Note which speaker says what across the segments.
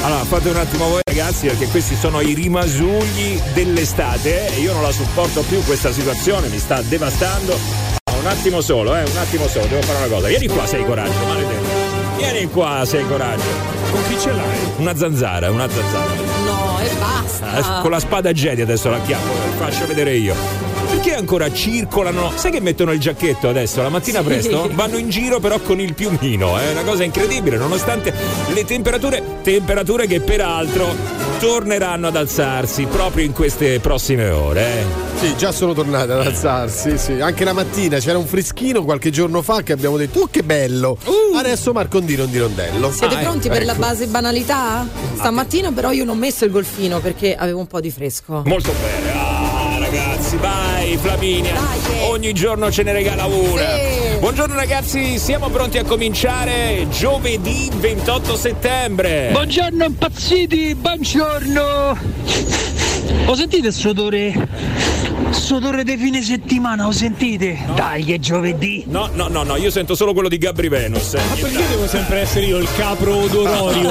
Speaker 1: Allora, fate un attimo voi ragazzi, perché questi sono i rimasugli dell'estate e io non la sopporto più questa situazione, mi sta devastando. Un attimo solo, devo fare una cosa. Vieni qua, sei coraggio, maledetto. Vieni qua, sei coraggio.
Speaker 2: Con chi ce l'hai?
Speaker 1: Una zanzara.
Speaker 3: No, e basta.
Speaker 1: Con la spada Jedi adesso la chiamo, faccio vedere io. Perché ancora circolano? Sai che mettono il giacchetto adesso? La mattina presto vanno in giro però con il piumino, è una cosa incredibile, nonostante le temperature che peraltro torneranno ad alzarsi proprio in queste prossime ore.
Speaker 4: Sì, già sono tornate ad alzarsi, sì. Anche la mattina c'era un freschino qualche giorno fa che abbiamo detto oh che bello, adesso Marcondino di rondello.
Speaker 3: Siete pronti per la base banalità? Stamattina però io non ho messo il golfino perché avevo un po' di fresco.
Speaker 1: Molto bene, ragazzi, vai Flaminia, ogni giorno ce ne regala una.
Speaker 3: Sì.
Speaker 1: Buongiorno ragazzi, siamo pronti a cominciare giovedì 28 settembre.
Speaker 5: Buongiorno impazziti, buongiorno. Lo sentite questo odore? Questo odore di fine settimana, lo sentite? No. Dai, è giovedì.
Speaker 1: No, io sento solo quello di Gabri Venus.
Speaker 2: Ma perché devo sempre essere io il capro odororio?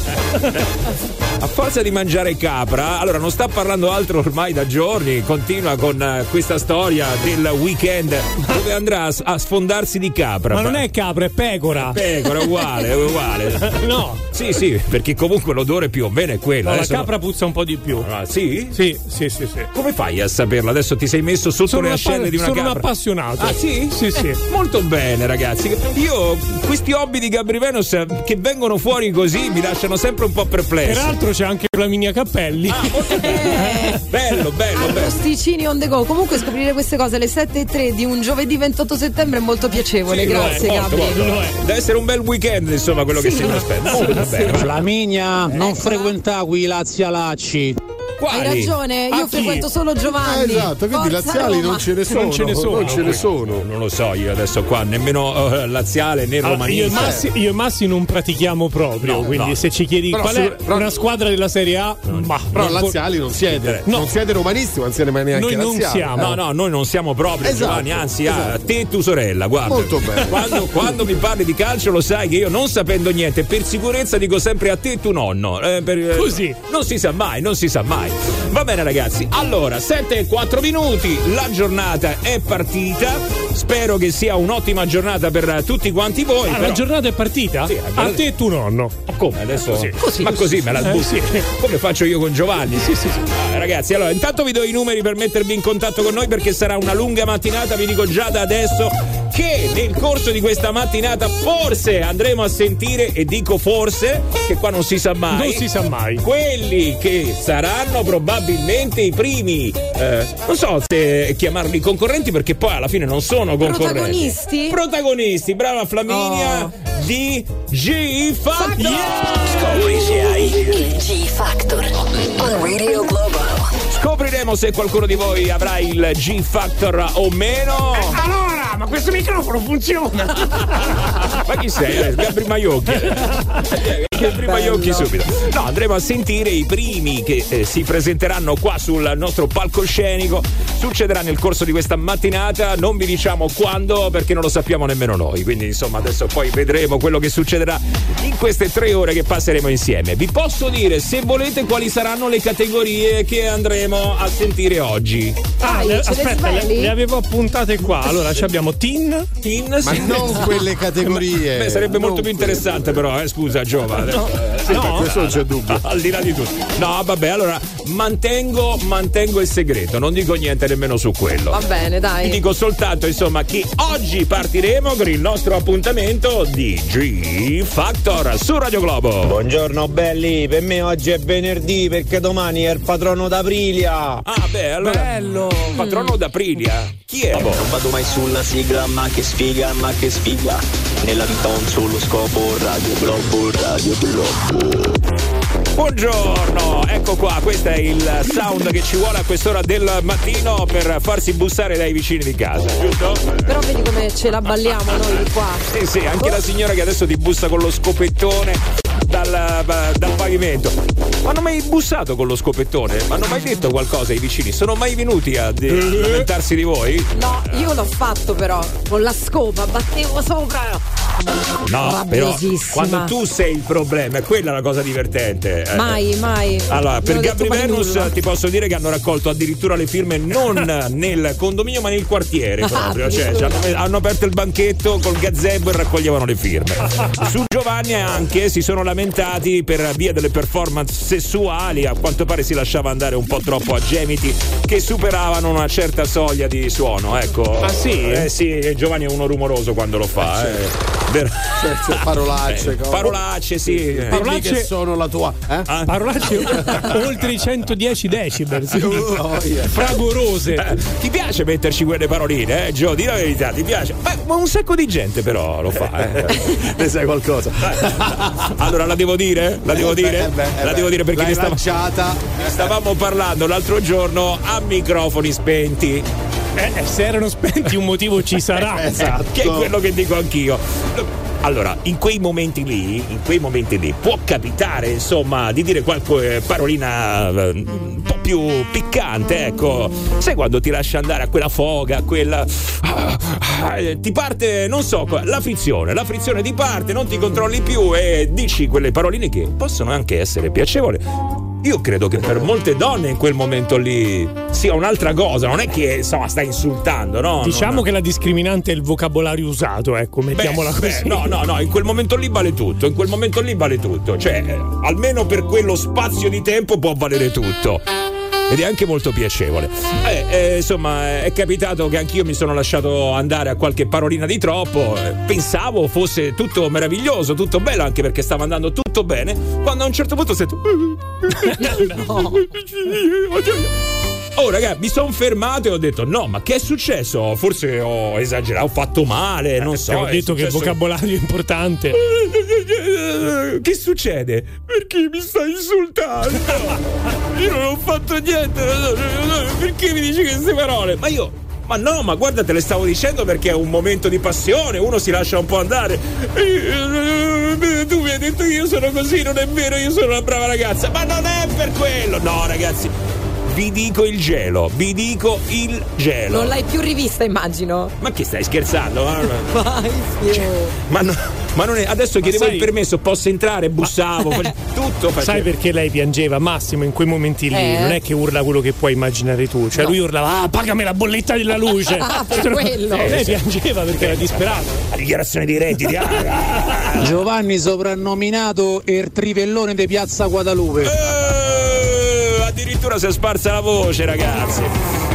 Speaker 1: A forza di mangiare capra, allora non sta parlando altro ormai da giorni, continua con questa storia del weekend dove andrà a sfondarsi di capra.
Speaker 2: Ma non è capra, è pecora.
Speaker 1: Pecora, è uguale.
Speaker 2: No.
Speaker 1: Sì, perché comunque l'odore più o meno è quello.
Speaker 2: No, la capra puzza un po' di più.
Speaker 1: Ah, sì?
Speaker 2: Sì.
Speaker 1: Come fai a saperlo? Adesso ti sei messo sotto le ascelle di una capra?
Speaker 2: Sono un appassionato.
Speaker 1: Ah, sì?
Speaker 2: Sì.
Speaker 1: Molto bene, ragazzi. Io, questi hobby di Gabri Venus che vengono fuori così mi lasciano sempre un po' perplesso.
Speaker 2: Peraltro c'è anche Flaminia Cappelli.
Speaker 1: Bello.
Speaker 3: Arrosticini on the go. Comunque scoprire queste cose alle 7:03 di un giovedì 28 settembre è molto piacevole.
Speaker 1: Sì,
Speaker 3: grazie Gabri.
Speaker 1: Deve essere un bel weekend, insomma, quello che si aspetta. Molto bene.
Speaker 5: Flaminia, non frequenta qui i lazialacci.
Speaker 1: Quali?
Speaker 3: Hai ragione, io frequento solo Giovanni.
Speaker 4: Esatto, quindi laziali
Speaker 3: Roma.
Speaker 4: non ce ne sono.
Speaker 1: Non lo so io adesso qua, nemmeno laziale né romanista.
Speaker 2: Io e Massi non pratichiamo proprio, quindi se ci chiedi
Speaker 4: però
Speaker 2: qual è una squadra della Serie A,
Speaker 4: però laziali non siete.
Speaker 1: No.
Speaker 4: Non siete romanisti, ma non siete neanche
Speaker 2: noi non
Speaker 4: laziali.
Speaker 2: siamo.
Speaker 1: No, noi non siamo proprio,
Speaker 4: Esatto,
Speaker 1: Giovanni, anzi te e tua sorella, guarda.
Speaker 4: Molto bene.
Speaker 1: Quando mi parli di calcio lo sai che io non sapendo niente, per sicurezza dico sempre a te e tuo nonno.
Speaker 2: Così.
Speaker 1: Non si sa mai. Va bene ragazzi, allora 7:04, la giornata è partita, spero che sia un'ottima giornata per tutti quanti voi.
Speaker 2: Però... La giornata è partita?
Speaker 1: Sì,
Speaker 2: a te e tuo nonno.
Speaker 1: Ma come adesso?
Speaker 3: Così.
Speaker 1: Ma così me la butto.
Speaker 2: Sì.
Speaker 1: Come faccio io con Giovanni?
Speaker 2: Sì.
Speaker 1: Ragazzi, allora intanto vi do i numeri per mettervi in contatto con noi perché sarà una lunga mattinata, vi dico già da adesso che nel corso di questa mattinata forse andremo a sentire, e dico forse, che qua non si sa mai.
Speaker 2: Non si sa mai.
Speaker 1: Quelli che saranno probabilmente i primi, non so se chiamarli concorrenti perché poi alla fine non sono concorrenti. Protagonisti, brava Flaminia, di G Factor.
Speaker 6: Scopri se hai il G Factor on Radio Globo.
Speaker 1: Scopriremo se qualcuno di voi avrà il G Factor o meno.
Speaker 2: Allora, ma questo microfono funziona.
Speaker 1: Ma chi sei? Gabri Maiocchi. Gabri Maiocchi subito. No, andremo a sentire i primi che si presenteranno qua sul nostro palcoscenico. Succederà nel corso di questa mattinata, non vi diciamo quando perché non lo sappiamo nemmeno noi. Quindi insomma adesso poi vedremo quello che succederà in queste 3 ore che passeremo insieme. Vi posso dire, se volete, quali saranno le categorie che andremo a sentire oggi.
Speaker 2: Aspetta, le avevo appuntate qua. Allora abbiamo teen,
Speaker 4: ma non quelle categorie.
Speaker 1: Beh, sarebbe molto più interessante però, scusa Giova.
Speaker 4: Per questo non c'è dubbio.
Speaker 1: Al di là di tutto. No, vabbè, allora mantengo il segreto, non dico niente nemmeno su quello.
Speaker 3: Va bene, dai.
Speaker 1: Vi dico soltanto, insomma, che oggi partiremo con il nostro appuntamento di G Factor su Radio Globo.
Speaker 7: Buongiorno belli, per me oggi è venerdì perché domani è il patrono d'Aprilia.
Speaker 1: Ah, beh, allora.
Speaker 2: bello.
Speaker 1: Patrono d'Aprilia? Chi è?
Speaker 8: Non vado mai sulla sigla, ma che sfiga. Nella vita ho un solo scopo, Radio Globo.
Speaker 1: Buongiorno, ecco qua, questo è il sound che ci vuole a quest'ora del mattino per farsi bussare dai vicini di casa, giusto?
Speaker 3: Però vedi come ce la balliamo noi di qua.
Speaker 1: Sì, anche la signora che adesso ti bussa con lo scopettone. dal pavimento. Ma hanno mai bussato con lo scopettone? Ma hanno mai detto qualcosa ai vicini? Sono mai venuti a lamentarsi di voi?
Speaker 3: No, io l'ho fatto però con la scopa, battevo sopra.
Speaker 1: No, però quando tu sei il problema, è quella la cosa divertente.
Speaker 3: Mai.
Speaker 1: Allora, per Gabri Venus
Speaker 3: nulla.
Speaker 1: ti posso dire che hanno raccolto addirittura le firme non nel condominio ma nel quartiere proprio. Cioè, hanno aperto il banchetto col gazebo e raccoglievano le firme. Su Giovanni anche si sono lamentati per via delle performance sessuali, a quanto pare si lasciava andare un po' troppo a gemiti che superavano una certa soglia di suono, ecco.
Speaker 2: Ah sì?
Speaker 1: Sì, Giovanni è uno rumoroso quando lo fa,
Speaker 4: Certo, parolacce,
Speaker 1: parolacce, sì.
Speaker 4: Parolacce che sono la tua,
Speaker 2: Parolacce oltre i 110 decibel, sì. Fragorose.
Speaker 1: Ti piace metterci quelle paroline, Gio? Di la verità, ti piace? Ma un sacco di gente però lo fa,
Speaker 4: Ne sai qualcosa?
Speaker 1: Allora la devo dire? La devo dire perché ne stavamo parlando l'altro giorno a microfoni spenti.
Speaker 2: Se erano spenti un motivo ci sarà.
Speaker 1: Esatto. Che è quello che dico anch'io. Allora, in quei momenti lì può capitare, insomma, di dire qualche parolina un po' più piccante, ecco. Sai quando ti lascia andare a quella foga, quella ti parte, non so, la frizione ti parte, non ti controlli più e dici quelle paroline che possono anche essere piacevoli. Io credo che per molte donne in quel momento lì sia un'altra cosa, non è che insomma stai insultando, no?
Speaker 2: Diciamo che la discriminante è il vocabolario usato, ecco, mettiamola così.
Speaker 1: No, in quel momento lì vale tutto, cioè almeno per quello spazio di tempo può valere tutto. Ed è anche molto piacevole. Insomma, è capitato che anch'io mi sono lasciato andare a qualche parolina di troppo. Pensavo fosse tutto meraviglioso, tutto bello, anche perché stava andando tutto bene. Quando a un certo punto sento. No. Oh raga, mi sono fermato e ho detto no, ma che è successo? Forse ho esagerato, ho fatto male, non so.
Speaker 2: Ho detto che il vocabolario è importante.
Speaker 1: Che succede? Perché mi stai insultando? Io non ho fatto niente. Perché mi dici queste parole? Ma no, ma guarda, te le stavo dicendo perché è un momento di passione, uno si lascia un po' andare. Tu mi hai detto che io sono così, non è vero, io sono una brava ragazza. Ma non è per quello. No, ragazzi, vi dico il gelo. Non
Speaker 3: l'hai più rivista, immagino.
Speaker 1: Ma che stai scherzando?
Speaker 3: Vai,
Speaker 1: ma non è, adesso chiedevo il permesso, posso entrare, bussavo, tutto facevo.
Speaker 2: Sai perché lei piangeva, Massimo, in quei momenti lì? Non è che urla quello che puoi immaginare tu, cioè lui urlava pagami la bolletta della luce.
Speaker 3: Per quello.
Speaker 2: Lei piangeva perché era disperata.
Speaker 1: La dichiarazione dei redditi.
Speaker 7: Giovanni soprannominato il trivellone di Piazza Guadalupe.
Speaker 1: Addirittura si è sparsa la voce, ragazzi.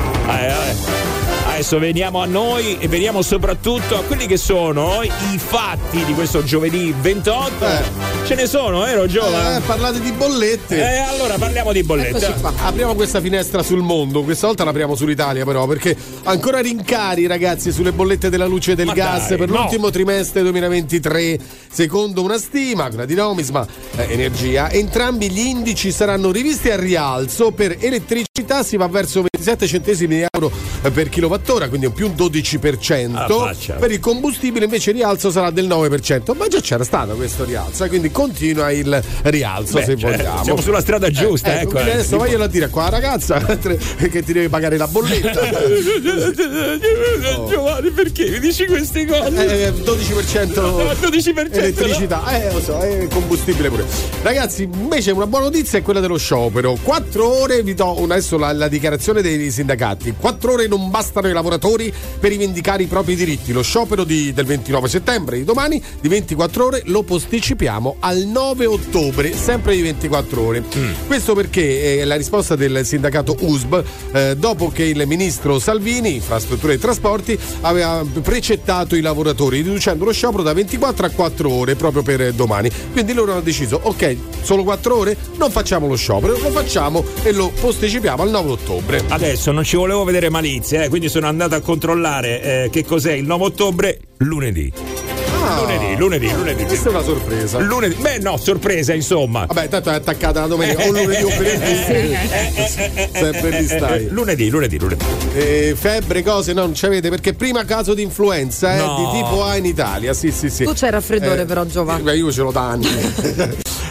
Speaker 1: Adesso veniamo a noi e veniamo soprattutto a quelli che sono i fatti di questo giovedì 28. Ce ne sono, Giova?
Speaker 4: Parlate di bollette.
Speaker 1: Allora parliamo di bollette.
Speaker 4: Apriamo questa finestra sul mondo. Questa volta l'apriamo sull'Italia, però, perché ancora rincari, ragazzi, sulle bollette della luce e del gas per l'ultimo trimestre 2023. Secondo una stima, quella di Nomisma Energia, entrambi gli indici saranno rivisti al rialzo. Per elettricità si va verso 27 centesimi di euro per kilowattora, quindi un più 12%. Per il combustibile invece il rialzo sarà del 9%, ma già c'era stato questo rialzo, quindi continua il rialzo. Se vogliamo,
Speaker 1: siamo sulla strada giusta. Ecco,
Speaker 4: adesso vaglielo a dire a qua ragazza che ti deve pagare la bolletta.
Speaker 1: Giovanni, perché mi dici queste cose?
Speaker 4: 12% elettricità, lo so, combustibile pure. Ragazzi, invece una buona notizia è quella dello sciopero. 4 ore, vi do adesso la dichiarazione dei sindacati. 4 ore non bastano ai lavoratori per rivendicare i propri diritti. Lo sciopero del 29 settembre, di domani, di 24 ore, lo posticipiamo al 9 ottobre, sempre di 24 ore. Questo perché la risposta del sindacato USB, dopo che il ministro Salvini, infrastrutture e trasporti, aveva precettato i lavoratori riducendo lo sciopero da 24 a 4 ore proprio per domani. Quindi loro hanno deciso, ok, solo 4 ore, non facciamo lo sciopero, lo facciamo e lo posticipiamo al 9 ottobre.
Speaker 1: Adesso non ci volevo vedere malizie, quindi sono andato a controllare che cos'è il 9 ottobre, lunedì. Lunedì.
Speaker 4: Questa è una sorpresa.
Speaker 1: Lunedì. Beh, no, sorpresa, insomma.
Speaker 4: Vabbè, tanto è attaccata la domenica o lunedì o venerdì. Sempre lì stai.
Speaker 1: Lunedì.
Speaker 4: Febbre, cose, no, non ci avete, perché prima caso di influenza di tipo A in Italia. Sì.
Speaker 3: Tu c'hai raffreddore però, Giovanni.
Speaker 4: Io ce l'ho da anni.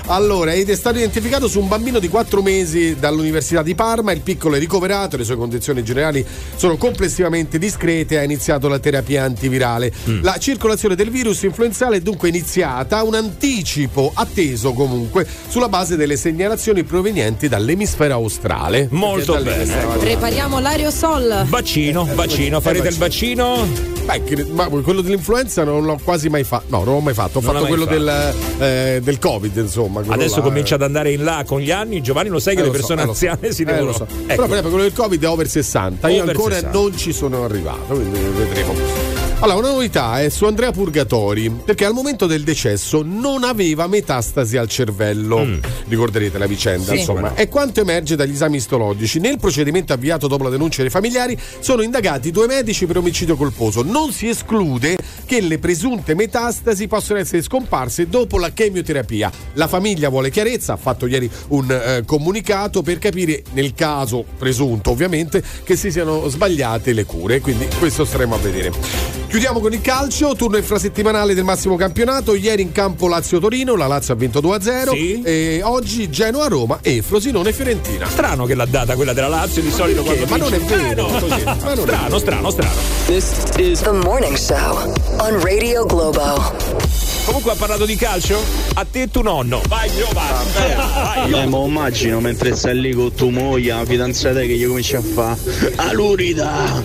Speaker 4: Allora, è stato identificato su un bambino di 4 mesi dall'Università di Parma. Il piccolo è ricoverato, le sue condizioni generali sono complessivamente discrete. Ha iniziato la terapia antivirale. La circolazione del virus influenzale è dunque iniziata, un anticipo atteso comunque sulla base delle segnalazioni provenienti dall'emisfero australe.
Speaker 1: Molto bene.
Speaker 3: Prepariamo l'aerosol.
Speaker 1: Vaccino, farete il vaccino?
Speaker 4: Beh, ma quello dell'influenza non l'ho quasi mai fatto. No, non l'ho mai fatto. Ho fatto quello del Covid, insomma.
Speaker 1: Adesso comincia ad andare in là con gli anni. Giovanni, lo sai che le persone anziane si devono.
Speaker 4: Ecco. Però per esempio quello del Covid è over 60. Io ancora non ci sono arrivato, quindi vedremo. Allora, una novità è su Andrea Purgatori, perché al momento del decesso non aveva metastasi al cervello. Ricorderete la vicenda,
Speaker 3: sì.
Speaker 4: insomma. E quanto emerge dagli esami istologici, nel procedimento avviato dopo la denuncia dei familiari sono indagati 2 medici per omicidio colposo. Non si esclude che le presunte metastasi possano essere scomparse dopo la chemioterapia. La famiglia vuole chiarezza, ha fatto ieri un comunicato per capire, nel caso presunto ovviamente, che si siano sbagliate le cure, quindi questo staremo a vedere. Chiudiamo con il calcio, turno infrasettimanale del massimo campionato. Ieri in campo Lazio-Torino, la Lazio ha vinto 2-0.
Speaker 1: Sì.
Speaker 4: E oggi Genoa-Roma e Frosinone-Fiorentina.
Speaker 1: Strano che l'ha data quella della Lazio di solito quando
Speaker 4: ma non è vero.
Speaker 1: Strano.
Speaker 6: This is The Morning Show on Radio Globo.
Speaker 1: Comunque ha parlato di calcio? A te tuo nonno. Vai Giovanni.
Speaker 7: Ma immagino mentre stai lì con tua moglie, la fidanzata che gli comincia a fare Alurida.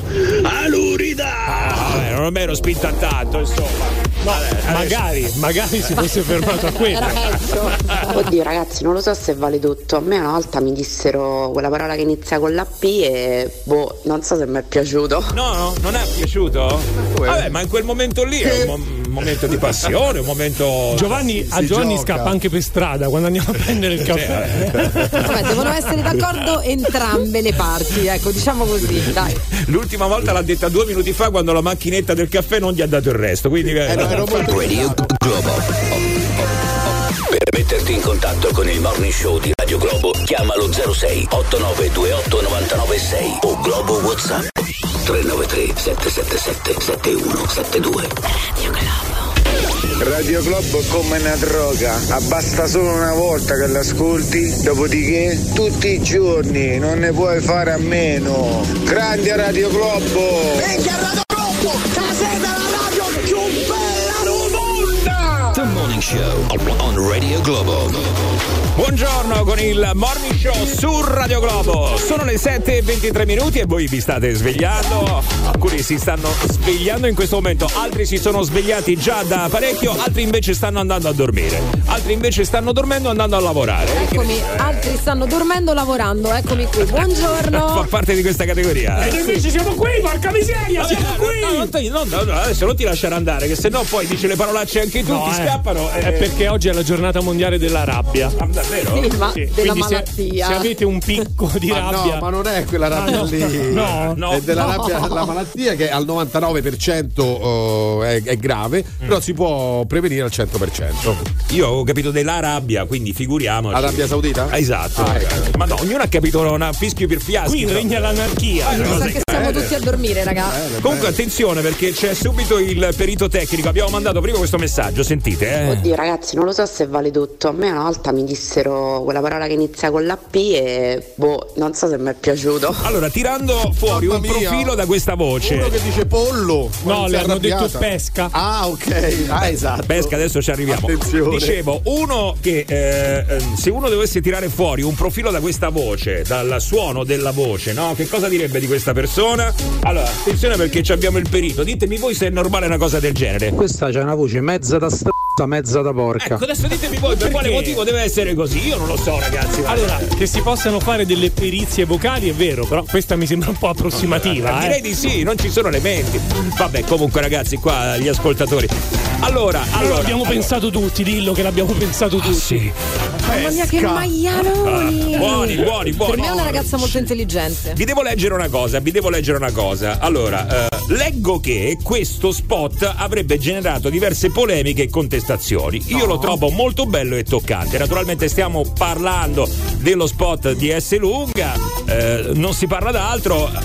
Speaker 1: Non mi ero spinto a tanto, insomma.
Speaker 2: No, magari si fosse fermato a quello.
Speaker 9: Oddio ragazzi, non lo so se vale tutto. A me una volta mi dissero quella parola che inizia con la P e non so se mi è piaciuto.
Speaker 1: No, non è piaciuto? Vabbè, ma in quel momento lì è un momento di passione, un momento.
Speaker 2: Giovanni scappa anche per strada quando andiamo a prendere il caffè.
Speaker 3: Vabbè, devono essere d'accordo entrambe le parti, ecco, diciamo così, dai.
Speaker 1: L'ultima volta l'ha detta 2 minuti fa quando la macchinetta del caffè non gli ha dato il resto, quindi
Speaker 10: Radio Globo. Per metterti in contatto con il Morning Show di Radio Globo, chiamalo 06 8928 996 o Globo WhatsApp 393 777 7172.
Speaker 11: Radio Globo è come una droga, basta solo una volta che l'ascolti, dopodiché tutti i giorni non ne puoi fare a meno. Grande Radio Globo!
Speaker 12: Venga Radio Globo, caseta la radio più bella del mondo!
Speaker 10: The Morning Show on Radio Globo.
Speaker 1: Buongiorno con il Morning Show su Radio Globo. Sono le 7:23 e voi vi state svegliando. Alcuni si stanno svegliando in questo momento, altri si sono svegliati già da parecchio, altri invece stanno andando a dormire, altri invece stanno dormendo andando a lavorare.
Speaker 3: Eccomi, altri stanno dormendo lavorando, eccomi qui. Buongiorno.
Speaker 1: Fa parte di questa categoria.
Speaker 2: E noi invece siamo qui, porca miseria, siamo qui.
Speaker 1: No, adesso non ti lasciare andare, che se no poi dici le parolacce anche tu, ti scappano.
Speaker 2: È perché oggi è la giornata mondiale della rabbia.
Speaker 1: Davvero?
Speaker 3: Sì, ma della malattia.
Speaker 2: Se avete un picco di rabbia.
Speaker 4: No, ma non è quella rabbia lì.
Speaker 2: No.
Speaker 4: È della rabbia, la malattia che al 99% è grave, però si può prevenire al 100%.
Speaker 1: Io ho capito della rabbia, quindi figuriamoci.
Speaker 4: Arabia Saudita?
Speaker 1: Esatto. Ma no, ognuno ha capito una fischio per fiaschi.
Speaker 2: Qui regna l'anarchia.
Speaker 3: Mi sa che siamo tutti a dormire, ragazzi.
Speaker 1: Comunque attenzione, perché c'è subito il perito tecnico. Abbiamo mandato prima questo messaggio, sentite.
Speaker 9: Oddio ragazzi, non lo so se vale tutto. A me una volta mi dissero quella parola che inizia con la P e non so se mi è piaciuto.
Speaker 1: Allora, tirando fuori un profilo da questa voce.
Speaker 4: Uno che dice pollo.
Speaker 2: No, le hanno detto pesca.
Speaker 4: Ah, ok. Esatto.
Speaker 1: Pesca, adesso ci arriviamo.
Speaker 4: Attenzione.
Speaker 1: Dicevo, uno che se uno dovesse tirare fuori un profilo da questa voce, dal suono della voce, no? Che cosa direbbe di questa persona? Allora, attenzione perché abbiamo il perito. Ditemi voi se è normale una cosa del genere.
Speaker 7: Questa c'è una voce mezza da mezza da porca.
Speaker 1: Ecco, adesso ditemi voi per quale motivo deve essere così. Io non lo so, ragazzi.
Speaker 2: Allora, che si possano fare delle perizie vocali è vero, però questa mi sembra un po' approssimativa.
Speaker 1: Direi di sì, non ci sono elementi. Vabbè, comunque ragazzi, qua gli ascoltatori. Allora
Speaker 2: abbiamo pensato tutti, dillo che l'abbiamo pensato tutti.
Speaker 1: Sì.
Speaker 3: Mamma mia, che maialoni!
Speaker 1: Buoni.
Speaker 3: Per me è una ragazza molto intelligente.
Speaker 1: Vi devo leggere una cosa. Allora, leggo che questo spot avrebbe generato diverse polemiche e contestazioni. Io lo trovo molto bello e toccante. Naturalmente stiamo parlando dello spot di S. Lunga, non si parla d'altro.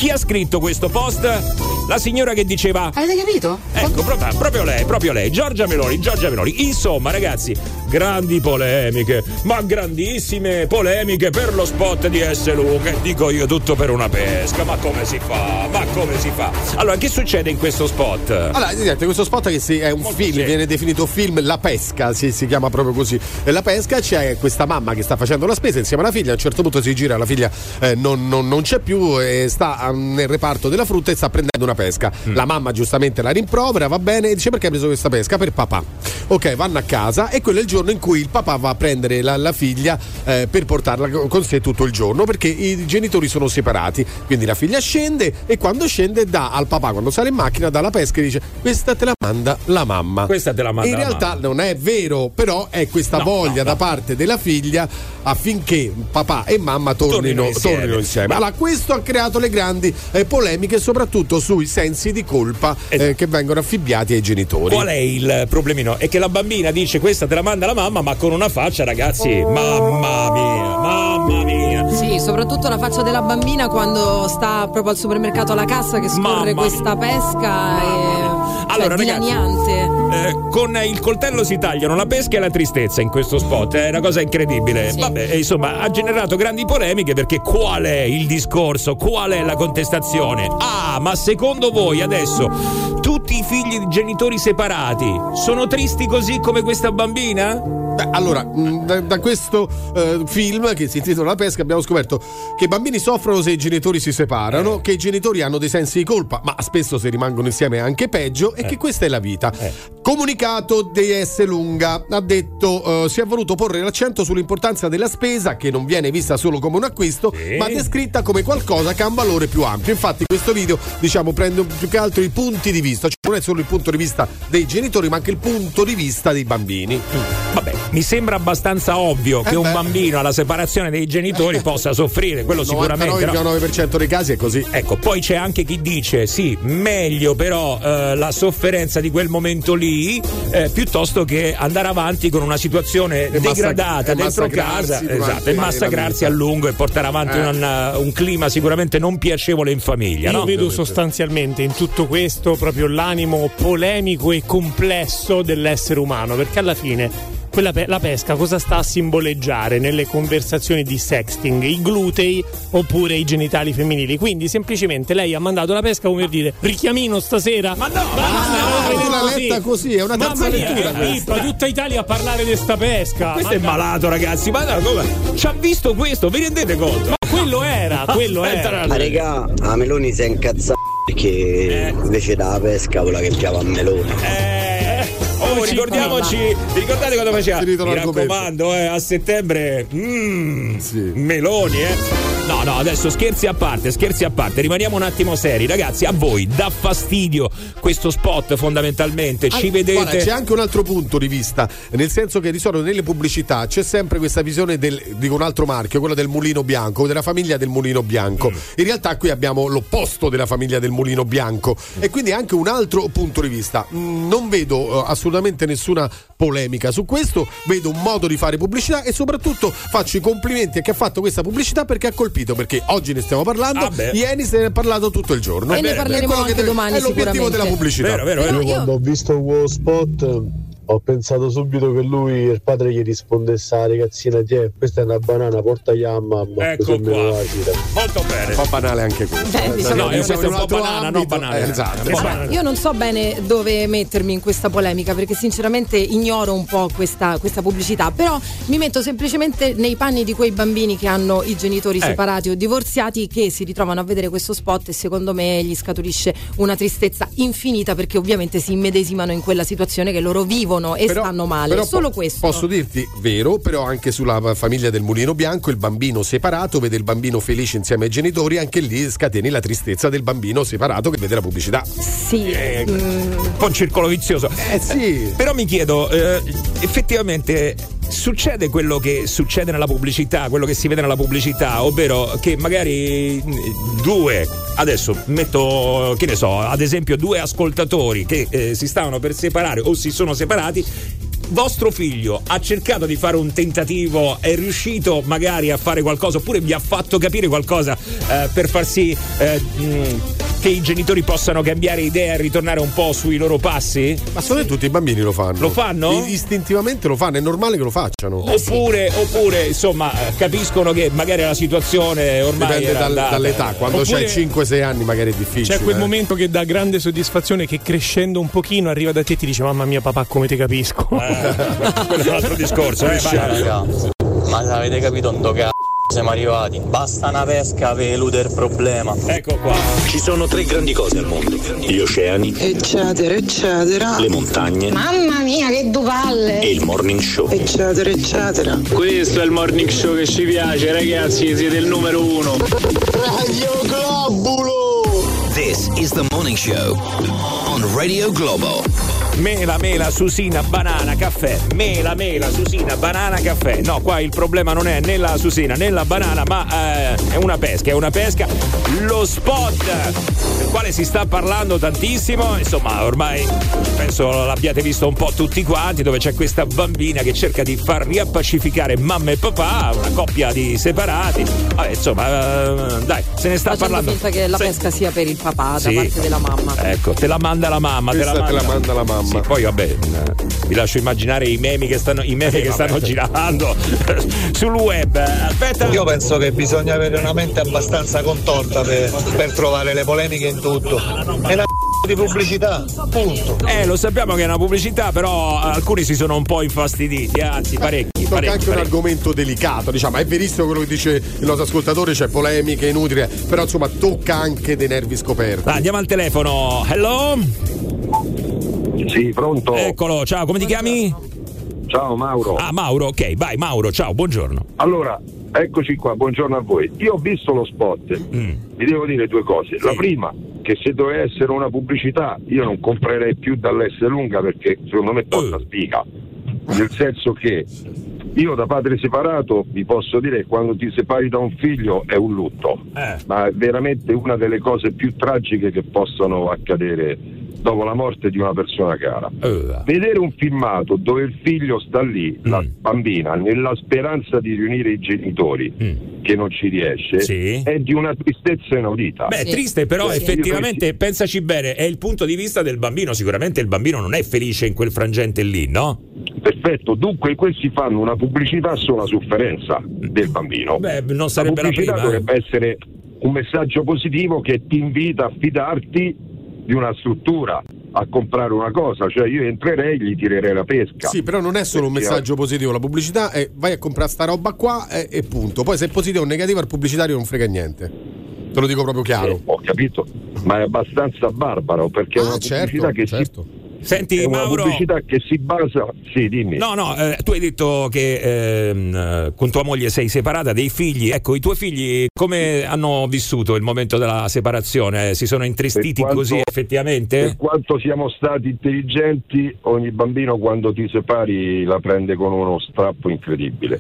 Speaker 1: Chi ha scritto questo post? La signora che diceva.
Speaker 13: Avete capito?
Speaker 1: Ecco, proprio lei, Giorgia Meloni. Insomma, ragazzi, grandi polemiche, ma grandissime polemiche per lo spot di Esselunga. E dico io, tutto per una pesca. Ma come si fa? Allora, che succede in questo spot?
Speaker 4: Allora, niente, questo spot che è un film, viene definito film La Pesca, si chiama proprio così. La pesca, c'è questa mamma che sta facendo la spesa insieme alla figlia. A un certo punto si gira, la figlia non c'è più e sta nel reparto della frutta e sta prendendo una pesca. La mamma giustamente la rimprovera, va bene, e dice: perché hai preso questa pesca? Per papà. Ok, vanno a casa e quello è il giorno in cui il papà va a prendere la figlia per portarla con sé tutto il giorno, perché i genitori sono separati. Quindi la figlia scende e quando scende dà al papà, quando sale in macchina, dà la pesca e dice: questa te la manda la mamma. In realtà non è vero, però è questa voglia da parte della figlia affinché papà e mamma tornino insieme. Allora, questo ha creato le grandi polemiche, soprattutto sui sensi di colpa che vengono affibbiati ai genitori.
Speaker 1: Qual è il problemino? È che la bambina dice: questa te la manda la mamma, ma con una faccia, ragazzi, mamma mia.
Speaker 3: Sì, soprattutto la faccia della bambina quando sta proprio al supermercato alla cassa che scorre questa pesca
Speaker 1: allora, ragazzi, con il coltello si tagliano la pesca e la tristezza in questo spot, è una cosa incredibile. Sì. Vabbè, insomma, ha generato grandi polemiche, perché qual è il discorso? Qual è la contestazione? Ma secondo voi adesso tutti i figli di genitori separati sono tristi così come questa bambina?
Speaker 4: Beh, allora, da questo film che si intitola La pesca abbiamo scoperto che i bambini soffrono se i genitori si separano, che i genitori hanno dei sensi di colpa, ma spesso se rimangono insieme è anche peggio, e che questa è la vita. Comunicato di Esselunga ha detto: si è voluto porre l'accento sull'importanza della spesa, che non viene vista solo come un acquisto, ma descritta come qualcosa che ha un valore più ampio. Infatti questo video, diciamo, prende più che altro i punti di vista, cioè non è solo il punto di vista dei genitori, ma anche il punto di vista dei bambini.
Speaker 1: Vabbè, mi sembra abbastanza ovvio che un bambino alla separazione dei genitori possa soffrire, quello sicuramente.
Speaker 4: Il 99% dei casi è così.
Speaker 1: Ecco, poi c'è anche chi dice: sì, meglio però la sofferenza di quel momento lì piuttosto che andare avanti con una situazione degradata dentro casa, e massacrarsi a lungo e portare avanti un clima sicuramente non piacevole in famiglia.
Speaker 2: Io vedo sostanzialmente in tutto questo proprio l'animo polemico e complesso dell'essere umano, perché alla fine la pesca cosa sta a simboleggiare nelle conversazioni di sexting? I glutei oppure i genitali femminili? Quindi semplicemente lei ha mandato la pesca come per dire: richiamino stasera.
Speaker 1: Ma no,
Speaker 4: tu l'hai letta così, è una terza lettura.
Speaker 2: Tutta Italia a parlare di sta pesca.
Speaker 1: Questo è malato, ragazzi, ma no, come? Ci ha visto questo, vi rendete conto?
Speaker 2: Ma quello era.
Speaker 14: Ma regà, a Meloni si è incazzato perché invece della pesca quella che piava a Meloni.
Speaker 1: Ricordiamoci, ricordate quando faceva? Mi raccomando, a settembre Meloni, No, adesso scherzi a parte, rimaniamo un attimo seri, ragazzi. A voi dà fastidio questo spot, fondamentalmente? Ci vedete?
Speaker 4: Guarda, c'è anche un altro punto di vista, nel senso che di solito nelle pubblicità c'è sempre questa visione di un altro marchio, quello del Mulino Bianco, della famiglia del Mulino Bianco. In realtà qui abbiamo l'opposto della famiglia del Mulino Bianco, e quindi anche un altro punto di vista. Non vedo assolutamente nessuna polemica su questo, vedo un modo di fare pubblicità, e soprattutto faccio i complimenti a chi ha fatto questa pubblicità, perché ha colpito, perché oggi ne stiamo parlando, ieri se ne è parlato tutto il giorno,
Speaker 3: e ne parleremo anche domani,
Speaker 4: è l'obiettivo della pubblicità.
Speaker 15: Vero. Quando ho visto quello spot ho pensato subito che lui, il padre, gli rispondesse alla ragazzina: questa è una banana, portagli a mamma.
Speaker 1: Ecco qua, molto bene.
Speaker 4: Un po' banale anche qui.
Speaker 1: Questo è un po' banana, non banale.
Speaker 4: Esatto.
Speaker 3: Io non so bene dove mettermi in questa polemica, perché sinceramente ignoro un po' questa pubblicità, però mi metto semplicemente nei panni di quei bambini che hanno i genitori separati o divorziati, che si ritrovano a vedere questo spot, e secondo me gli scaturisce una tristezza infinita, perché ovviamente si immedesimano in quella situazione che loro vivono e stanno male.
Speaker 4: Però
Speaker 3: solo questo
Speaker 4: posso dirti, vero, però anche sulla famiglia del Mulino Bianco, il bambino separato vede il bambino felice insieme ai genitori, anche lì scateni la tristezza del bambino separato che vede la pubblicità.
Speaker 3: Sì,
Speaker 1: un po' un circolo vizioso.
Speaker 4: Sì.
Speaker 1: Però mi chiedo, effettivamente succede quello che succede nella pubblicità, quello che si vede nella pubblicità, ovvero che magari adesso metto, che ne so, ad esempio due ascoltatori che si stavano per separare o si sono separati, vostro figlio ha cercato di fare un tentativo, è riuscito magari a fare qualcosa, oppure vi ha fatto capire qualcosa per far sì che i genitori possano cambiare idea e ritornare un po' sui loro passi?
Speaker 4: Ma secondo me tutti i bambini lo fanno.
Speaker 1: Lo fanno?
Speaker 4: Istintivamente lo fanno, è normale che lo facciano.
Speaker 1: Oppure insomma, capiscono che magari la situazione ormai
Speaker 4: dipende dall'età, quando c'hai 5-6 anni magari è difficile.
Speaker 2: C'è quel momento che dà grande soddisfazione, che crescendo un pochino arriva da te e ti dice: mamma mia papà, come ti capisco.
Speaker 1: Quello è un altro discorso.
Speaker 13: Ma avete capito dove siamo arrivati? Basta una pesca per eludere il problema.
Speaker 1: Ecco qua.
Speaker 10: Ci sono 3 grandi cose al mondo: gli oceani,
Speaker 12: eccetera eccetera,
Speaker 10: le montagne,
Speaker 12: mamma mia che due palle,
Speaker 10: e il morning show,
Speaker 12: eccetera eccetera.
Speaker 5: Questo è il morning show che ci piace, ragazzi, siete il numero 1.
Speaker 12: Radio Globulo.
Speaker 10: This is the morning show on Radio Globo.
Speaker 1: Mela, susina, banana, caffè. Mela, susina, banana, caffè. No, qua il problema non è né la susina né la banana, ma è una pesca. Lo spot del quale si sta parlando tantissimo, insomma, ormai penso l'abbiate visto un po' tutti quanti, dove c'è questa bambina che cerca di far riappacificare mamma e papà, una coppia di separati. Vabbè, insomma, dai, se ne sta
Speaker 3: facendo
Speaker 1: parlando.
Speaker 3: Finta che la pesca sia per il papà da parte della mamma.
Speaker 1: Ecco, te la manda la mamma.
Speaker 4: Te la manda la mamma.
Speaker 1: Sì, poi vabbè, vi lascio immaginare i meme che stanno girando sul web. Aspetta.
Speaker 16: Io penso che bisogna avere una mente abbastanza contorta per trovare le polemiche in tutto. È una di pubblicità, punto.
Speaker 1: Lo sappiamo che è una pubblicità, però alcuni si sono un po' infastiditi, anzi parecchi.
Speaker 4: Tocca anche un argomento delicato, diciamo, è verissimo quello che dice il nostro ascoltatore, c'è polemiche inutili, però insomma tocca anche dei nervi scoperti.
Speaker 1: Andiamo al telefono. Hello?
Speaker 17: Sì, pronto?
Speaker 1: Eccolo, ciao, come ti chiami?
Speaker 17: Ciao Mauro.
Speaker 1: Ah, Mauro, ok, vai Mauro, ciao, buongiorno.
Speaker 17: Allora, eccoci qua, buongiorno a voi. Io ho visto lo spot, vi devo dire 2 cose. La prima, che se doveva essere una pubblicità io non comprerei più dall'S lunga, perché secondo me porta spiga, nel senso che io da padre separato vi posso dire che quando ti separi da un figlio è un lutto, ma è veramente una delle cose più tragiche che possono accadere dopo la morte di una persona cara. Vedere un filmato dove il figlio sta lì, la bambina, nella speranza di riunire i genitori, che non ci riesce, è di una tristezza inaudita.
Speaker 1: Beh, triste, però effettivamente pensaci bene, è il punto di vista del bambino, sicuramente il bambino non è felice in quel frangente lì, no?
Speaker 17: Perfetto, dunque questi fanno una pubblicità sulla sofferenza del bambino.
Speaker 1: Beh, non sarebbe la prima.
Speaker 17: Dovrebbe essere un messaggio positivo che ti invita a fidarti di una struttura, a comprare una cosa, cioè io entrerei e gli tirerei la pesca.
Speaker 4: Sì, però non è solo un messaggio positivo, la pubblicità è vai a comprare sta roba qua e punto. Poi se è positivo o negativo al pubblicitario non frega niente. Te lo dico proprio chiaro.
Speaker 17: Ho capito, ma è abbastanza barbaro, perché è una pubblicità che
Speaker 1: Senti,
Speaker 17: è una
Speaker 1: Mauro,
Speaker 17: pubblicità che si basa. Sì, dimmi.
Speaker 1: No, tu hai detto che con tua moglie sei separata, dei figli. Ecco, i tuoi figli come hanno vissuto il momento della separazione? Si sono intristiti così effettivamente?
Speaker 17: Per quanto siamo stati intelligenti, ogni bambino quando ti separi la prende con uno strappo incredibile.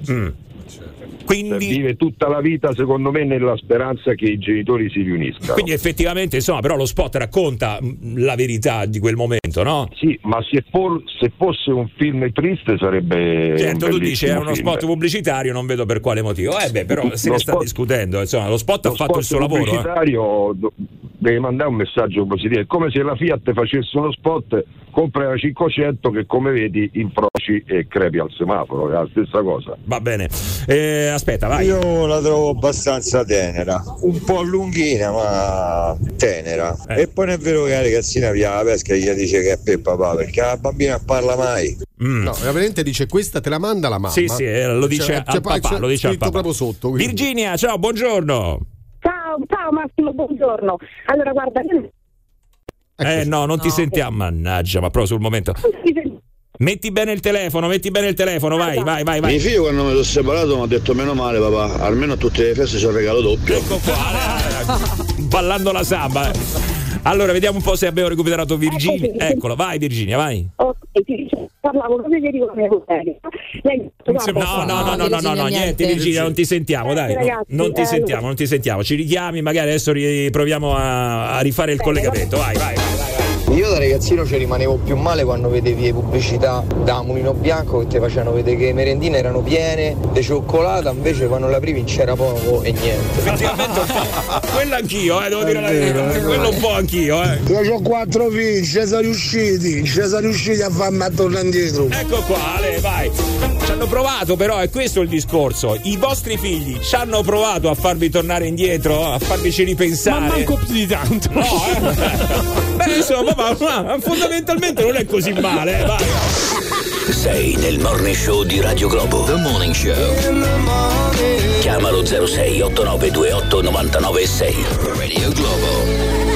Speaker 1: Quindi
Speaker 17: vive tutta la vita, secondo me, nella speranza che i genitori si riuniscano.
Speaker 1: Quindi effettivamente, insomma, però lo spot racconta la verità di quel momento, no?
Speaker 17: Sì, ma se fosse un film triste sarebbe
Speaker 1: certo,
Speaker 17: un
Speaker 1: tu dici è uno
Speaker 17: film.
Speaker 1: Spot pubblicitario, non vedo per quale motivo. Però se ne sta discutendo, insomma, lo spot ha fatto il suo lavoro.
Speaker 17: Lo pubblicitario deve mandare un messaggio positivo. È come se la Fiat facesse uno spot, compra la 500 che come vedi infroci e crepi al semaforo, è la stessa cosa.
Speaker 1: Va bene. Aspetta, vai.
Speaker 18: Io la trovo abbastanza tenera, un po' lunghina ma tenera. E poi non è vero che la ragazzina via la pesca gli dice che è per papà, perché la bambina parla mai.
Speaker 4: No, veramente dice questa te la manda la mamma.
Speaker 1: Sì, lo dice al papà, lo dice al papà.
Speaker 4: Proprio sotto. Quindi.
Speaker 1: Virginia, ciao, buongiorno.
Speaker 19: Ciao Massimo, buongiorno. Allora guarda, io...
Speaker 1: no, non ti sentiamo, mannaggia, ma proprio sul momento. Metti bene il telefono, vai.
Speaker 20: Mio figlio quando mi sono separato mi ha detto meno male papà, almeno a tutte le feste c'è un regalo doppio.
Speaker 1: Ecco qua, ballando la samba. Allora, vediamo un po' se abbiamo recuperato Virginia. Eccolo, vai Virginia, vai.
Speaker 19: Ok, parlavo proprio ieri con mia collega.
Speaker 1: No, niente Virginia, non ti sentiamo, dai.
Speaker 19: Ragazzi,
Speaker 1: non ti sentiamo. Ci richiami, magari adesso proviamo a rifare il collegamento. Vai.
Speaker 21: Io da ragazzino ci rimanevo più male quando vedevi le pubblicità da Mulino Bianco che ti facevano vedere che le merendine erano piene, di cioccolata, invece quando la aprivi c'era poco e niente.
Speaker 1: Effettivamente quello anch'io, devo dire la verità, quello un po' anch'io.
Speaker 11: Io ho 4 figli, ci sono riusciti a farmi tornare indietro.
Speaker 1: Ecco qua, Ale, vai. Ci hanno provato, però è questo il discorso. I vostri figli ci hanno provato a farvi tornare indietro, a farvici ripensare.
Speaker 2: Ma manco più di tanto.
Speaker 1: No, Beh, insomma, ma fondamentalmente non è così male, vai.
Speaker 10: Sei nel Morning Show di Radio Globo. The Morning Show. Chiamalo 06 8928 996. Radio Globo.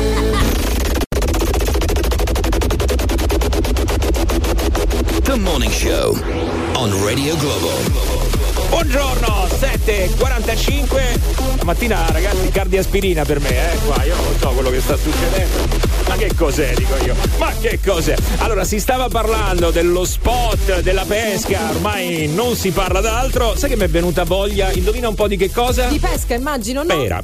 Speaker 10: The Morning Show on Radio Globo.
Speaker 1: Buongiorno, 7:45. Stamattina, ragazzi, cardiaspirina per me, qua, io non so quello che sta succedendo. Ma che cos'è, dico io? Ma che cos'è? Allora, si stava parlando dello spot, della pesca, ormai non si parla d'altro. Sai che mi è venuta voglia? Indovina un po' di che cosa?
Speaker 3: Di pesca, immagino, no?
Speaker 1: Pera.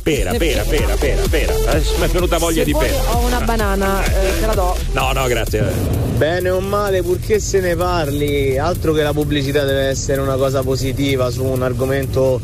Speaker 1: Adesso mi è venuta voglia di pera.
Speaker 3: Ho una banana, te la do.
Speaker 1: No, grazie.
Speaker 21: Bene o male, purché se ne parli, altro che la pubblicità deve essere una cosa positiva su un argomento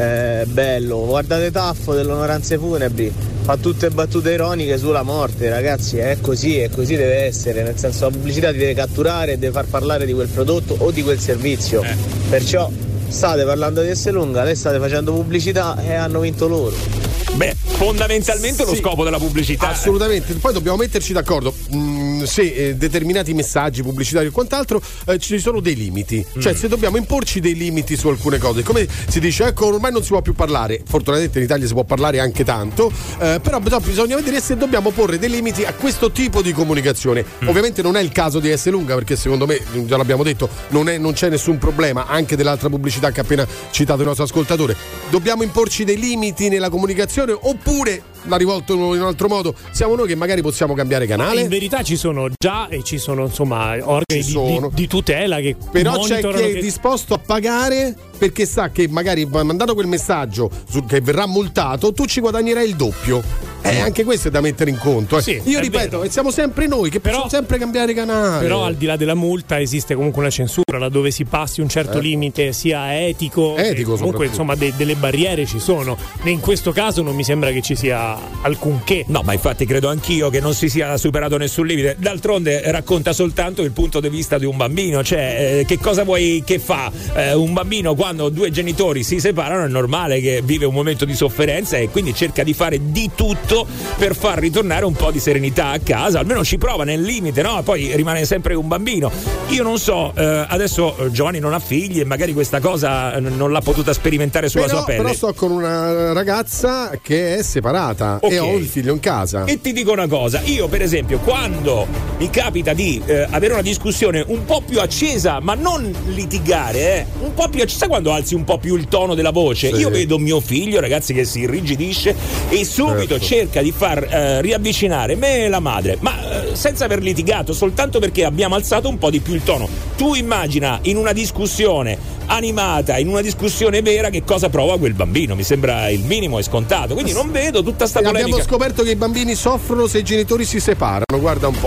Speaker 21: bello. Guardate Taffo dell'Onoranze Funebri, fa tutte battute ironiche sulla morte, ragazzi, è così deve essere, nel senso la pubblicità ti deve catturare e deve far parlare di quel prodotto o di quel servizio. Perciò state parlando di Esselunga, lei state facendo pubblicità e hanno vinto loro.
Speaker 1: Beh, fondamentalmente lo scopo della pubblicità.
Speaker 4: Assolutamente, poi dobbiamo metterci d'accordo. Se determinati messaggi pubblicitari e quant'altro ci sono dei limiti, cioè se dobbiamo imporci dei limiti su alcune cose, come si dice, ecco, ormai non si può più parlare, fortunatamente in Italia si può parlare anche tanto, però bisogna vedere se dobbiamo porre dei limiti a questo tipo di comunicazione. Ovviamente non è il caso di Esselunga, perché secondo me, già l'abbiamo detto, non c'è nessun problema, anche dell'altra pubblicità che ha appena citato il nostro ascoltatore. Dobbiamo imporci dei limiti nella comunicazione, oppure, la rivolto in un altro modo, siamo noi che magari possiamo cambiare canale?
Speaker 2: In verità ci sono già, e ci sono insomma organi di tutela che
Speaker 4: però c'è chi è
Speaker 2: che...
Speaker 4: disposto a pagare perché sa che magari mandando quel messaggio che verrà multato, tu ci guadagnerai il doppio. Anche questo è da mettere in conto.
Speaker 2: Sì,
Speaker 4: io ripeto, siamo sempre noi che possiamo sempre cambiare canale.
Speaker 2: Però al di là della multa esiste comunque una censura laddove si passi un certo limite, sia etico comunque insomma delle barriere ci sono. In questo caso non mi sembra che ci sia alcunché.
Speaker 1: No, ma infatti credo anch'io che non si sia superato nessun limite. D'altronde racconta soltanto il punto di vista di un bambino, cioè che cosa vuoi che fa? Un bambino quando due genitori si separano è normale che vive un momento di sofferenza e quindi cerca di fare di tutto per far ritornare un po' di serenità a casa, almeno ci prova nel limite, no? Poi rimane sempre un bambino. Io non so, adesso Giovanni non ha figli e magari questa cosa non l'ha potuta sperimentare sulla sua pelle.
Speaker 4: Però sto con una ragazza che è separata e ho il figlio in casa.
Speaker 1: E ti dico una cosa, io per esempio quando mi capita di avere una discussione un po' più accesa, ma non litigare, un po' più accesa, sai quando alzi un po' più il tono della voce? Io vedo mio figlio, ragazzi, che si irrigidisce e subito cerca di far riavvicinare me e la madre, ma senza aver litigato, soltanto perché abbiamo alzato un po' di più il tono. Tu immagina in una discussione animata, in una discussione vera, che cosa prova quel bambino? Mi sembra il minimo e scontato, quindi non vedo tutta sta polemica.
Speaker 4: Abbiamo scoperto che i bambini soffrono se i genitori si separano, guarda un po'.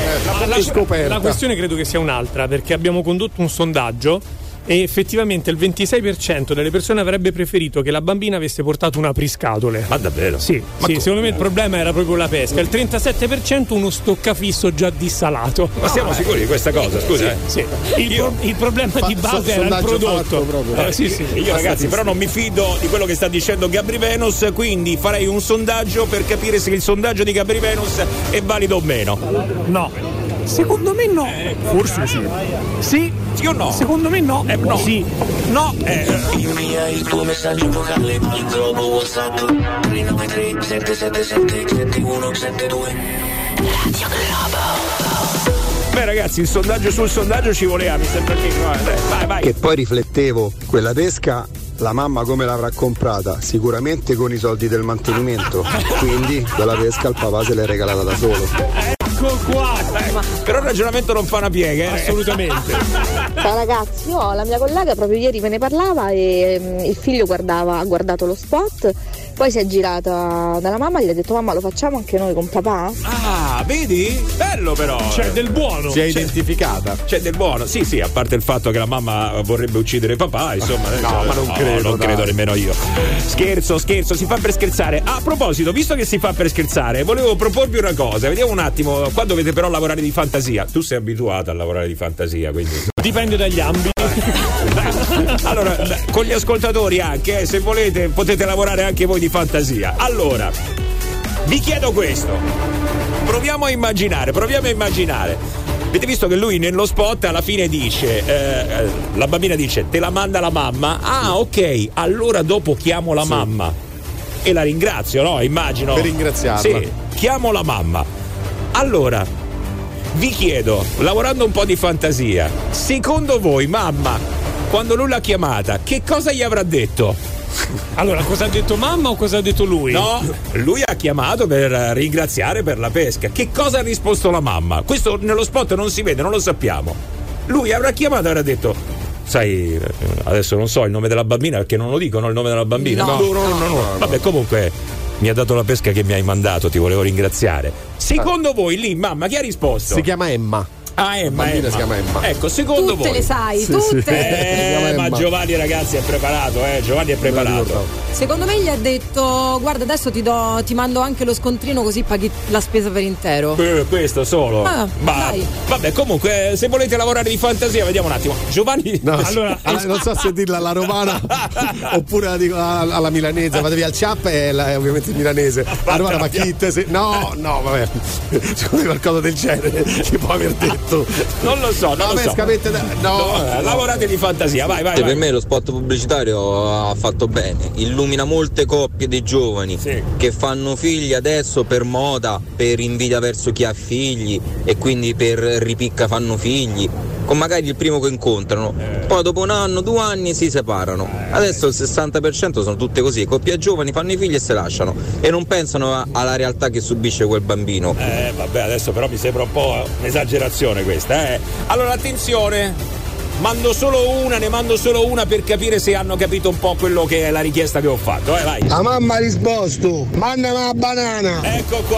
Speaker 2: La questione credo che sia un'altra, perché abbiamo condotto un sondaggio e effettivamente il 26% delle persone avrebbe preferito che la bambina avesse portato un apriscatole.
Speaker 1: Ma davvero?
Speaker 2: Sì, secondo me il problema era proprio la pesca. Il 37% uno stoccafisso già dissalato.
Speaker 1: Ma siamo sicuri di questa cosa? Scusi.
Speaker 2: Sì. Il problema di base era il prodotto.
Speaker 1: Io ragazzi però non mi fido di quello che sta dicendo Gabry Venus, quindi farei un sondaggio per capire se il sondaggio di Gabry Venus è valido o meno.
Speaker 2: No. Secondo me no.
Speaker 1: Forse sì. Sì o no?
Speaker 2: Secondo me no.
Speaker 1: No.
Speaker 2: Sì. No.
Speaker 10: Invia il tuo messaggio vocale al Globo WhatsApp 393 777 7172. Radio Globo.
Speaker 1: Beh ragazzi, il sondaggio sul sondaggio ci voleva, mi sembra che vai.
Speaker 22: Che poi riflettevo, quella pesca la mamma come l'avrà comprata? Sicuramente con i soldi del mantenimento. Quindi quella pesca il papà se l'è regalata da solo.
Speaker 1: Qua. Però il ragionamento non fa una piega.
Speaker 2: Assolutamente.
Speaker 6: Ciao ragazzi, la mia collega proprio ieri me ne parlava e il figlio ha guardato lo spot, poi si è girata dalla mamma e gli ha detto: mamma, lo facciamo anche noi con papà?
Speaker 1: Ah, vedi? Bello però.
Speaker 2: C'è del buono.
Speaker 4: Si è identificata.
Speaker 1: C'è del buono, sì, a parte il fatto che la mamma vorrebbe uccidere papà, insomma.
Speaker 4: No, ma non credo.
Speaker 1: Non credo nemmeno io. Scherzo, si fa per scherzare. A proposito, visto che si fa per scherzare, volevo proporvi una cosa. Vediamo un attimo, qua dovete però lavorare di fantasia. Tu sei abituato a lavorare di fantasia, quindi.
Speaker 2: Dipende dagli ambiti.
Speaker 1: Allora, con gli ascoltatori anche, se volete, potete lavorare anche voi di fantasia. Allora, vi chiedo questo. Proviamo a immaginare. Avete visto che lui nello spot alla fine dice, la bambina dice, te la manda la mamma? Ah, ok, allora dopo chiamo la mamma e la ringrazio, no? Immagino.
Speaker 4: Per ringraziarla.
Speaker 1: Sì, chiamo la mamma. Allora, vi chiedo, lavorando un po' di fantasia, secondo voi mamma, quando lui l'ha chiamata, che cosa gli avrà detto?
Speaker 2: Allora, cosa ha detto mamma o cosa ha detto lui?
Speaker 1: No, lui ha chiamato per ringraziare per la pesca. Che cosa ha risposto la mamma? Questo nello spot non si vede, non lo sappiamo. Lui avrà chiamato e avrà detto: sai, adesso non so il nome della bambina perché non lo dicono il nome della bambina.
Speaker 4: No.
Speaker 1: Vabbè, comunque mi ha dato la pesca che mi hai mandato, ti volevo ringraziare. Secondo voi lì, mamma, chi ha risposto?
Speaker 4: Si chiama Emma.
Speaker 1: Ah, Emma.
Speaker 4: Si chiama Emma.
Speaker 1: Ecco, secondo
Speaker 3: tutte
Speaker 1: voi.
Speaker 3: le sai,
Speaker 4: Sì,
Speaker 3: tutte.
Speaker 4: sì.
Speaker 1: Ma Giovanni, ragazzi, è preparato, Giovanni è preparato.
Speaker 3: Secondo me gli ha detto: guarda, adesso ti mando anche lo scontrino così paghi la spesa per intero.
Speaker 1: Questo solo.
Speaker 3: Dai.
Speaker 1: Vabbè, comunque, se volete lavorare di fantasia, vediamo un attimo. Giovanni.
Speaker 4: No,
Speaker 1: allora,
Speaker 4: non so se dirla alla romana oppure alla milanese. Fatevi al ciap è ovviamente il milanese. La romana, ma chi te sei? No, vabbè. Secondo me qualcosa del genere si può aver detto.
Speaker 1: Non lo so. Lavorate di fantasia, vai.
Speaker 8: Per me lo spot pubblicitario ha fatto bene. Illumina molte coppie di giovani che fanno figli adesso per moda, per invidia verso chi ha figli e quindi per ripicca fanno figli, con magari il primo che incontrano, poi dopo un anno, 2 anni si separano. Adesso il 60% sono tutte così, coppie giovani fanno i figli e se lasciano e non pensano alla realtà che subisce quel bambino.
Speaker 1: Vabbè, adesso però mi sembra un po' un'esagerazione questa, Allora attenzione, ne mando solo una per capire se hanno capito un po' quello che è la richiesta che ho fatto, vai.
Speaker 15: La mamma ha risposto: mandami una banana.
Speaker 1: Ecco qua.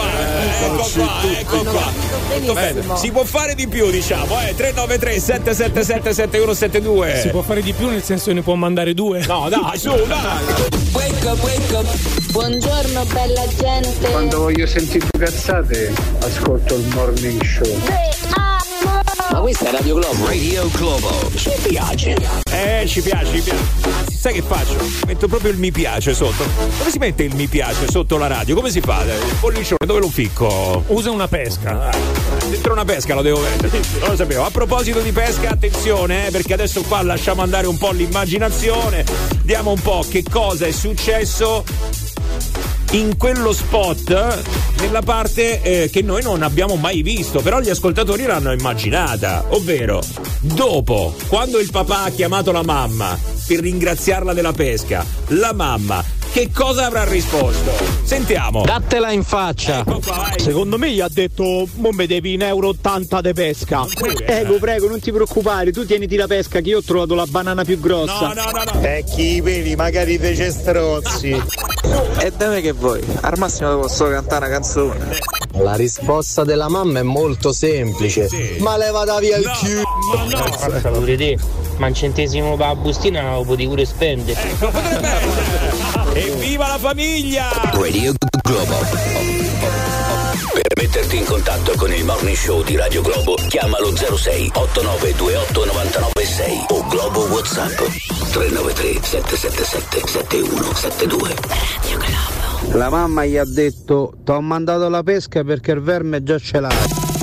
Speaker 1: Si può fare di più, diciamo, 393 777 7172.
Speaker 2: Si può fare di più nel senso che ne può mandare 2?
Speaker 1: No, dai, su, dai.
Speaker 6: Wake up. Buongiorno bella gente.
Speaker 11: Quando voglio sentire cazzate ascolto il morning show.
Speaker 10: Ma questa è Radio Globo. Ci piace.
Speaker 1: Ci piace. Sai che faccio? Metto proprio il mi piace sotto. Come si mette il mi piace sotto la radio? Come si fa? Il pollicione dove lo ficco?
Speaker 2: Usa una pesca.
Speaker 1: Dentro una pesca lo devo mettere. Non lo sapevo. A proposito di pesca, attenzione, perché adesso qua lasciamo andare un po' l'immaginazione. Vediamo un po' che cosa è successo in quello spot nella parte che noi non abbiamo mai visto, però gli ascoltatori l'hanno immaginata, ovvero dopo, quando il papà ha chiamato la mamma per ringraziarla della pesca, la mamma che cosa avrà risposto? Sentiamo.
Speaker 5: Dattela in faccia.
Speaker 1: Ecco qua, vai.
Speaker 5: Secondo me gli ha detto: mo mi devi 1,80 euro di pesca. Prego, non ti preoccupare, tu tieniti la pesca che io ho trovato la banana più grossa.
Speaker 1: No.
Speaker 16: Chi vedi, magari fece strozzi.
Speaker 21: E da me che vuoi? Al massimo ti posso cantare una canzone.
Speaker 14: La risposta della mamma è molto semplice. Ma levata via il chiuso.
Speaker 5: Pure te, ma un centesimo per la bustina non lo potevi pure spendere.
Speaker 1: Ecco, potrebbe essere. Evviva la famiglia!
Speaker 10: Radio Globo. Per metterti in contatto con il Morning Show di Radio Globo, chiamalo 06 8928 996 o Globo WhatsApp 393 777 7172.
Speaker 6: Radio Globo.
Speaker 21: La mamma gli ha detto: t'ho mandato la pesca perché il verme già ce l'ha.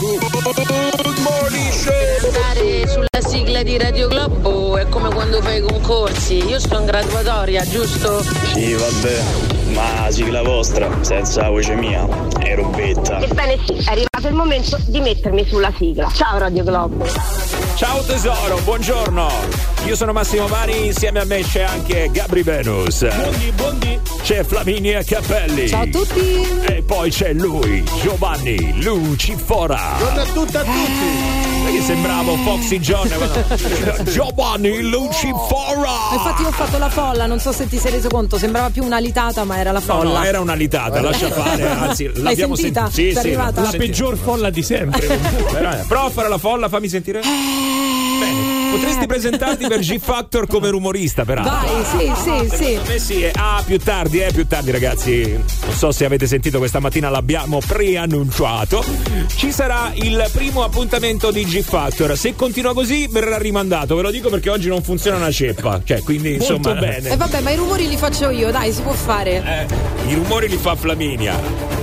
Speaker 6: Andare sulla sigla di Radio Globo è come quando fai i concorsi. Io sto in graduatoria, giusto?
Speaker 13: Sì, vabbè, ma sigla vostra, senza voce mia, è robetta.
Speaker 19: Ebbene sì, è arrivato il momento di mettermi sulla sigla. Ciao Radio Globo.
Speaker 1: Ciao tesoro, buongiorno. Io sono Massimo Mari, insieme a me c'è anche Gabri Venus.
Speaker 2: Buondì.
Speaker 1: C'è Flaminia Cappelli.
Speaker 3: Ciao a tutti.
Speaker 1: E poi c'è lui, Giovanni Lucifora.
Speaker 4: Buongiorno a tutti.
Speaker 1: Perché sembravo Foxy John. Giovanni Lucifora.
Speaker 3: Infatti io ho fatto la folla, non so se ti sei reso conto, sembrava più una litata, ma era la folla.
Speaker 1: No, era una litata, lascia fare, anzi, l'abbiamo
Speaker 3: sentita. Sì,
Speaker 1: sì,
Speaker 3: arrivata.
Speaker 2: La peggior folla di sempre.
Speaker 1: Prova a fare la folla, fammi sentire. Bene. Potresti presentarti per G Factor come rumorista, peraltro.
Speaker 3: Vai, sì.
Speaker 1: Sì. Più tardi, ragazzi. Non so se avete sentito, questa mattina l'abbiamo preannunciato. Ci sarà il primo appuntamento di G Factor. Se continua così, verrà rimandato. Ve lo dico perché oggi non funziona una ceppa. Cioè, quindi
Speaker 2: molto
Speaker 1: insomma.
Speaker 2: bene.
Speaker 3: E vabbè, ma i rumori li faccio io, dai, si può fare.
Speaker 1: I rumori li fa Flaminia.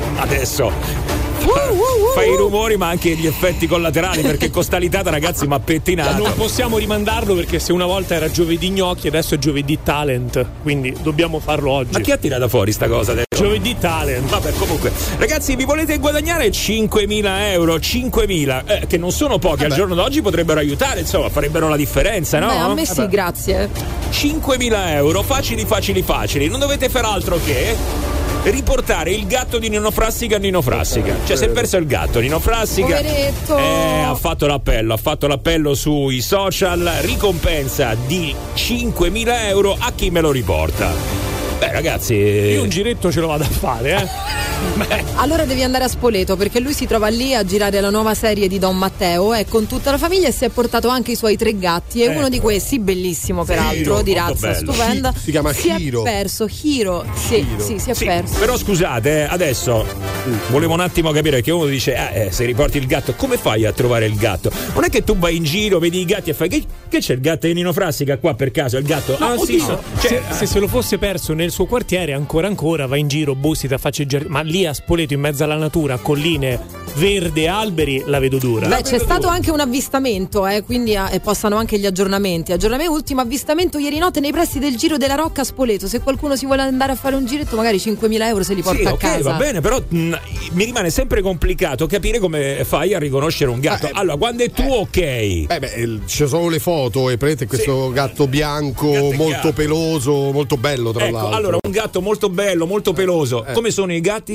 Speaker 1: Adesso. Fai i rumori ma anche gli effetti collaterali, perché con sta litata, ragazzi, mi ha pettinato.
Speaker 2: Non possiamo rimandarlo perché se una volta era giovedì gnocchi adesso è giovedì talent, quindi dobbiamo farlo oggi.
Speaker 1: Ma chi ha tirato fuori sta cosa adesso?
Speaker 2: Giovedì talent.
Speaker 1: Vabbè, comunque ragazzi, vi volete guadagnare 5.000 euro, 5.000 che non sono pochi, al giorno d'oggi potrebbero aiutare, insomma, farebbero la differenza, no?
Speaker 3: Beh, a me sì, grazie.
Speaker 1: 5.000 euro, facili, non dovete fare altro che riportare il gatto di Nino Frassica a Nino Frassica. Cioè, si è perso il gatto, Nino Frassica.
Speaker 3: Poveretto.
Speaker 1: Ha fatto l'appello sui social, ricompensa di 5.000 euro a chi me lo riporta. Beh, ragazzi,
Speaker 2: io un giretto ce lo vado a fare,
Speaker 3: Allora devi andare a Spoleto, perché lui si trova lì a girare la nuova serie di Don Matteo con tutta la famiglia, e si è portato anche i suoi 3 gatti, e uno di questi, bellissimo peraltro, di razza stupenda,
Speaker 4: si chiama Hiro.
Speaker 3: Si è perso, Hiro. Sì, si è perso.
Speaker 1: Però scusate, adesso volevo un attimo capire, che uno dice se riporti il gatto, come fai a trovare il gatto? Non è che tu vai in giro, vedi i gatti e fai che c'è il gatto di Nino Frassica qua per caso, il gatto?
Speaker 2: Se lo fosse perso nel suo quartiere ancora va in giro, bussita, faccia il giardino, ma lì a Spoleto in mezzo alla natura, colline verde, alberi, la vedo dura.
Speaker 3: Beh, c'è stato anche un avvistamento, quindi possano anche gli aggiornamenti. Ultimo avvistamento ieri notte nei pressi del Giro della Rocca a Spoleto. Se qualcuno si vuole andare a fare un giretto, magari 5.000 euro se li porta a casa.
Speaker 1: Va bene, però mi rimane sempre complicato capire come fai a riconoscere un gatto. Allora, quando è tuo,
Speaker 4: ci sono le foto e prendete questo gatto bianco, molto peloso, molto bello tra l'altro.
Speaker 1: Allora, un gatto molto bello, molto peloso. Come sono i gatti?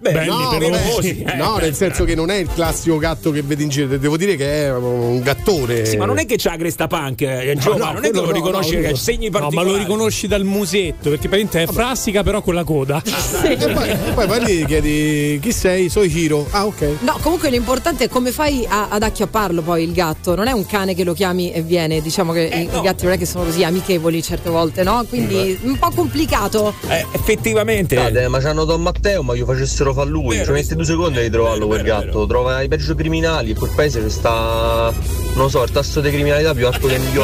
Speaker 4: Belli, nel senso che non è il classico gatto che vedi in giro, devo dire che è un gattore.
Speaker 1: Sì, ma non è che c'ha cresta punk, non è che lo riconosci, che segni particolari.
Speaker 2: No, ma lo riconosci dal musetto, perché praticamente è Frassica però con la coda.
Speaker 4: E poi vai lì e chiedi chi sei, sono Hiro. Ok.
Speaker 3: No, comunque l'importante è come fai ad acchiapparlo poi il gatto. Non è un cane che lo chiami e viene, diciamo che i gatti non è che sono così amichevoli certe volte, no? Quindi un po' complicato.
Speaker 1: Effettivamente.
Speaker 13: Ma c'hanno Don Matteo, ma io facessero fa lui, ci mette 2 secondi a ritrovarlo quel gatto, trova i peggio criminali, in quel paese che sta, non so, il tasso di criminalità più alto del New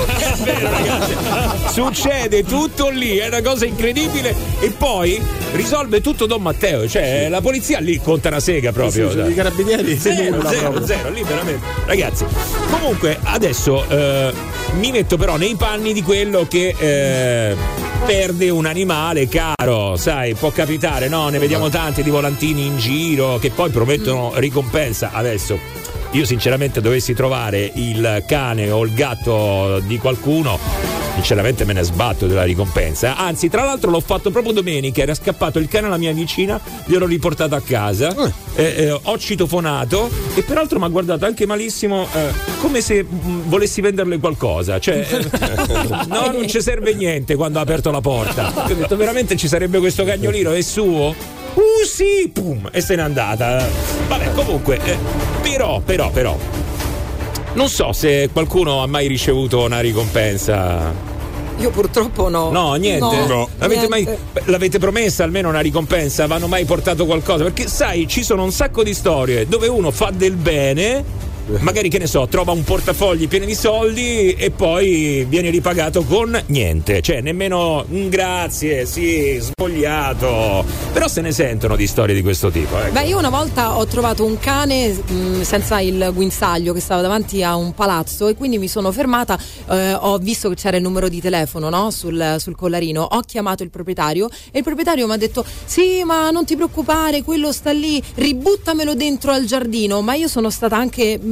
Speaker 13: York.
Speaker 1: Succede tutto lì, è una cosa incredibile, e poi risolve tutto Don Matteo, cioè la polizia lì conta una sega proprio.
Speaker 4: I carabinieri
Speaker 1: zero, lì veramente. Ragazzi, comunque adesso mi metto però nei panni di quello che perde un animale caro, sai, può capitare, no? Ne vediamo tanti di volantini in giro che poi promettono ricompensa. Adesso io sinceramente dovessi trovare il cane o il gatto di qualcuno, sinceramente me ne sbatto della ricompensa. Anzi, tra l'altro l'ho fatto proprio domenica, era scappato il cane alla mia vicina, gliel'ho riportato a casa, ho citofonato e peraltro mi ha guardato anche malissimo, come se volessi venderle qualcosa, cioè no, non ci serve niente quando ha aperto la porta. Io ho detto, veramente ci sarebbe questo cagnolino, è suo? Sì, pum, e se n'è andata. Vabbè, comunque, però non so se qualcuno ha mai ricevuto una ricompensa.
Speaker 3: Io purtroppo no.
Speaker 1: No, niente.
Speaker 3: No.
Speaker 1: L'avete promessa almeno una ricompensa? Vi hanno mai portato qualcosa? Perché sai, ci sono un sacco di storie dove uno fa del bene, magari, che ne so, trova un portafogli pieno di soldi e poi viene ripagato con niente, cioè nemmeno grazie, sì, svogliato. Però se ne sentono di storie di questo tipo. Ecco.
Speaker 3: Beh, io una volta ho trovato un cane senza il guinzaglio che stava davanti a un palazzo, e quindi mi sono fermata, ho visto che c'era il numero di telefono, no? sul collarino, ho chiamato il proprietario e il proprietario mi ha detto: sì, ma non ti preoccupare, quello sta lì, ributtamelo dentro al giardino. Ma io sono stata anche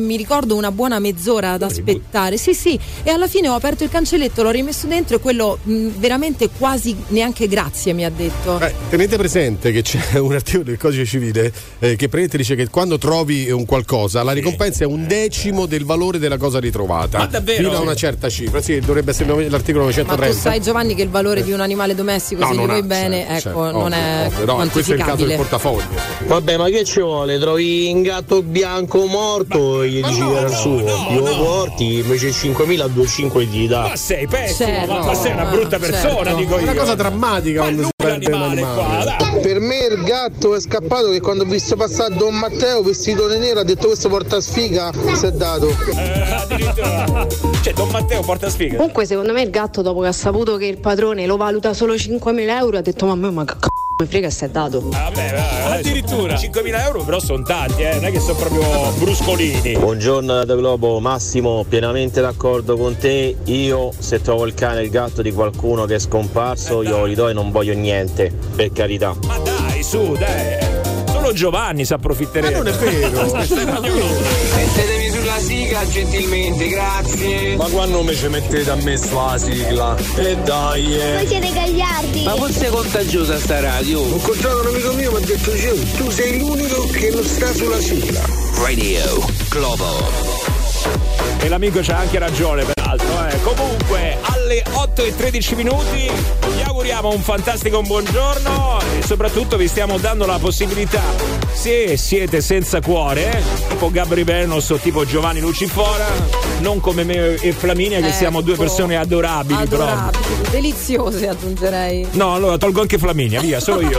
Speaker 3: mi ricordo una buona mezz'ora ad aspettare. Sì, e alla fine ho aperto il cancelletto, l'ho rimesso dentro e quello veramente quasi neanche grazie mi ha detto.
Speaker 4: Tenete presente che c'è un articolo del Codice Civile che praticamente dice che quando trovi un qualcosa la ricompensa è 1/10 del valore della cosa ritrovata.
Speaker 1: Ma davvero?
Speaker 4: Fino a una certa cifra. Sì, dovrebbe essere l'articolo 930.
Speaker 3: Ma tu sai, Giovanni, che il valore di un animale domestico, se gli vuoi bene, non è quantificabile.
Speaker 4: Questo è il caso del portafoglio.
Speaker 21: Vabbè, ma che ci vuole? Trovi un gatto bianco morto e gli dici che era il suo. Io porti invece 5.000 a 2,5 gli dà.
Speaker 1: Ma sei pessimo, ma sei una brutta persona, dico io.
Speaker 4: È una cosa drammatica quando si perde un animale.
Speaker 21: Per me il gatto è scappato che quando ho visto passare Don Matteo vestito di nero ha detto questo porta sfiga, si è dato.
Speaker 1: Addirittura. Cioè Don Matteo porta sfiga.
Speaker 7: Comunque secondo me il gatto, dopo che ha saputo che il padrone lo valuta solo 5.000 euro, ha detto ma che mi frega, si è dato.
Speaker 1: Addirittura 5.000 euro però sono tanti, non è che sono proprio bruscolini.
Speaker 13: Buongiorno Radio Globo, Massimo, pienamente d'accordo con te. Io se trovo il cane e il gatto di qualcuno che è scomparso io li do e non voglio niente, per carità.
Speaker 1: Ma dai, su, dai, solo Giovanni si approfitterebbe.
Speaker 4: Ma non è vero.
Speaker 9: Mettetevi sulla sigla gentilmente, grazie.
Speaker 18: Ma quando mi ci mettete a me sulla sigla? E dai,
Speaker 23: Voi siete gagliardi.
Speaker 9: Ma forse è contagiosa sta radio.
Speaker 11: Ho incontrato un amico mio, mi ha detto tu sei l'unico che non sta sulla sigla.
Speaker 10: Radio Globo.
Speaker 1: E l'amico c'ha anche ragione, peraltro. Comunque, alle 8:13 vi auguriamo un fantastico buongiorno e soprattutto vi stiamo dando la possibilità, se siete senza cuore, tipo Gabri Venus o tipo Giovanni Lucifora, non come me e Flaminia che siamo due persone adorabili.
Speaker 3: Deliziose, aggiungerei.
Speaker 1: No, allora tolgo anche Flaminia, via, solo io.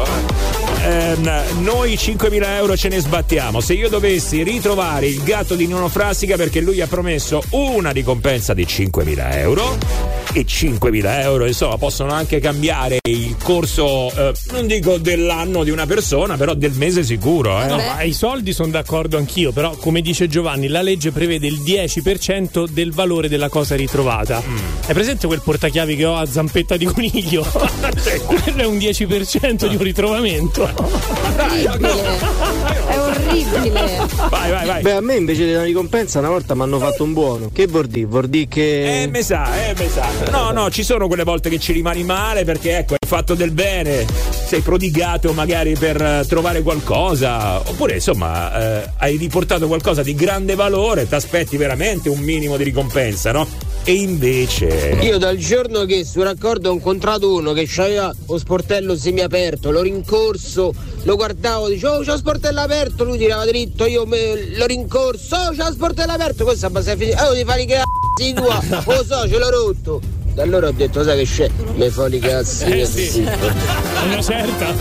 Speaker 1: Noi 5.000 euro ce ne sbattiamo. Se io dovessi ritrovare il gatto di Nino Frassica, perché lui ha promesso una ricompensa di 5.000 euro, e 5.000 euro insomma possono anche cambiare il corso, non dico dell'anno di una persona, però del mese sicuro.
Speaker 2: No, ma i soldi sono d'accordo anch'io, però come dice Giovanni la legge prevede il 10% del valore della cosa ritrovata. Hai presente quel portachiavi che ho a zampetta di coniglio? Quello è un 10% di un ritrovamento.
Speaker 3: È orribile.
Speaker 1: Vai.
Speaker 21: Beh, a me invece della ricompensa una volta mi hanno fatto un buono. Che vuol dire? Vuol dire che
Speaker 1: me sa. No, ci sono quelle volte che ci rimani male perché ecco, hai fatto del bene, sei prodigato magari per trovare qualcosa, oppure insomma hai riportato qualcosa di grande valore, ti aspetti veramente un minimo di ricompensa, no? E invece
Speaker 21: io dal giorno che sul raccordo ho incontrato uno che c'aveva lo sportello semiaperto, l'ho rincorso, lo guardavo, dicevo c'ho lo sportello aperto, lui tirava dritto, l'ho rincorso, c'ho lo sportello aperto, questo è finito, ti fai i cazzi tua, lo so, ce l'ho rotto. Da allora ho detto, sai che c'è? Mi fa i cazzi.
Speaker 1: Sì. Una certa.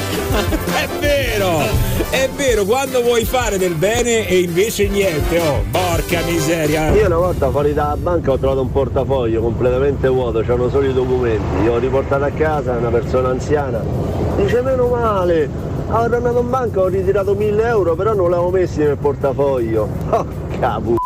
Speaker 1: È vero, quando vuoi fare del bene e invece niente, porca miseria.
Speaker 13: Io una volta fuori dalla banca ho trovato un portafoglio completamente vuoto, c'erano solo i documenti, io ho riportato a casa una persona anziana, dice meno male, avevo tornato in banca, ho ritirato 1.000 euro, però non l'avevo messi nel portafoglio. Oh cavolo.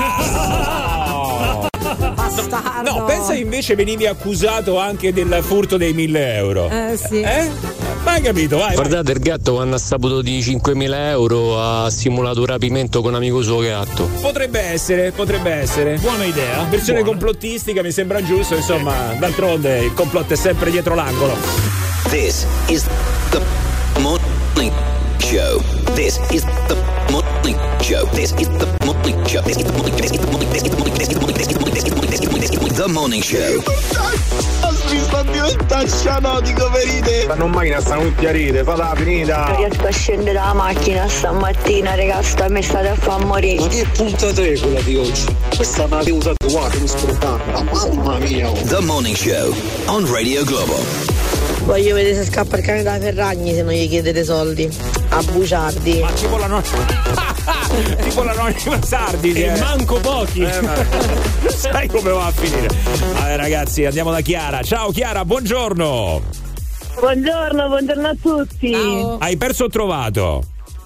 Speaker 1: No, pensa invece venivi accusato anche del furto dei 1.000 euro.
Speaker 3: Sì.
Speaker 1: Ma hai capito? Vai.
Speaker 24: Guardate, il gatto quando ha saputo di 5.000 euro ha simulato un rapimento con un amico suo gatto.
Speaker 1: Potrebbe essere.
Speaker 2: Buona idea.
Speaker 1: Versione complottistica mi sembra giusto, insomma, d'altronde il complotto è sempre dietro l'angolo.
Speaker 10: This is the morning show. This is the morning show. This is the morning show. This is the morning show. This is the morning show. This is the morning show. The morning show.
Speaker 11: Mi sta diventando scianotico, verite.
Speaker 18: Stanno in macchina, stanno tutti a ride, falla finita.
Speaker 23: Non riesco a scendere dalla macchina stamattina, ragazzi, mi state a far morire.
Speaker 11: Ma che puntata è quella di oggi? Questa mi avete usato guarda, mi scordato. Mamma mia.
Speaker 10: The morning show on Radio Globo.
Speaker 23: Voglio vedere se scappa il cane da Ferragni se non gli chiedete soldi. A buciardi.
Speaker 1: Ma tipo l'anonima Sardi.
Speaker 2: E manco pochi.
Speaker 1: Sai come va a finire. Vabbè ragazzi, andiamo da Chiara. Ciao Chiara, buongiorno.
Speaker 25: Buongiorno a tutti.
Speaker 3: Ciao.
Speaker 1: Hai perso o trovato?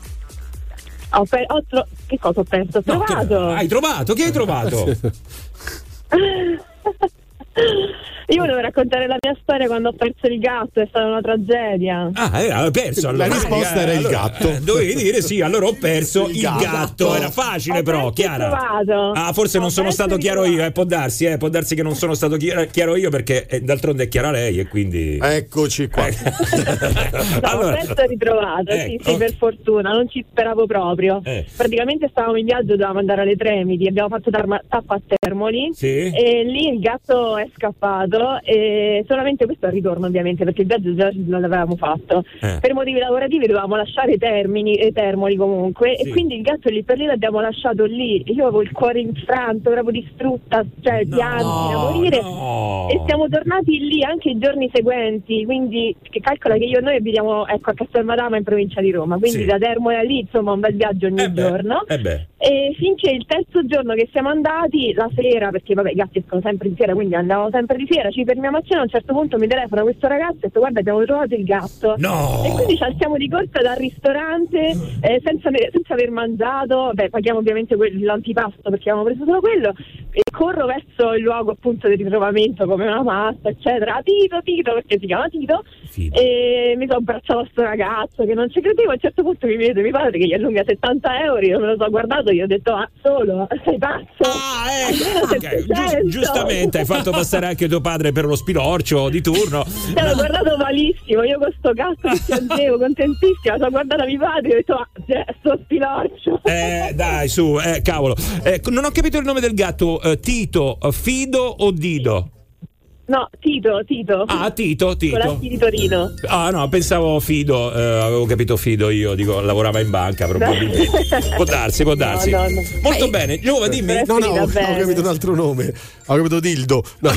Speaker 25: Che cosa ho perso? Ho trovato.
Speaker 1: Hai trovato? Che hai trovato?
Speaker 25: Io volevo raccontare la mia storia quando ho perso il gatto, è stata una tragedia.
Speaker 1: Avevo perso.
Speaker 4: La risposta era il gatto.
Speaker 1: Dovevi dire sì, allora ho perso il gatto. Era facile, però, Chiara. Forse non sono stato chiaro io, può darsi che non sono stato chiaro io, perché d'altronde è chiara lei e quindi.
Speaker 4: Eccoci qua.
Speaker 25: Allora, ho ritrovato, sì, per fortuna, non ci speravo proprio. Praticamente stavamo in viaggio, dovevamo andare alle Tremiti, abbiamo fatto tappa a Termoli, e lì il gatto è scappato, e solamente questo al ritorno, ovviamente, perché il viaggio già non l'avevamo fatto. Per motivi lavorativi dovevamo lasciare Termoli comunque, e quindi il gatto lì per lì l'abbiamo lasciato lì. Io avevo il cuore infranto, proprio distrutta, cioè pianti da morire, e siamo tornati lì anche i giorni seguenti, quindi che calcola che noi abitiamo a Castelmadama in provincia di Roma, quindi da Termoli a lì, insomma, un bel viaggio ogni giorno. E finché il terzo giorno che siamo andati, la sera, perché vabbè, i gatti escono sempre di sera, quindi andavamo sempre di sera, ci fermiamo a cena, a un certo punto mi telefona questo ragazzo e ha detto: guarda, abbiamo trovato il gatto. E quindi ci alziamo di corsa dal ristorante, senza aver mangiato, paghiamo ovviamente l'antipasto perché avevamo preso solo quello, e corro verso il luogo appunto del ritrovamento come una massa, eccetera. Tito, perché si chiama Tito, e mi sono abbracciato a sto ragazzo che non ci credevo. A un certo punto mi vede mio padre che gli allunga 70 euro, io me lo so guardato, gli ho detto: solo, sei pazzo?
Speaker 1: Giustamente hai fatto passare anche tuo padre per lo spilorcio di turno.
Speaker 25: L'ho guardato malissimo, io con sto gatto che piangevo, contentissima, sono guardata mio padre e ho detto: sto spilorcio.
Speaker 1: Dai, su, cavolo. Non ho capito il nome del gatto. Tito, Fido o Dido?
Speaker 25: No, Tito.
Speaker 1: Tito.
Speaker 25: Con la T di Torino.
Speaker 1: No, pensavo Fido, avevo capito Fido io, dico, lavorava in banca probabilmente. Può darsi. No. Molto bene, Giova, dimmi.
Speaker 4: No, ho capito un altro nome. Ho capito Dildo. No.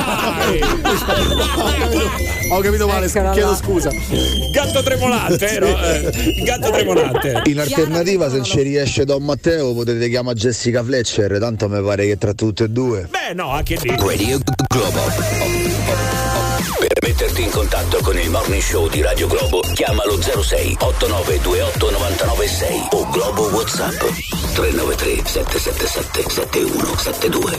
Speaker 4: Ho capito male, chiedo scusa.
Speaker 1: Gatto tremolante, no? Gatto tremolante.
Speaker 8: In alternativa, se ci riesce Don Matteo, potete chiamare Jessica Fletcher, tanto mi pare che tra tutte e due.
Speaker 1: No, anche lì.
Speaker 10: Radio Globo. Per metterti in contatto con il Morning Show di Radio Globo, chiamalo 06 8928 996 o Globo WhatsApp 393 777 7172.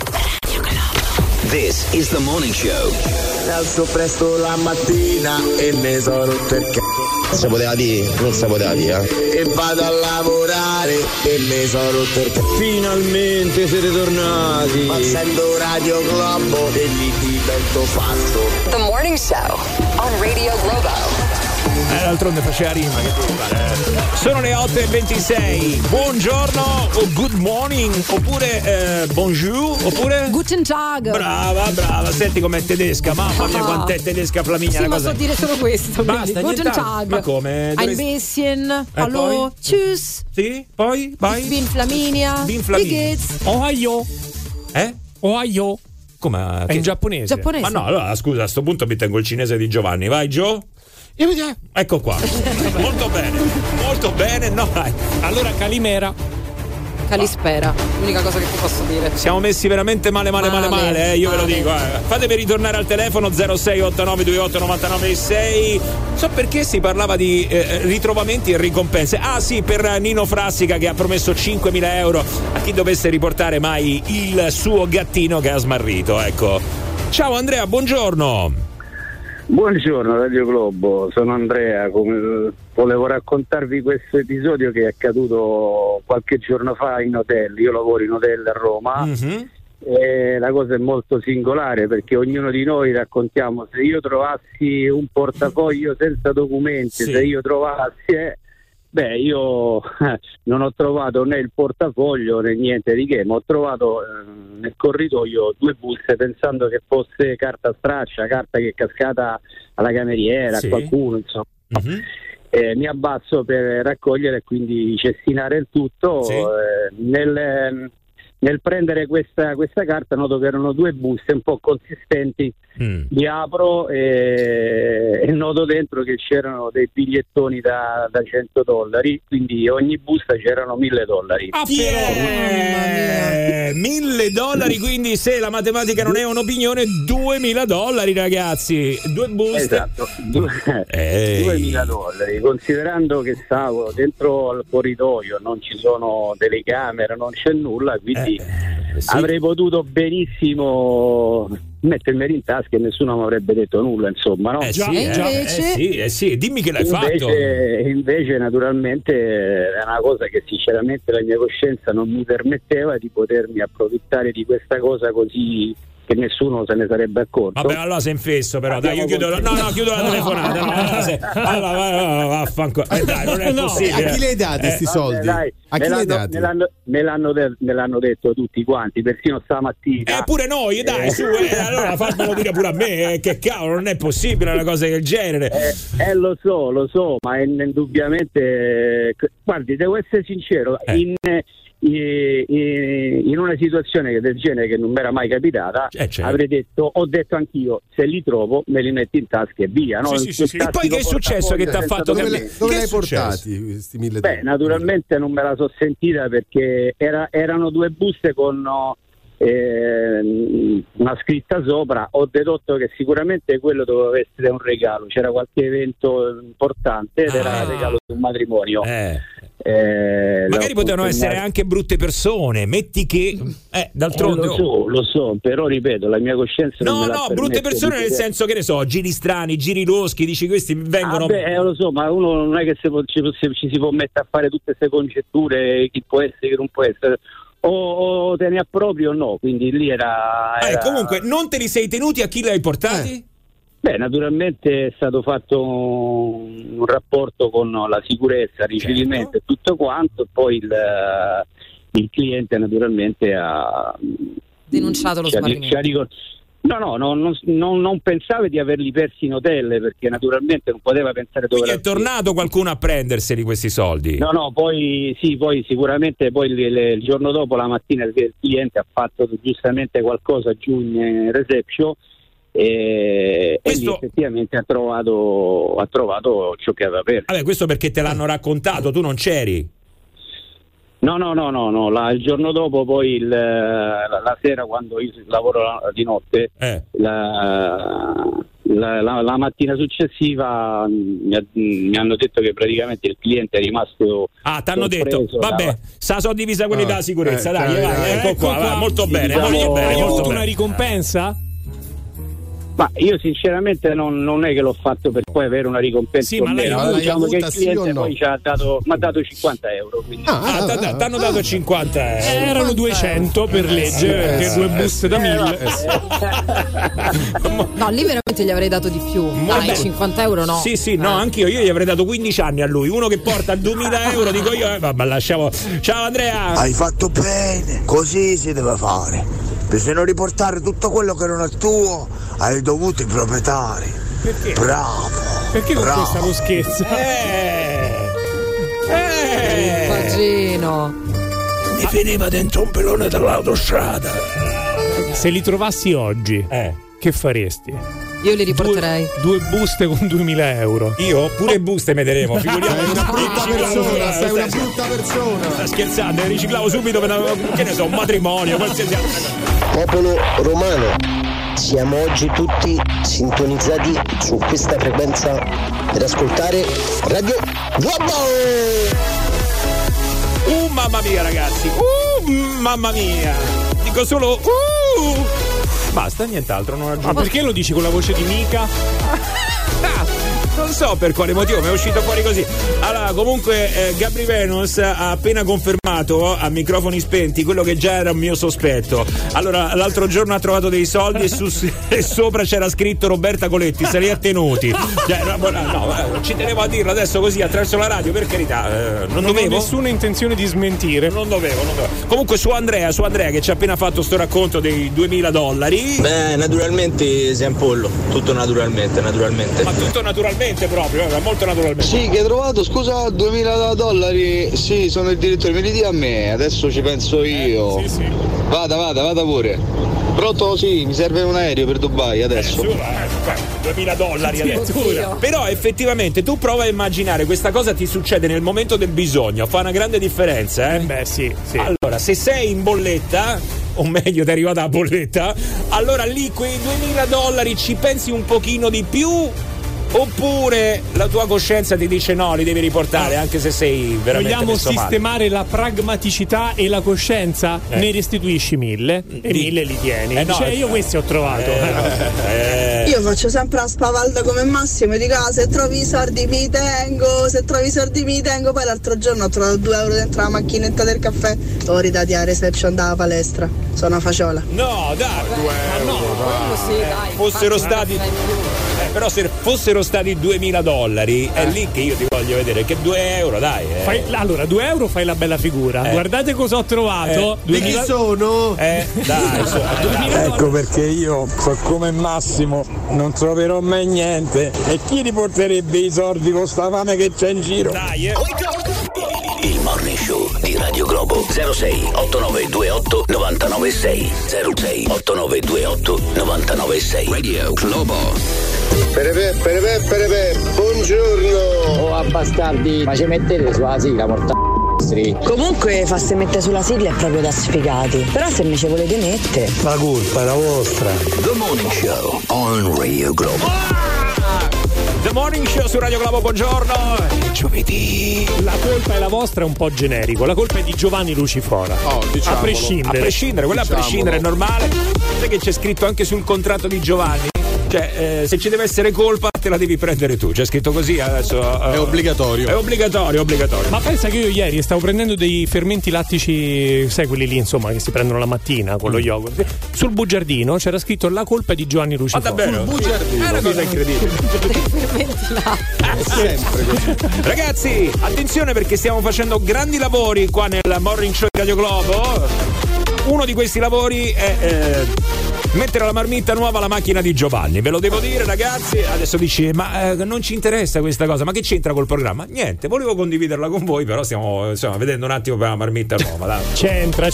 Speaker 10: This is the Morning Show.
Speaker 11: Alzo presto la mattina e ne sono rotto il
Speaker 8: Non si poteva dire, non si poteva dire.
Speaker 11: E vado a lavorare e ne sono rotto il
Speaker 12: Finalmente siete tornati.
Speaker 11: Ma sento Radio Globo e lì divento fatto.
Speaker 17: The Morning Show on Radio Globo.
Speaker 1: D'altronde faceva rima, che devo fare? Sono le 8:26. Buongiorno o good morning, oppure bonjour, oppure
Speaker 3: Guten Tag.
Speaker 1: Brava, senti com'è tedesca, mamma mia quant'è tedesca Flaminia.
Speaker 3: Sì, ma so dire solo questo.
Speaker 1: Basta,
Speaker 3: Guten Tag.
Speaker 1: Ma come?
Speaker 3: Ein bisschen, hallo, tschüss.
Speaker 1: Sì, poi vai.
Speaker 3: Ich bin Flaminia. Wie geht's?
Speaker 2: Ohio. Ohio.
Speaker 1: Come?
Speaker 2: È in giapponese.
Speaker 1: Ma no, allora scusa, a sto punto mi tengo il cinese di Giovanni. Vai, Gio. Ecco qua. Molto bene, no dai.
Speaker 2: Allora Calimera.
Speaker 3: Calispera, l'unica cosa che ti posso dire.
Speaker 1: Siamo messi veramente male, io ve lo dico. Fatemi ritornare al telefono 0689289996. So perché si parlava di ritrovamenti e ricompense. Sì, per Nino Frassica che ha promesso 5.000 euro a chi dovesse riportare mai il suo gattino che ha smarrito, ecco. Ciao Andrea, buongiorno.
Speaker 20: Buongiorno Radio Globo, sono Andrea. Volevo raccontarvi questo episodio che è accaduto qualche giorno fa in hotel. Io lavoro in hotel a Roma e la cosa è molto singolare perché ognuno di noi raccontiamo: se io trovassi un portafoglio senza documenti, se io trovassi io non ho trovato né il portafoglio né niente di che, ma ho trovato nel corridoio 2 buste pensando che fosse carta straccia, carta che è cascata alla cameriera, a qualcuno, insomma. Mi abbasso per raccogliere e quindi cestinare il tutto. Nel prendere questa carta noto che erano 2 buste un po' consistenti. Li apro e noto dentro che c'erano dei bigliettoni da $100, quindi ogni busta c'erano $1.000.
Speaker 1: $1.000, quindi se la matematica non è un'opinione, $2.000, ragazzi. 2 buste.
Speaker 20: Esatto, $2.000. Considerando che stavo dentro al corridoio, non ci sono telecamere, non c'è nulla, quindi avrei potuto benissimo mettermeli in tasca e nessuno mi avrebbe detto nulla, insomma, no?
Speaker 1: Sì, dimmi che l'hai fatto.
Speaker 20: Invece naturalmente è una cosa che sinceramente la mia coscienza non mi permetteva di potermi approfittare di questa cosa così che nessuno se ne sarebbe accorto.
Speaker 1: Vabbè, allora sei infesso, però dai, io chiudo la telefonata. Vaffanculo. Dai, non è possibile.
Speaker 4: A chi le hai dati questi soldi?
Speaker 20: Dai, a chi le hai dati? Me l'hanno detto tutti quanti, persino stamattina.
Speaker 1: Pure noi, dai, su, allora fammelo dire pure a me, che cavolo, non è possibile una cosa del genere.
Speaker 20: Lo so, ma indubbiamente, guardi, devo essere sincero, in una situazione del genere che non mi era mai capitata, ho detto anch'io, se li trovo me li metti in tasca e via, no?
Speaker 1: Sì. E poi che è successo che ti ha fatto
Speaker 4: dove li hai portati questi 1.000 euro?
Speaker 20: Naturalmente non me la so sentita perché erano 2 buste con una scritta sopra. Ho dedotto che sicuramente quello doveva essere un regalo, c'era qualche evento importante ed era il regalo di un matrimonio.
Speaker 1: Magari potevano essere anche brutte persone, metti che d'altronde
Speaker 20: lo so, però ripeto, la mia coscienza non me la
Speaker 1: brutte persone nel senso, che ne so, giri strani, giri loschi, dici questi vengono
Speaker 20: lo so, ma uno non è che ci si può mettere a fare tutte queste congetture, chi può essere, chi non può essere, o te ne appropri o no, quindi lì era...
Speaker 1: comunque non te li sei tenuti, a chi li hai portati?
Speaker 20: Naturalmente è stato fatto un rapporto con la sicurezza, ricevimento e tutto quanto, e poi il cliente naturalmente ha
Speaker 3: denunciato lo smarrimento.
Speaker 20: Non pensavo di averli persi in hotel, perché naturalmente non poteva pensare dove.
Speaker 1: Quindi è tornato qualcuno a prenderseli questi soldi?
Speaker 20: No, poi sicuramente poi il giorno dopo, la mattina, il cliente ha fatto giustamente qualcosa giù in reception e lì effettivamente ha trovato ciò che aveva perso.
Speaker 1: Vabbè, questo perché te l'hanno raccontato, tu non c'eri?
Speaker 20: No, il giorno dopo, poi la sera, quando io lavoro di notte, la mattina successiva mi hanno detto che praticamente il cliente è rimasto.
Speaker 1: T'hanno detto, vabbè, sono divisa quelli della sicurezza, dai, ecco qua, va, molto bene. Hai
Speaker 2: avuto una ricompensa?
Speaker 20: Ma io sinceramente non è che l'ho fatto per poi avere una ricompensa.
Speaker 2: Sì, ma lei
Speaker 20: diciamo che il cliente poi mi ha dato 50 euro.
Speaker 1: T'hanno dato 50 euro.
Speaker 2: Erano 200 per legge, perché 2 buste da 1.000.
Speaker 3: No, lì veramente gli avrei dato di più. Dai, 50 euro no.
Speaker 1: Sì, no, anch'io gli avrei dato 15 anni a lui. Uno che porta 2.000 euro, dico io, vabbè, lasciamo. Ciao Andrea.
Speaker 8: Hai fatto bene, così si deve fare. Bisogna riportare tutto quello che non è tuo ai dovuti proprietari.
Speaker 2: Perché?
Speaker 8: Bravo.
Speaker 2: Perché con questa moschezza?
Speaker 3: Pagino.
Speaker 8: Mi finiva dentro un pilone dell'autostrada.
Speaker 2: Se li trovassi oggi, che faresti?
Speaker 3: Io li riporterei.
Speaker 2: Due buste con 2.000 euro.
Speaker 1: Io pure buste metteremo.
Speaker 4: Figuriamoci. Sei una brutta persona. Sei una brutta persona.
Speaker 1: Sta scherzando, riciclavo subito per che ne so, un matrimonio, qualsiasi altra.
Speaker 5: Popolo romano, siamo oggi tutti sintonizzati su questa frequenza per ascoltare Radio Globo.
Speaker 1: Mamma mia, ragazzi. Mamma mia. Dico solo basta, nient'altro, non aggiungo.
Speaker 2: Ma perché lo dici con la voce di Mika?
Speaker 1: Non so per quale motivo, mi è uscito fuori così. Allora, comunque Gabri Venus ha appena confermato a microfoni spenti quello che già era un mio sospetto. Allora, l'altro giorno ha trovato dei soldi e sopra c'era scritto Roberta Coletti, se li ha tenuti. Ci tenevo a dirlo adesso così attraverso la radio, per carità. Non dovevo?
Speaker 2: Ho nessuna intenzione di smentire.
Speaker 1: Non dovevo. Comunque su Andrea che ci ha appena fatto sto racconto dei $2.000.
Speaker 13: Beh, naturalmente sei un pollo, tutto naturalmente.
Speaker 1: Ma tutto naturalmente proprio, molto naturalmente.
Speaker 11: Sì, che hai trovato, scusa, $2.000? Sì, sono il direttore, me li dia a me, adesso ci penso io.
Speaker 1: Sì.
Speaker 11: Vada pure. Pronto? Sì, mi serve un aereo per Dubai adesso.
Speaker 1: $2.000 adesso. Però effettivamente tu prova a immaginare, questa cosa ti succede nel momento del bisogno, fa una grande differenza,
Speaker 2: Beh, sì.
Speaker 1: Allora, se sei in bolletta, o meglio ti è arrivata la bolletta, allora lì quei $2.000 ci pensi un pochino di più oppure la tua coscienza ti dice no, li devi riportare anche se sei veramente
Speaker 2: vogliamo
Speaker 1: messo male.
Speaker 2: Sistemare la pragmaticità e la coscienza? Ne restituisci 1000 e 1000 li tieni. Io questi ho trovato.
Speaker 23: Io faccio sempre la spavalda come Massimo e dico se trovi i soldi mi tengo, poi l'altro giorno ho trovato 2 euro dentro la macchinetta del caffè, ho ridati a reception dalla palestra, sono una faciola.
Speaker 1: No dai, 2 euro,
Speaker 23: no,
Speaker 1: sì, dai, fossero stati però se fossero stati $2000 è lì che io ti voglio vedere, che 2 euro dai.
Speaker 2: Allora 2 euro fai la bella figura. Guardate cosa ho trovato.
Speaker 4: Di chi sono?
Speaker 1: Dai,
Speaker 12: ecco perché io so come Massimo non troverò mai niente. E chi riporterebbe i soldi con sta fame che c'è in giro?
Speaker 1: Dai,
Speaker 10: Il Morning Show di Radio Globo 06 8928 996 06 8928 996 Radio Globo.
Speaker 11: Buongiorno.
Speaker 6: Oh bastardi, ma ci mettete sulla sigla
Speaker 23: Comunque farsi mettere sulla sigla è proprio da sfigati, però se mi ci volete mettere
Speaker 12: la colpa è la vostra.
Speaker 10: The Morning Show on Radio Globo.
Speaker 1: The Morning Show su Radio Globo, buongiorno. Giovedì.
Speaker 2: La colpa è la vostra, è un po' generico. La colpa è di Giovanni Lucifora. A prescindere.
Speaker 1: Quella a prescindere è normale. Sai che c'è scritto anche sul contratto di Giovanni? Cioè, se ci deve essere colpa, te la devi prendere tu. C'è scritto così adesso.
Speaker 4: È obbligatorio.
Speaker 1: È obbligatorio.
Speaker 2: Ma pensa che io ieri stavo prendendo dei fermenti lattici, sai quelli lì, insomma, che si prendono la mattina con lo yogurt. Sul bugiardino c'era scritto la colpa è di Giovanni Lucifora.
Speaker 1: Davvero?
Speaker 4: Sul bugiardino.
Speaker 1: È una cosa incredibile.
Speaker 4: È sempre così.
Speaker 1: Ragazzi, attenzione perché stiamo facendo grandi lavori qua nel Morning Show di Radio Globo. Uno di questi lavori è mettere la marmitta nuova alla macchina di Giovanni, ve lo devo dire ragazzi. Adesso dici ma non ci interessa questa cosa, ma che c'entra col programma? Niente, volevo condividerla con voi, però stiamo vedendo un attimo per la marmitta nuova. Dai.
Speaker 2: C'entra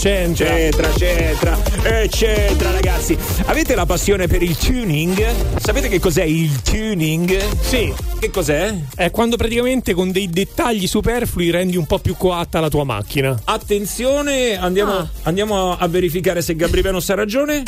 Speaker 1: ragazzi. Avete la passione per il tuning? Sapete che cos'è il tuning?
Speaker 2: Sì.
Speaker 1: Che cos'è?
Speaker 2: È quando praticamente con dei dettagli superflui rendi un po' più coatta la tua macchina.
Speaker 1: Attenzione, andiamo a verificare se Gabriele sa ragione.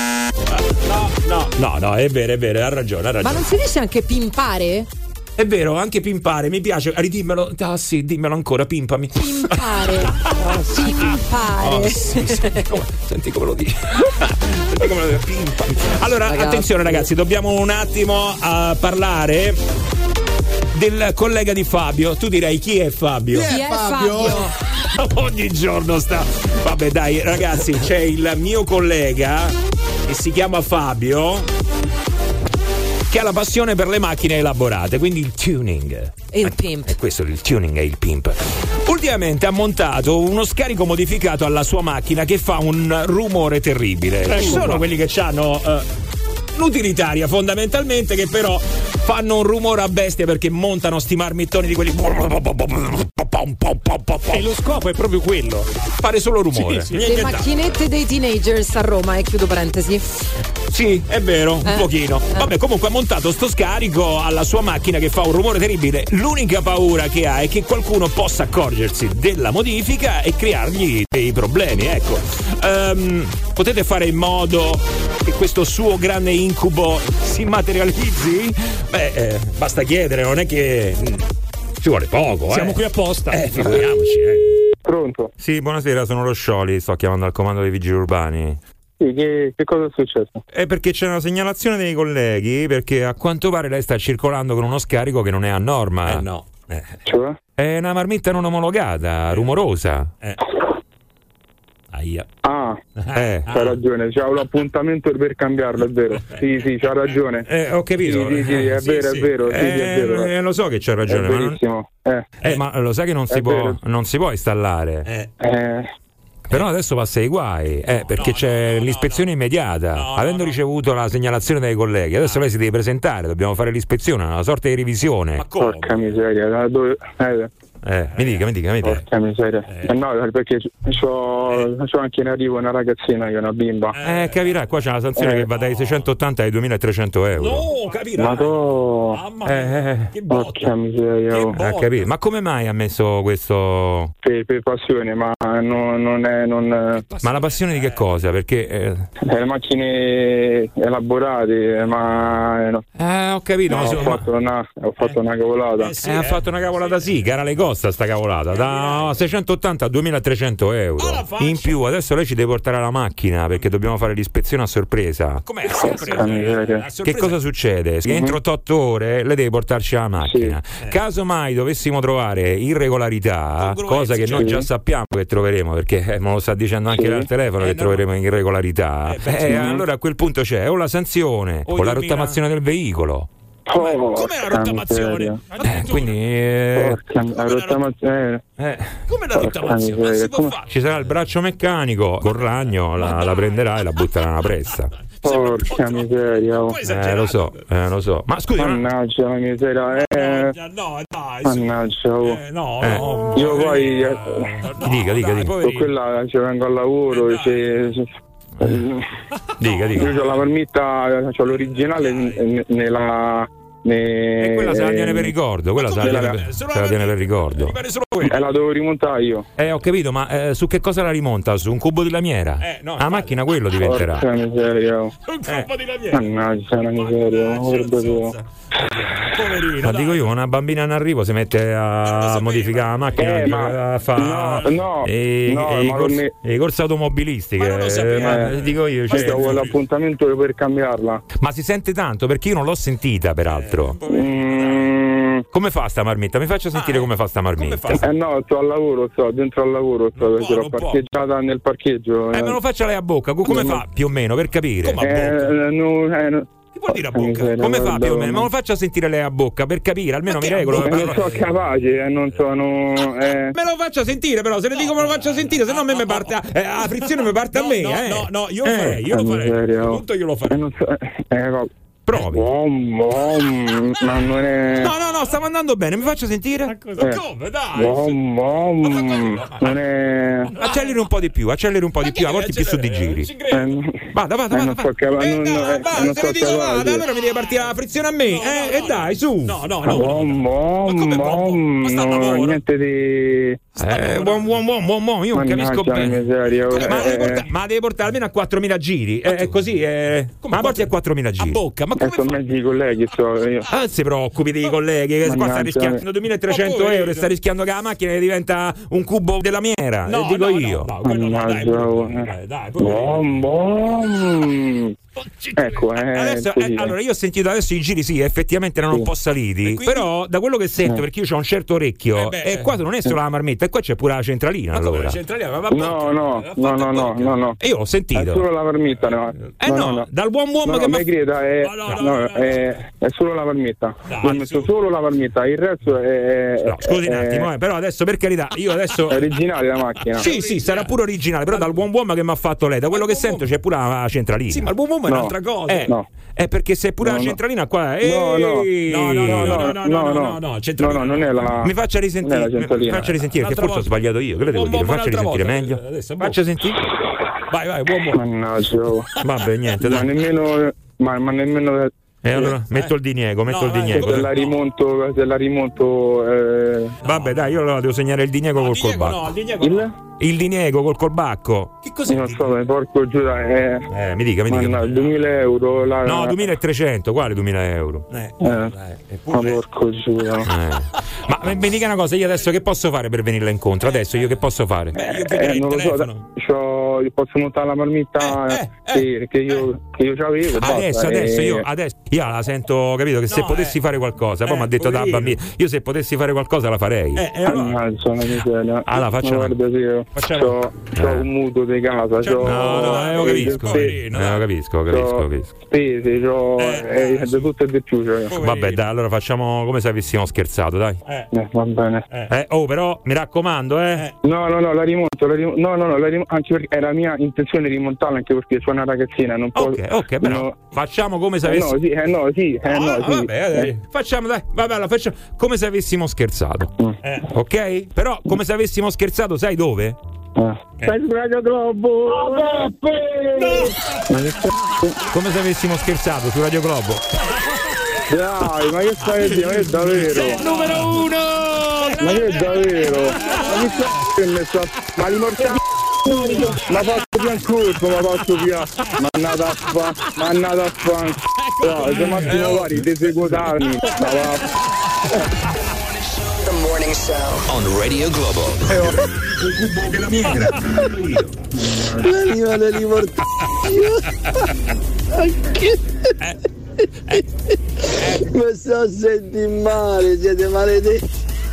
Speaker 1: No, è vero, ha ragione.
Speaker 3: Ma non si dice anche pimpare?
Speaker 1: È vero, anche pimpare, mi piace. Ridimmelo. Ah sì, dimmelo ancora, pimpami.
Speaker 3: Pimpare. Pimpare.
Speaker 1: Senti come lo dici. Pimpami. Allora, attenzione ragazzi, dobbiamo un attimo parlare del collega di Fabio. Tu direi chi è Fabio?
Speaker 3: Chi è Fabio?
Speaker 1: Ogni giorno sta. Vabbè, dai, ragazzi, c'è il mio collega che si chiama Fabio, che ha la passione per le macchine elaborate, quindi il tuning.
Speaker 3: Il pimp.
Speaker 1: È questo, il tuning è il pimp. Ultimamente ha montato uno scarico modificato alla sua macchina che fa un rumore terribile. Ci sono quelli che hanno l'utilitaria fondamentalmente, che però fanno un rumore a bestia perché montano sti marmittoni di quelli.
Speaker 2: E lo scopo è proprio quello,
Speaker 1: fare solo rumore.
Speaker 3: Sì. Le macchinette dei teenagers a Roma, chiudo parentesi.
Speaker 1: Sì, è vero, un pochino. Vabbè, comunque ha montato sto scarico alla sua macchina che fa un rumore terribile. L'unica paura che ha è che qualcuno possa accorgersi della modifica e creargli dei problemi, ecco. Potete fare in modo che questo suo grande incubo si materializzi? Beh, basta chiedere, non è che ci vuole poco.
Speaker 2: Siamo qui apposta.
Speaker 1: Figuriamoci.
Speaker 14: Pronto?
Speaker 1: Sì, buonasera, sono lo Scioli, sto chiamando al comando dei vigili urbani.
Speaker 14: Sì, che cosa è successo?
Speaker 1: È perché c'è una segnalazione dei colleghi, perché a quanto pare lei sta circolando con uno scarico che non è a norma.
Speaker 14: No. Cioè?
Speaker 1: È una marmitta non omologata, rumorosa. Aia.
Speaker 14: C'ha ragione, c'ha un appuntamento per cambiarlo, è vero. Sì, c'ha ragione.
Speaker 1: Ho capito.
Speaker 14: Sì, è vero.
Speaker 1: Lo so che c'ha ragione,
Speaker 14: è verissimo.
Speaker 1: Ma lo sai che non si può installare. Però adesso passa ai guai, perché c'è l'ispezione immediata. Avendo ricevuto la segnalazione dai colleghi, adesso lei si deve presentare, dobbiamo fare l'ispezione, una sorta di revisione.
Speaker 14: Ma porca miseria,
Speaker 1: Mi dica.
Speaker 14: Porca miseria. No, perché c'ho anche in arrivo una ragazzina che è una bimba.
Speaker 1: Capirà, qua c'è una sanzione che va dai 680 ai 2300 euro.
Speaker 14: No, capirà. Che porca miseria.
Speaker 1: Capito. Ma come mai ha messo questo?
Speaker 14: Per passione, ma non è.
Speaker 1: Ma la passione di che cosa? Perché
Speaker 14: le macchine elaborate, ma
Speaker 1: ho capito.
Speaker 14: Ho fatto una cavolata.
Speaker 1: Ha fatto una cavolata, sì, cara le costa sta cavolata. Da 680 a 2300 euro. In più, adesso lei ci deve portare la macchina perché dobbiamo fare l'ispezione a sorpresa.
Speaker 14: Com'è a sorpresa?
Speaker 1: Che cosa succede? Entro 8 ore lei deve portarci la macchina. Caso mai dovessimo trovare irregolarità, cosa che noi già sappiamo che troveremo, perché me lo sta dicendo anche dal telefono che troveremo irregolarità, allora a quel punto c'è o la sanzione o la rottamazione del veicolo.
Speaker 14: Com'è
Speaker 1: la rottamazione? Quindi
Speaker 14: la rottamazione.
Speaker 1: Come la rottamazione? Ci sarà il braccio meccanico col ragno, la prenderà e la butterà nella pressa.
Speaker 14: Porca miseria.
Speaker 1: Lo so. Ma scusi,
Speaker 14: mannaggia la miseria.
Speaker 1: No, dai.
Speaker 14: Mannaggia.
Speaker 1: No.
Speaker 14: Io poi
Speaker 1: dica.
Speaker 14: Con quella ci vengo al lavoro.
Speaker 1: Dica.
Speaker 14: Io ho la marmitta, c'ho l'originale nella.
Speaker 1: E quella se la tiene per ricordo, se la tiene per ricordo.
Speaker 14: La devo rimontare io.
Speaker 1: Ho capito, ma su che cosa la rimonta? Su un cubo di lamiera? La macchina quello diventerà.
Speaker 14: Porca miseria.
Speaker 1: Un cubo di lamiera.
Speaker 14: Mannaggia la miseria,
Speaker 1: poverino. Ma dico io, una bambina in arrivo si mette a modificare la macchina, a fare le corse automobilistiche. Dico io,
Speaker 14: ho l'appuntamento per cambiarla.
Speaker 1: Ma si sente tanto perché io non l'ho sentita, peraltro. Come fa sta marmitta? Mi faccia sentire come fa sta marmitta.
Speaker 14: No, sto al lavoro, sto dentro al lavoro, perché l'ho parcheggiata nel parcheggio.
Speaker 1: Me lo faccia lei a bocca, come fa più o meno per capire?
Speaker 14: Come a bocca?
Speaker 1: Che vuol dire a bocca? Come fa più o meno? Ma lo faccia sentire lei a bocca per capire, almeno mi regolo.
Speaker 14: Non sono capace, non sono.
Speaker 1: Me lo faccia sentire, però, se le dico me lo faccia sentire, se no a me mi parte la frizione mi parte a me. No, io lo farei. Appunto io lo farei. Provi.
Speaker 14: Ma non è.
Speaker 1: No, stiamo andando bene, mi faccia sentire. Come? Dai.
Speaker 14: Non è.
Speaker 1: Acceleri un po' di più, a volte più su di giri. Vada.
Speaker 14: Non so capace.
Speaker 1: Allora mi deve partire la frizione a me. E dai, su. No.
Speaker 14: Niente di.
Speaker 1: Buon, io non capisco bene. Ma devi portare almeno a 4.000 giri. È così. Ma porti a 4.000 giri. A bocca, ma come
Speaker 14: sono mezzi colleghi?
Speaker 1: Non si preoccupi dei colleghi, che qua sta rischiando 2.300 euro e sta rischiando che la macchina diventa un cubo della miera. Dico io.
Speaker 14: Ecco,
Speaker 1: adesso, allora io ho sentito adesso i giri, sì, effettivamente erano un po' saliti, però da quello che sento, perché io ho un certo orecchio, e qua non è solo la marmetta, e qua c'è pure la centralina. Allora
Speaker 14: la centralina, no.
Speaker 1: E io ho sentito.
Speaker 14: È solo la marmetta, no.
Speaker 1: Dal buon uomo che
Speaker 14: mi creda, è solo la marmetta. Ho messo solo la marmetta, il resto è.
Speaker 1: No, scusi un attimo, però adesso per carità, io adesso.
Speaker 14: È originale la macchina.
Speaker 1: Sì, sarà pure originale, però dal buon uomo che mi ha fatto lei, da quello che sento c'è pure la centralina. Sì, ma il buon uomo è un'altra cosa. È perché se pure la centralina qua.
Speaker 14: No, non è la.
Speaker 1: Mi faccia risentire. Che forse ho sbagliato io. Che le devo dire? Mi faccia risentire meglio. Faccia sentire. Vai, buon.
Speaker 14: Mannaggia.
Speaker 1: Vabbè, niente.
Speaker 14: Ma nemmeno.
Speaker 1: E allora metto il diniego.
Speaker 14: Se la rimonto.
Speaker 1: Vabbè, dai, io allora devo segnare il diniego col colbacco. Il diniego col colbacco.
Speaker 14: Che cos'è? Non so, porco giù.
Speaker 1: Mi dica.
Speaker 14: 2.000 euro.
Speaker 1: No, 2.300, quale 2.000 euro?
Speaker 14: Ma porco giù.
Speaker 1: Ma mi dica una cosa, io adesso che posso fare per venirla incontro? Adesso io che posso fare?
Speaker 14: Non lo so, posso montare la marmitta che io c'avevo.
Speaker 1: Adesso io la sento, capito, che se potessi fare qualcosa, poi mi ha detto da bambino, io se potessi fare qualcosa la farei. Allora facciamo.
Speaker 14: C'ho un mutuo di casa.
Speaker 1: Lo capisco.
Speaker 14: Spese, di tutto e di più.
Speaker 1: Vabbè, dai, allora facciamo come se avessimo scherzato, dai.
Speaker 14: Va bene.
Speaker 1: Però mi raccomando,
Speaker 14: No, la rimonto. Anche perché era mia intenzione rimontarla, anche perché sono una ragazzina, non può.
Speaker 1: Ok, però facciamo come se avessimo.
Speaker 14: Sì.
Speaker 1: Vabbè, facciamo, dai, vabbè, facciamo come se avessimo scherzato. Ok? Però come se avessimo scherzato, sai dove?
Speaker 14: Stai su Radio Globo.
Speaker 1: Come se avessimo scherzato su Radio Globo.
Speaker 14: Dai, ma che stai a dire? Ma è davvero?
Speaker 1: Sei il numero 1!
Speaker 14: Ma che è davvero? Ma che stai? Ma li mortiamo. Ma faccio più un colpo, ma faccio più. Mannata a fa. No, se Massimo Vari deseguotarmi.
Speaker 17: The Morning Show
Speaker 10: on Radio Globo.
Speaker 5: L'animale di mortaio. Mi sto sentendo male, siete maledetti.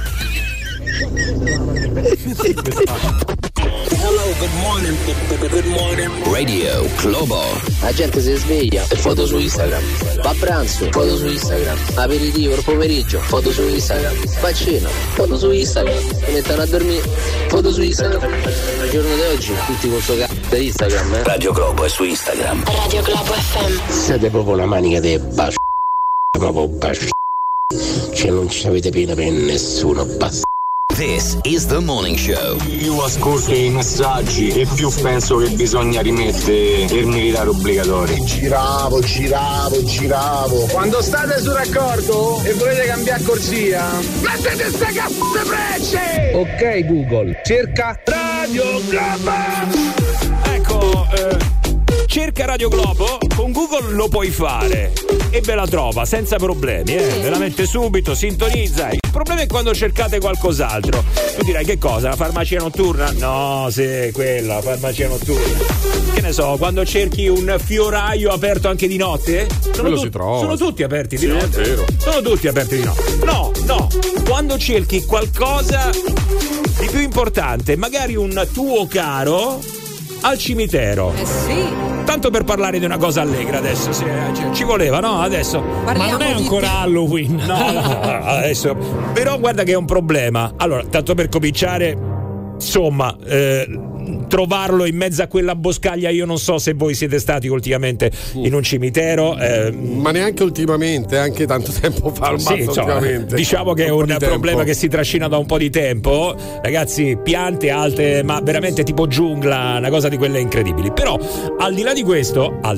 Speaker 10: Hello, good morning. Radio Globo.
Speaker 13: La gente si sveglia e foto su Instagram. Va a pranzo, foto su Instagram. Aperitivo il pomeriggio, foto su Instagram. Va a cena, foto su Instagram. Si mettono a dormire, foto su Instagram. Al giorno di oggi tutti con sto c***o di Instagram.
Speaker 10: Radio Globo è su Instagram.
Speaker 17: Radio Globo FM.
Speaker 13: Siete proprio una manica di bascio. Ma bascio. Cioè non ci avete pena per nessuno, basta.
Speaker 10: This is the Morning Show.
Speaker 12: Io ascolto i messaggi e più penso che bisogna rimettere il militare obbligatorio.
Speaker 8: Giravo.
Speaker 11: Quando state sul raccordo e volete cambiare corsia, mettete ste c***o frecce!
Speaker 9: Ok Google, cerca Radio Globo.
Speaker 1: Ecco, cerca Radio Globo, con Google lo puoi fare e ve la trova senza problemi, veramente subito, sintonizza. Il problema è quando cercate qualcos'altro. Tu dirai che cosa? La farmacia notturna? No, sì, quella, la farmacia notturna. Che ne so, quando cerchi un fioraio aperto anche di notte?
Speaker 4: Si trova.
Speaker 1: Sono tutti aperti di notte.
Speaker 4: È vero.
Speaker 1: Sono tutti aperti di notte. No. Quando cerchi qualcosa di più importante, magari un tuo caro al cimitero.
Speaker 3: Sì.
Speaker 1: Tanto per parlare di una cosa allegra adesso, ci voleva, no? Adesso.
Speaker 2: Ma non è ancora Halloween.
Speaker 1: No, adesso. Però guarda che è un problema. Allora, tanto per cominciare, insomma, trovarlo in mezzo a quella boscaglia, io non so se voi siete stati ultimamente in un cimitero.
Speaker 4: Ma neanche ultimamente, anche tanto tempo fa, ultimamente.
Speaker 1: Diciamo che è un problema che si trascina da un po' di tempo. Ragazzi, piante alte, ma veramente tipo giungla, una cosa di quelle incredibili. Però, al di là di questo era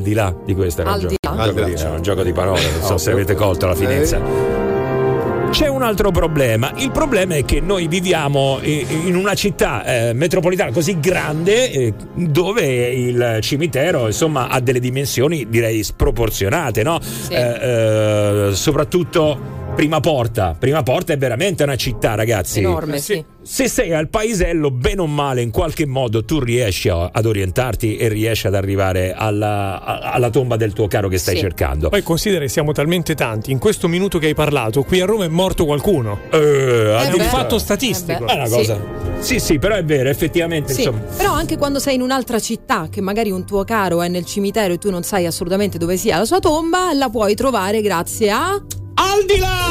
Speaker 1: un gioco di parole, non so se avete colto la finezza. C'è un altro problema. Il problema è che noi viviamo in una città metropolitana così grande dove il cimitero, insomma, ha delle dimensioni direi sproporzionate, no? Sì. Soprattutto Prima Porta è veramente una città, ragazzi.
Speaker 3: Enorme, sì.
Speaker 1: Se sei al paesello, bene o male, in qualche modo tu riesci ad orientarti e riesci ad arrivare alla tomba del tuo caro che stai cercando.
Speaker 2: Poi considera che siamo talmente tanti, in questo minuto che hai parlato, qui a Roma è morto qualcuno. È un fatto statistico.
Speaker 1: È una cosa. Sì, però è vero, effettivamente.
Speaker 3: Sì.
Speaker 1: Insomma.
Speaker 3: Però anche quando sei in un'altra città, che magari un tuo caro è nel cimitero e tu non sai assolutamente dove sia la sua tomba, la puoi trovare grazie a
Speaker 1: Al di là!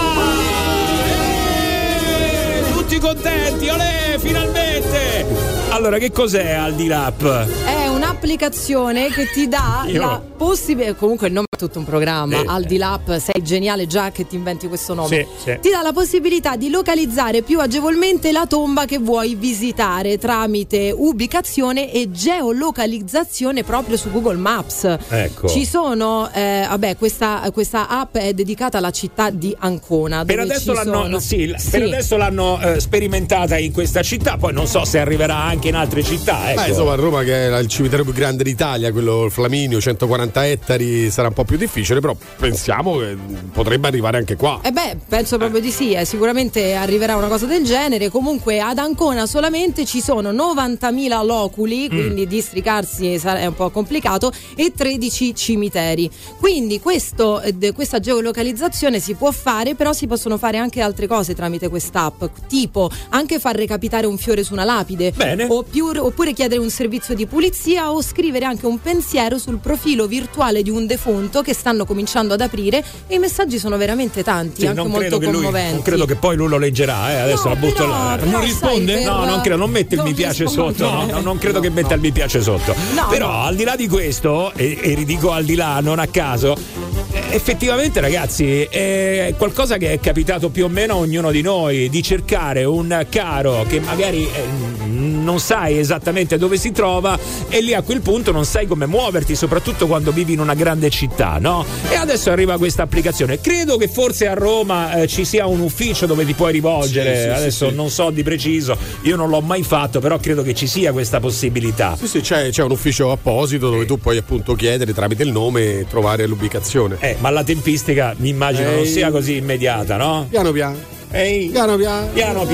Speaker 1: Tutti contenti, olè, finalmente! Allora, che cos'è Al di là?
Speaker 3: È un'applicazione che ti dà la possibilità, comunque il nome è tutto un programma, Al di là, sei geniale già che ti inventi questo nome.
Speaker 2: Sì.
Speaker 3: Ti dà la possibilità di localizzare più agevolmente la tomba che vuoi visitare tramite ubicazione e geolocalizzazione proprio su Google Maps.
Speaker 1: Ecco.
Speaker 3: Ci sono, questa app è dedicata alla città di Ancona.
Speaker 1: Per adesso l'hanno sperimentata in questa città, poi non so se arriverà anche in altre città. Ecco.
Speaker 4: Insomma, a Roma, che è il cimitero più grande d'Italia, quello Flaminio, 140 ettari, sarà un po' più difficile, però pensiamo che potrebbe arrivare anche qua.
Speaker 3: Penso proprio di sì, sicuramente arriverà una cosa del genere. Comunque ad Ancona solamente ci sono 90.000 loculi, quindi districarsi è un po' complicato, e 13 cimiteri. Quindi questa geolocalizzazione si può fare, però si possono fare anche altre cose tramite quest'app, tipo anche far recapitare un fiore su una lapide.
Speaker 1: Bene.
Speaker 3: Oppure chiedere un servizio di pulizia o scrivere anche un pensiero sul profilo virtuale di un defunto ricevuto, che stanno cominciando ad aprire, e i messaggi sono veramente tanti,
Speaker 1: sì,
Speaker 3: anche molto commoventi.
Speaker 1: Non credo che poi lui lo leggerà, adesso la butto là.
Speaker 2: Non risponde?
Speaker 1: No, non credo, non mette il mi piace sotto, non credo che metta il mi piace sotto. Però al di là di questo, e ridico al di là non a caso, effettivamente ragazzi è qualcosa che è capitato più o meno a ognuno di noi, di cercare un caro che magari non sai esattamente dove si trova, e lì a quel punto non sai come muoverti, soprattutto quando vivi in una grande città, no? E adesso arriva questa applicazione. Credo che forse a Roma ci sia un ufficio dove ti puoi rivolgere, adesso non so di preciso, io non l'ho mai fatto, però credo che ci sia questa possibilità.
Speaker 4: Sì, c'è un ufficio apposito dove tu puoi appunto chiedere tramite il nome e trovare l'ubicazione.
Speaker 1: Ma la tempistica mi immagino non sia così immediata, no?
Speaker 4: Piano piano.
Speaker 1: Piano piano.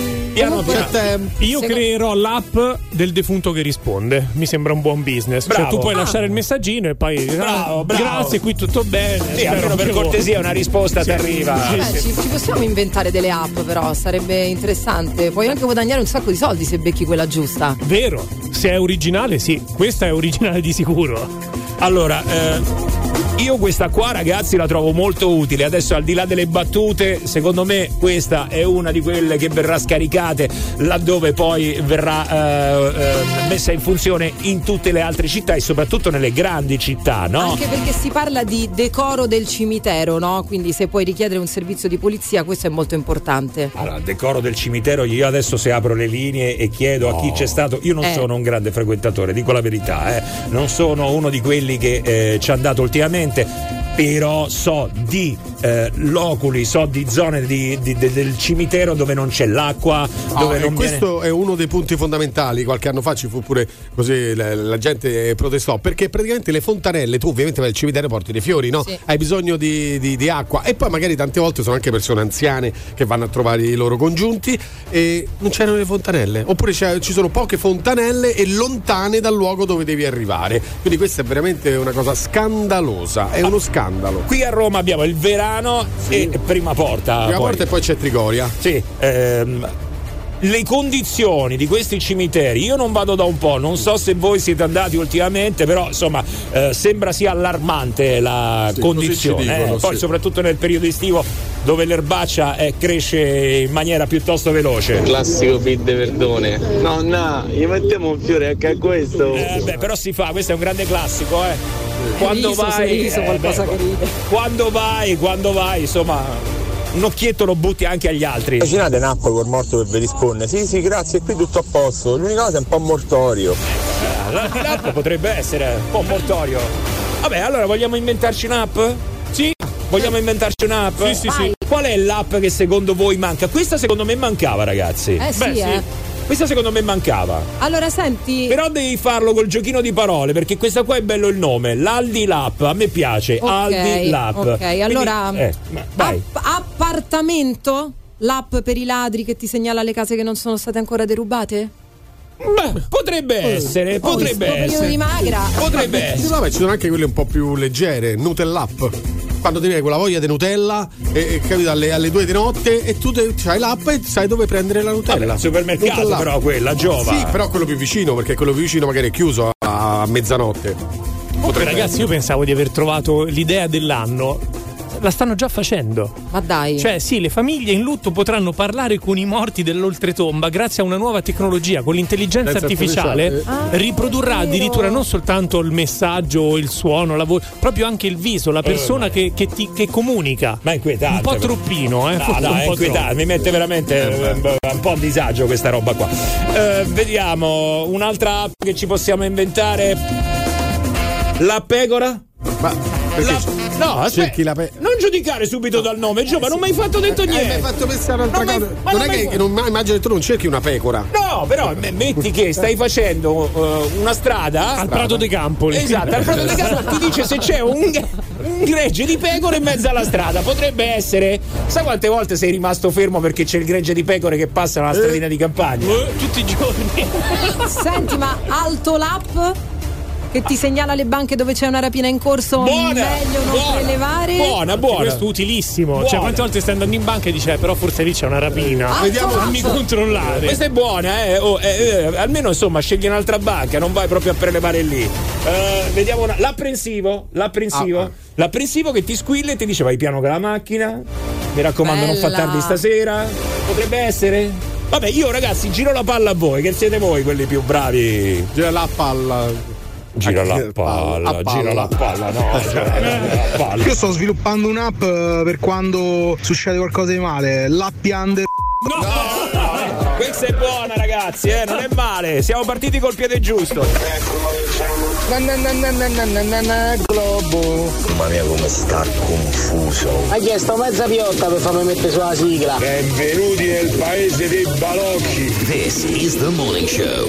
Speaker 2: Io creerò l'app del defunto che risponde. Mi sembra un buon business.
Speaker 1: Bravo.
Speaker 2: Cioè, tu puoi lasciare il messaggino e poi
Speaker 1: bravo.
Speaker 2: grazie, qui tutto bene.
Speaker 1: Sì, almeno per cortesia una risposta ti arriva.
Speaker 3: Ci possiamo inventare delle app, però sarebbe interessante. Puoi anche guadagnare un sacco di soldi se becchi quella giusta.
Speaker 2: Vero, se è originale, sì. Questa è originale di sicuro.
Speaker 1: Allora, io questa qua ragazzi la trovo molto utile. Adesso al di là delle battute, secondo me questa è una di quelle che verrà scaricate laddove poi verrà messa in funzione in tutte le altre città e soprattutto nelle grandi città, no?
Speaker 3: Anche perché si parla di decoro del cimitero, no? Quindi se puoi richiedere un servizio di polizia, questo è molto importante.
Speaker 1: Allora, decoro del cimitero, io adesso se apro le linee e chiedo a chi c'è stato, io non sono un grande frequentatore, dico la verità, non sono uno di quelli che ci è andato ultimamente, però so di loculi, so di zone del cimitero dove non c'è l'acqua, dove non
Speaker 4: questo è uno dei punti fondamentali. Qualche anno fa ci fu pure così, la gente protestò perché praticamente le fontanelle, tu ovviamente vai al cimitero, porti dei fiori, no? Sì. Hai bisogno di acqua, e poi magari tante volte sono anche persone anziane che vanno a trovare i loro congiunti e non c'erano le fontanelle, oppure ci sono poche fontanelle e lontane dal luogo dove devi arrivare, quindi questa è veramente una cosa scandalosa, è uno scandalo.
Speaker 1: Qui a Roma abbiamo il Verano e Prima Porta.
Speaker 4: Prima Porta e poi c'è Trigoria.
Speaker 1: Sì, le condizioni di questi cimiteri, io non vado da un po', non so se voi siete andati ultimamente, però insomma sembra sia allarmante la condizione, dicono, poi soprattutto nel periodo estivo dove l'erbaccia cresce in maniera piuttosto veloce.
Speaker 21: Classico feed de Verdone. No, gli mettiamo un fiore anche a questo.
Speaker 1: Però si fa, questo è un grande classico, Quando vai, insomma, un occhietto lo butti anche agli altri.
Speaker 13: Immaginate un'app col morto che vi risponde: sì, grazie, qui tutto a posto. L'unica cosa è un po' mortorio.
Speaker 1: L'app potrebbe essere un po' mortorio. Vabbè, allora vogliamo inventarci un'app?
Speaker 2: Sì.
Speaker 1: Vogliamo inventarci un'app?
Speaker 2: Sì.
Speaker 1: Qual è l'app che secondo voi manca? Questa secondo me mancava, ragazzi.
Speaker 3: Sì.
Speaker 1: Questa secondo me mancava.
Speaker 3: Allora senti.
Speaker 1: Però devi farlo col giochino di parole, perché questa qua è bello il nome, l'Aldi L'app, a me piace. Aldi L'app.
Speaker 3: Ok, allora
Speaker 1: vai.
Speaker 3: Appartamento? L'app per i ladri che ti segnala le case che non sono state ancora derubate?
Speaker 1: Beh, potrebbe essere.
Speaker 3: Di magra.
Speaker 1: Potrebbe essere.
Speaker 4: No, ci sono anche quelle un po' più leggere, Nutell'app. Quando ti viene quella voglia di Nutella e capito, alle 2 di notte e tu hai l'app e sai dove prendere la Nutella.
Speaker 1: Vabbè, supermercato Nutella. Però quella giova.
Speaker 4: Sì, però quello più vicino, perché quello più vicino magari è chiuso a mezzanotte.
Speaker 2: Ragazzi, io pensavo di aver trovato l'idea dell'anno. La stanno già facendo.
Speaker 3: Ma dai.
Speaker 2: Cioè sì, le famiglie in lutto potranno parlare con i morti dell'oltretomba grazie a una nuova tecnologia. Con l'intelligenza artificiale riprodurrà addirittura non soltanto il messaggio o il suono, la voce, proprio anche il viso, la persona che comunica.
Speaker 1: Ma è inquietante.
Speaker 2: Un po' troppino,
Speaker 1: No, è inquietante, mi mette veramente un po' a disagio questa roba qua. Vediamo un'altra app che ci possiamo inventare. La pegora?
Speaker 4: Ma
Speaker 1: no, aspetta, non giudicare subito dal nome, Giova, non mi hai fatto detto niente.
Speaker 4: Mi hai fatto pensare a un'altra cosa. Non è che immagino che tu non cerchi una pecora.
Speaker 1: No, però metti che stai facendo una strada
Speaker 2: al Prato dei Campoli.
Speaker 1: Esatto, al Prato dei Campoli ti dice se c'è un gregge di pecore in mezzo alla strada. Potrebbe essere. Sai quante volte sei rimasto fermo perché c'è il gregge di pecore che passano alla stradina di campagna?
Speaker 2: Tutti i giorni.
Speaker 3: Senti, ma Alto L'app? che ti segnala le banche dove c'è una rapina in corso, meglio non prelevare.
Speaker 1: Buona.
Speaker 2: Questo è utilissimo. Cioè, quante volte stai andando in banca e dice però forse lì c'è una rapina. Vediamo, fammi controllare.
Speaker 1: Questa è buona, almeno insomma scegli un'altra banca, non vai proprio a prelevare lì. Vediamo l'apprensivo che ti squilla e ti dice vai piano con la macchina, mi raccomando. Bella. Non fa tardi stasera, potrebbe essere. Vabbè, io ragazzi giro la palla a voi, che siete voi quelli più bravi.
Speaker 4: Gira la palla, no.
Speaker 7: Io sto sviluppando un'app per quando succede qualcosa di male, l'app under.
Speaker 1: No, questa è buona ragazzi, non è male, siamo partiti col piede giusto.
Speaker 8: Globo. Mamma mia come sta confuso.
Speaker 6: Hai chiesto mezza piotta per farmi mettere sulla sigla.
Speaker 18: Benvenuti nel paese dei balocchi.
Speaker 10: This is the morning show.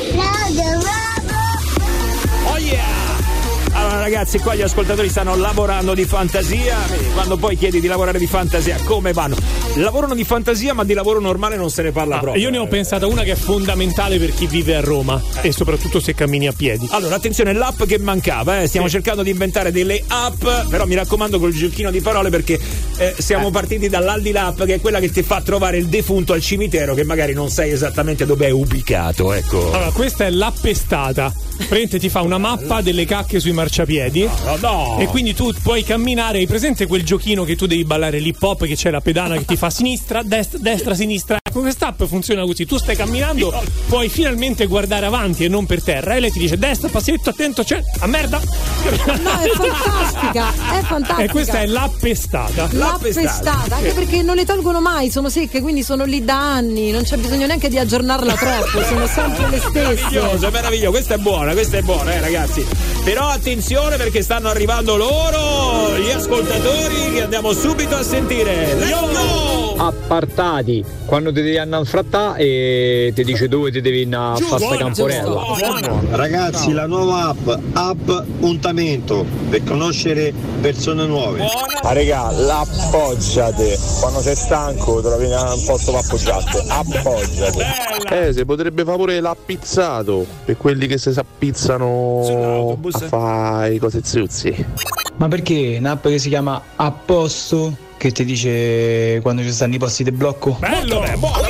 Speaker 1: Oh yeah! Allora ragazzi, qua gli ascoltatori stanno lavorando di fantasia. Quando poi chiedi di lavorare di fantasia, come vanno? Lavorano di fantasia, ma di lavoro normale non se ne parla proprio.
Speaker 2: Io ne ho pensata una che è fondamentale per chi vive a Roma e soprattutto se cammini a piedi.
Speaker 1: Allora attenzione, l'app che mancava, stiamo cercando di inventare delle app, però mi raccomando col giochino di parole, perché siamo partiti dall'Aldilà app, che è quella che ti fa trovare il defunto al cimitero che magari non sai esattamente dove è ubicato, ecco.
Speaker 2: Allora questa è l'appestata. Prende, ti fa una mappa delle cacche sui marciapiedi.
Speaker 1: No.
Speaker 2: E quindi tu puoi camminare. Hai presente quel giochino che tu devi ballare l'hip hop, che c'è la pedana che ti fa sinistra, destra, sinistra? Ecco, quest'app funziona così. Tu stai camminando, puoi finalmente guardare avanti e non per terra, e lei ti dice destra, passetto, attento, c'è a merda.
Speaker 3: No, è fantastica.
Speaker 2: E questa è l'appestata.
Speaker 3: L'appestata, anche perché non le tolgono mai, sono secche, quindi sono lì da anni, non c'è bisogno neanche di aggiornarla troppo, sono sempre le stesse.
Speaker 1: Meraviglioso, questa è buona, ragazzi. Però attenzione, perché stanno arrivando loro, gli ascoltatori, che andiamo subito a sentire. Let's go!
Speaker 13: Appartati, quando ti devi andare a frattare e ti dice dove ti devi andare a fare sta camporella.
Speaker 8: Ragazzi, la nuova app puntamento per conoscere persone nuove.
Speaker 18: Raga, l'appoggiate. Quando sei stanco trovi un posto per appoggiarti. Appoggiate.
Speaker 15: Si potrebbe fare pure l'appizzato per quelli che si appizzano a fare cose zuzzi.
Speaker 21: Ma perché un'app che si chiama Apposto, che ti dice quando ci stanno i posti di blocco?
Speaker 1: Bello!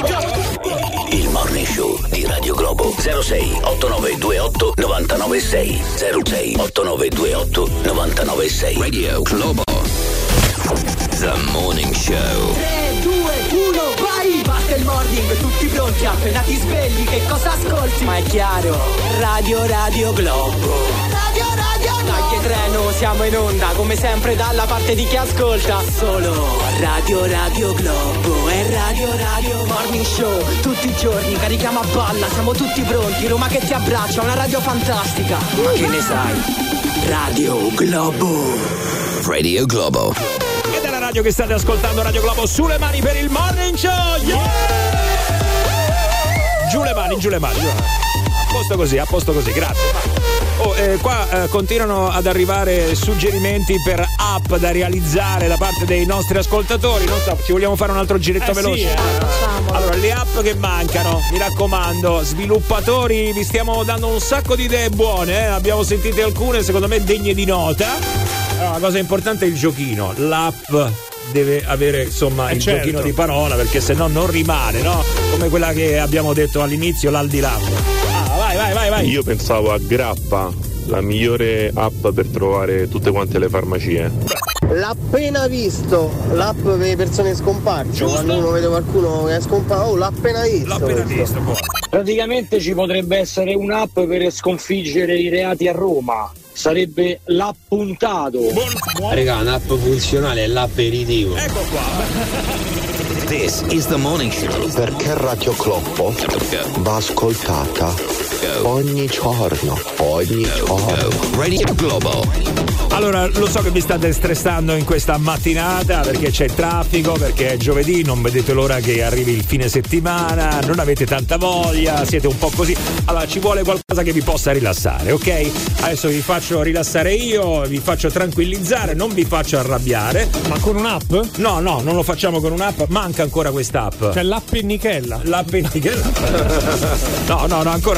Speaker 10: Il morning show di Radio Globo. 06 8928 996 06 8928 996 Radio Globo. The Morning Show.
Speaker 16: 3, 2, 1, vai! Parte il morning, tutti pronti, appena ti svegli, che cosa ascolti? Ma è chiaro, Radio Globo. Dai che treno, siamo in onda, come sempre dalla parte di chi ascolta. Solo Radio Globo e Radio Morning Show. Tutti i giorni carichiamo a palla, siamo tutti pronti. Roma che ti abbraccia, una radio fantastica. Ma che ne sai? Radio
Speaker 10: Globo.
Speaker 1: Ed è la radio che state ascoltando, Radio Globo, sulle mani per il Morning Show. Yeah! Giù le mani. A posto così, grazie. Qua continuano ad arrivare suggerimenti per app da realizzare da parte dei nostri ascoltatori. Non so, ci vogliamo fare un altro giretto veloce?
Speaker 3: Sì,
Speaker 1: allora, le app che mancano, mi raccomando, sviluppatori, vi stiamo dando un sacco di idee buone, abbiamo sentite alcune, secondo me degne di nota. Allora, la cosa importante è il giochino, l'app deve avere insomma il giochino di parola, perché se no non rimane, no? Come quella che abbiamo detto all'inizio, l'Aldilà. Vai.
Speaker 15: Io pensavo a Grappa, la migliore app per trovare tutte quante le farmacie.
Speaker 21: L'ha appena visto, l'app per le persone scomparse. Quando uno vede qualcuno che è scomparso, l'ha appena visto.
Speaker 6: Praticamente ci potrebbe essere un'app per sconfiggere i reati a Roma. Sarebbe l'appuntato.
Speaker 13: Raga, un'app funzionale è l'apperitivo.
Speaker 1: Ecco qua.
Speaker 10: This is the morning show.
Speaker 8: Perché Radio Globo va ascoltata ogni giorno.
Speaker 10: Radio Globo.
Speaker 1: Allora, lo so che vi state stressando in questa mattinata perché c'è traffico, perché è giovedì, non vedete l'ora che arrivi il fine settimana, non avete tanta voglia, siete un po' così. Allora, ci vuole qualcosa che vi possa rilassare, ok? Adesso vi faccio rilassare io, vi faccio tranquillizzare, non vi faccio arrabbiare.
Speaker 2: Ma con un'app?
Speaker 1: No, non lo facciamo con un'app, manca ancora quest'app.
Speaker 2: Cioè l'appennichella.
Speaker 1: L'appennichella? No, ancora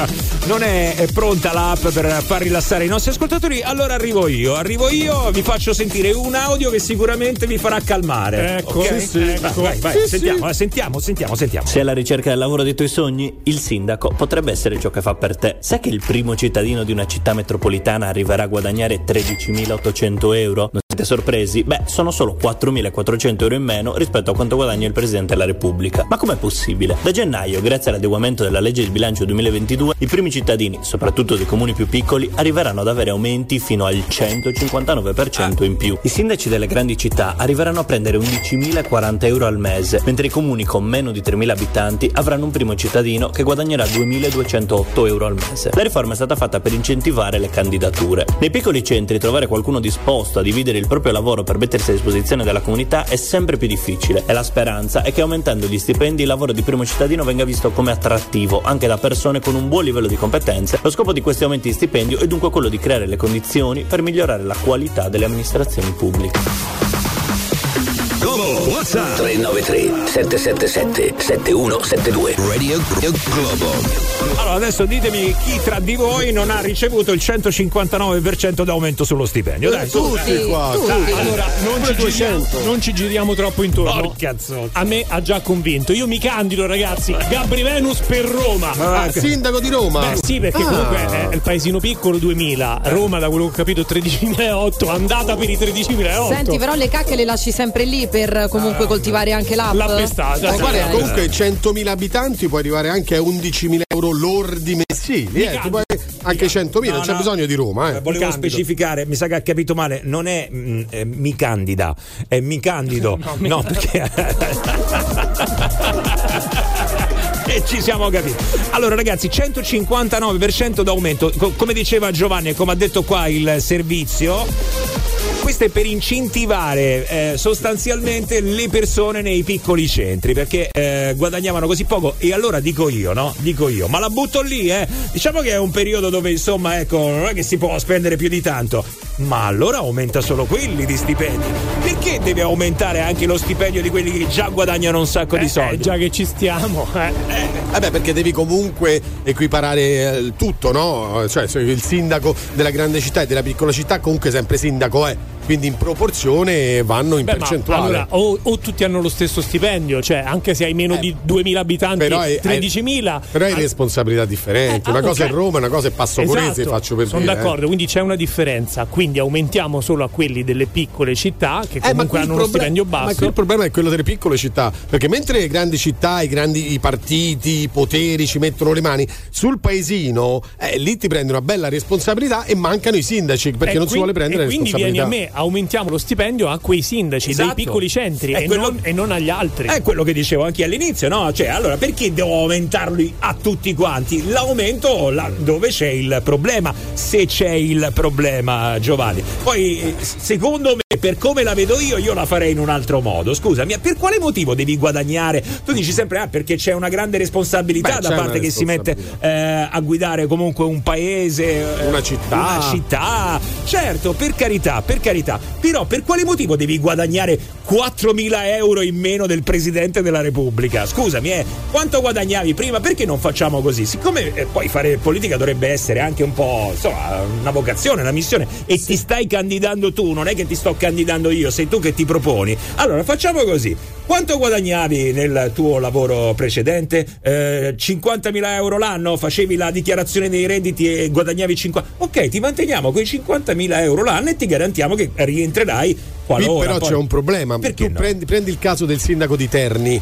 Speaker 1: non è pronta l'app per far rilassare i nostri ascoltatori, allora arrivo io, vi faccio sentire un audio che sicuramente vi farà calmare.
Speaker 2: Ecco,
Speaker 1: okay?
Speaker 2: ecco.
Speaker 1: Vai, sentiamo.
Speaker 19: Sei alla ricerca del lavoro dei tuoi sogni? Il sindaco potrebbe essere ciò che fa per te. Sai che il primo cittadino di una città metropolitana arriverà a guadagnare 13.800 euro? Non siete sorpresi? Beh, sono solo 4.400 euro in meno rispetto a quanto guadagna il Presidente della Repubblica. Ma com'è possibile? Da gennaio, grazie all'adeguamento della legge di bilancio 2022, i primi cittadini, soprattutto dei comuni più piccoli, arriveranno ad avere aumenti fino al 159% in più. I sindaci delle grandi città arriveranno a prendere 11.040 euro al mese, mentre i comuni con meno di 3.000 abitanti avranno un primo cittadino che guadagnerà 2.208 euro al mese. La riforma è stata fatta per incentivare le candidature. Nei piccoli centri trovare qualcuno disposto a dividere il proprio lavoro per mettersi a disposizione della comunità è sempre più difficile e la speranza è che aumentando gli stipendi il lavoro di primo cittadino venga visto come attrattivo anche da persone con un buon livello di competenze. Lo scopo di questi aumenti di stipendio è dunque quello di creare le condizioni per migliorare la qualità delle amministrazioni pubbliche.
Speaker 10: WhatsApp 393 777 7172 Radio Globo.
Speaker 1: Allora adesso ditemi chi tra di voi non ha ricevuto il 159% d'aumento sullo stipendio. Dai,
Speaker 4: tutti qua.
Speaker 2: Allora non ci giriamo troppo intorno.
Speaker 1: Porca zocca.
Speaker 2: A me ha già convinto. Io mi candido, ragazzi. Gabri Venus per Roma.
Speaker 4: Sindaco di Roma.
Speaker 2: Beh sì, perché comunque è il paesino piccolo 2000. Roma, da quello che ho capito, 13.008. Andata per i 13.008.
Speaker 3: Senti, però le cacche le lasci sempre lì per comunque coltivare anche l'app.
Speaker 2: La pestata.
Speaker 4: Guarda, comunque 100.000 abitanti puoi arrivare anche a 11.000 euro lordi mensili. Tu puoi anche 100.000, non c'è bisogno di Roma.
Speaker 1: Volevo specificare, mi sa che ha capito male, non è mi candida, è mi candido. No, perché e ci siamo capiti. Allora ragazzi, 159% d'aumento, come diceva Giovanni e come ha detto qua il servizio. Questo è per incentivare sostanzialmente le persone nei piccoli centri, perché guadagnavano così poco. E allora dico io, ma la butto lì, diciamo che è un periodo dove insomma, ecco, non è che si può spendere più di tanto, ma allora aumenta solo quelli di stipendi. Perché deve aumentare anche lo stipendio di quelli che già guadagnano un sacco di soldi?
Speaker 2: Già che ci stiamo.
Speaker 4: Vabbè, perché devi comunque equiparare tutto, no? Cioè, il sindaco della grande città e della piccola città comunque sempre sindaco è. Quindi in proporzione vanno in percentuale.
Speaker 2: Allora, o tutti hanno lo stesso stipendio, cioè anche se hai meno di 2.000 abitanti, 13.000.
Speaker 4: Però hai responsabilità differenti. Una cosa è Roma, una cosa è Passo Corese, faccio per dire.
Speaker 2: Sono d'accordo, quindi c'è una differenza. Quindi aumentiamo solo a quelli delle piccole città che comunque hanno uno stipendio basso.
Speaker 4: Ma qui il problema è quello delle piccole città, perché mentre le grandi città, i partiti, i poteri ci mettono le mani, sul paesino lì ti prendi una bella responsabilità e mancano i sindaci perché non si vuole prendere le responsabilità.
Speaker 2: Quindi vieni a me, aumentiamo lo stipendio a quei sindaci dei piccoli centri e non agli altri.
Speaker 1: È quello che dicevo anche all'inizio, no? Cioè, allora perché devo aumentarli a tutti quanti? L'aumento dove c'è il problema, se c'è il problema, Giovanni. Poi secondo me, per come la vedo io la farei in un altro modo. Scusami, per quale motivo devi guadagnare? Tu dici sempre perché c'è una grande responsabilità da parte che si mette a guidare comunque un paese,
Speaker 4: una città.
Speaker 1: Certo, per carità. Però per quale motivo devi guadagnare 4.000 euro in meno del Presidente della Repubblica? Scusami, quanto guadagnavi prima? Perché non facciamo così? Siccome poi fare politica dovrebbe essere anche un po', insomma, una vocazione, una missione, e ti stai candidando tu, non è che ti sto candidando io, sei tu che ti proponi. Allora facciamo così: quanto guadagnavi nel tuo lavoro precedente? 50.000 euro l'anno? Facevi la dichiarazione dei redditi e guadagnavi 50? Ok, ti manteniamo quei 50.000 euro l'anno e ti garantiamo che rientrerai qualora.
Speaker 4: Però c'è un problema.
Speaker 1: Perché
Speaker 4: tu prendi il caso del sindaco di Terni,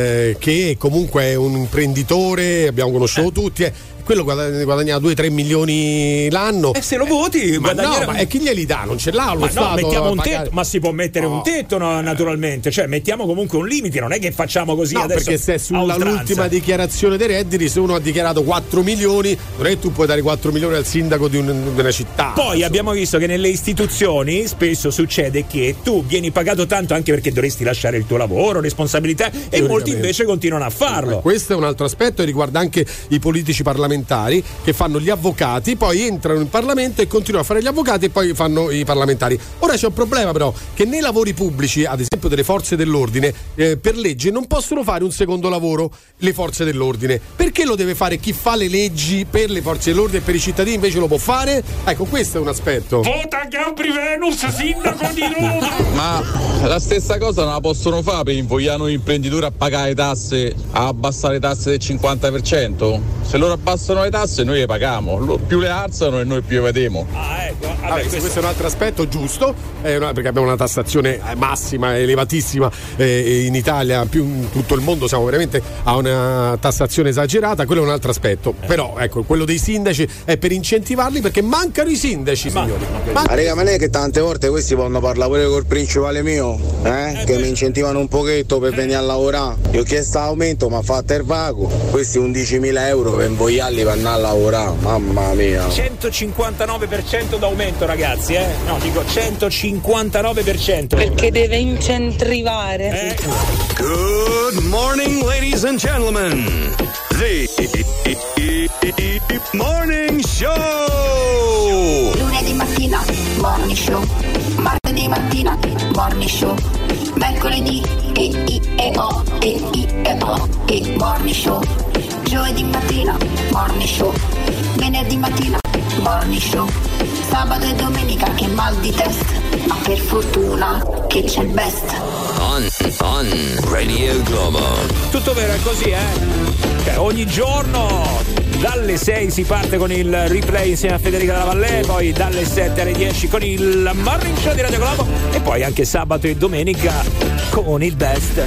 Speaker 4: che comunque è un imprenditore, abbiamo conosciuto tutti. Quello guadagnava 2-3 milioni l'anno.
Speaker 1: E se lo voti,
Speaker 4: ma e chi glieli dà? Non ce l'ha lo Stato?
Speaker 1: Mettiamo un tetto, ma si può mettere un tetto, naturalmente. Cioè, mettiamo comunque un limite, non è che facciamo così adesso.
Speaker 4: Perché se è sull'ultima dichiarazione dei redditi, se uno ha dichiarato 4 milioni, non è che tu puoi dare 4 milioni al sindaco di una città.
Speaker 1: Poi abbiamo visto che nelle istituzioni spesso succede che tu vieni pagato tanto anche perché dovresti lasciare il tuo lavoro, responsabilità, e molti invece continuano a farlo.
Speaker 4: Questo è un altro aspetto e riguarda anche i politici parlamentari parlamentari che fanno gli avvocati, poi entrano in Parlamento e continuano a fare gli avvocati e poi fanno i parlamentari. Ora c'è un problema però, che nei lavori pubblici, ad esempio delle forze dell'ordine, per legge non possono fare un secondo lavoro le forze dell'ordine. Perché lo deve fare chi fa le leggi per le forze dell'ordine e per i cittadini invece lo può fare? Ecco, questo è un aspetto.
Speaker 1: Vota Gabri Venus, sindaco di Roma!
Speaker 20: Ma la stessa cosa non la possono fare per invogliare noi imprenditori a pagare tasse, a abbassare le tasse del 50%? Se loro abbassano le tasse noi le paghiamo, più le alzano e noi più le vediamo.
Speaker 1: Ecco.
Speaker 4: Questo è un altro aspetto giusto, perché abbiamo una tassazione massima, elevatissima in Italia, più in tutto il mondo siamo veramente a una tassazione esagerata, quello è un altro aspetto. Però ecco, quello dei sindaci è per incentivarli, perché mancano i sindaci, signori.
Speaker 11: Raga, ma non è che tante volte questi possono parlare pure col principale mio, che mi incentivano un pochetto per venire a lavorare. Io ho chiesto aumento, ma ha fatto il vago. Questi 11.000 euro per invogliarli per andare a lavorare, mamma mia.
Speaker 1: 159% d'aumento, ragazzi, No, dico 159%.
Speaker 22: Perché deve incentivare.
Speaker 23: Good morning, ladies and gentlemen. The Morning Show.
Speaker 24: Lunedì mattina, Morning Show. Martedì mattina, Morning Show. Mercoledì, Morning Show. Giovedì mattina, Morning Show. Venerdì mattina, Morning Show. Sabato e domenica che mal di testa, ma per fortuna che c'è il best.
Speaker 10: On Radio Globo.
Speaker 1: Tutto vero, è così, Cioè, ogni giorno dalle 6 si parte con il replay insieme a Federica Dalla Valle, poi dalle 7 alle 10 con il Morning Show di Radio Globo e poi anche sabato e domenica con il best.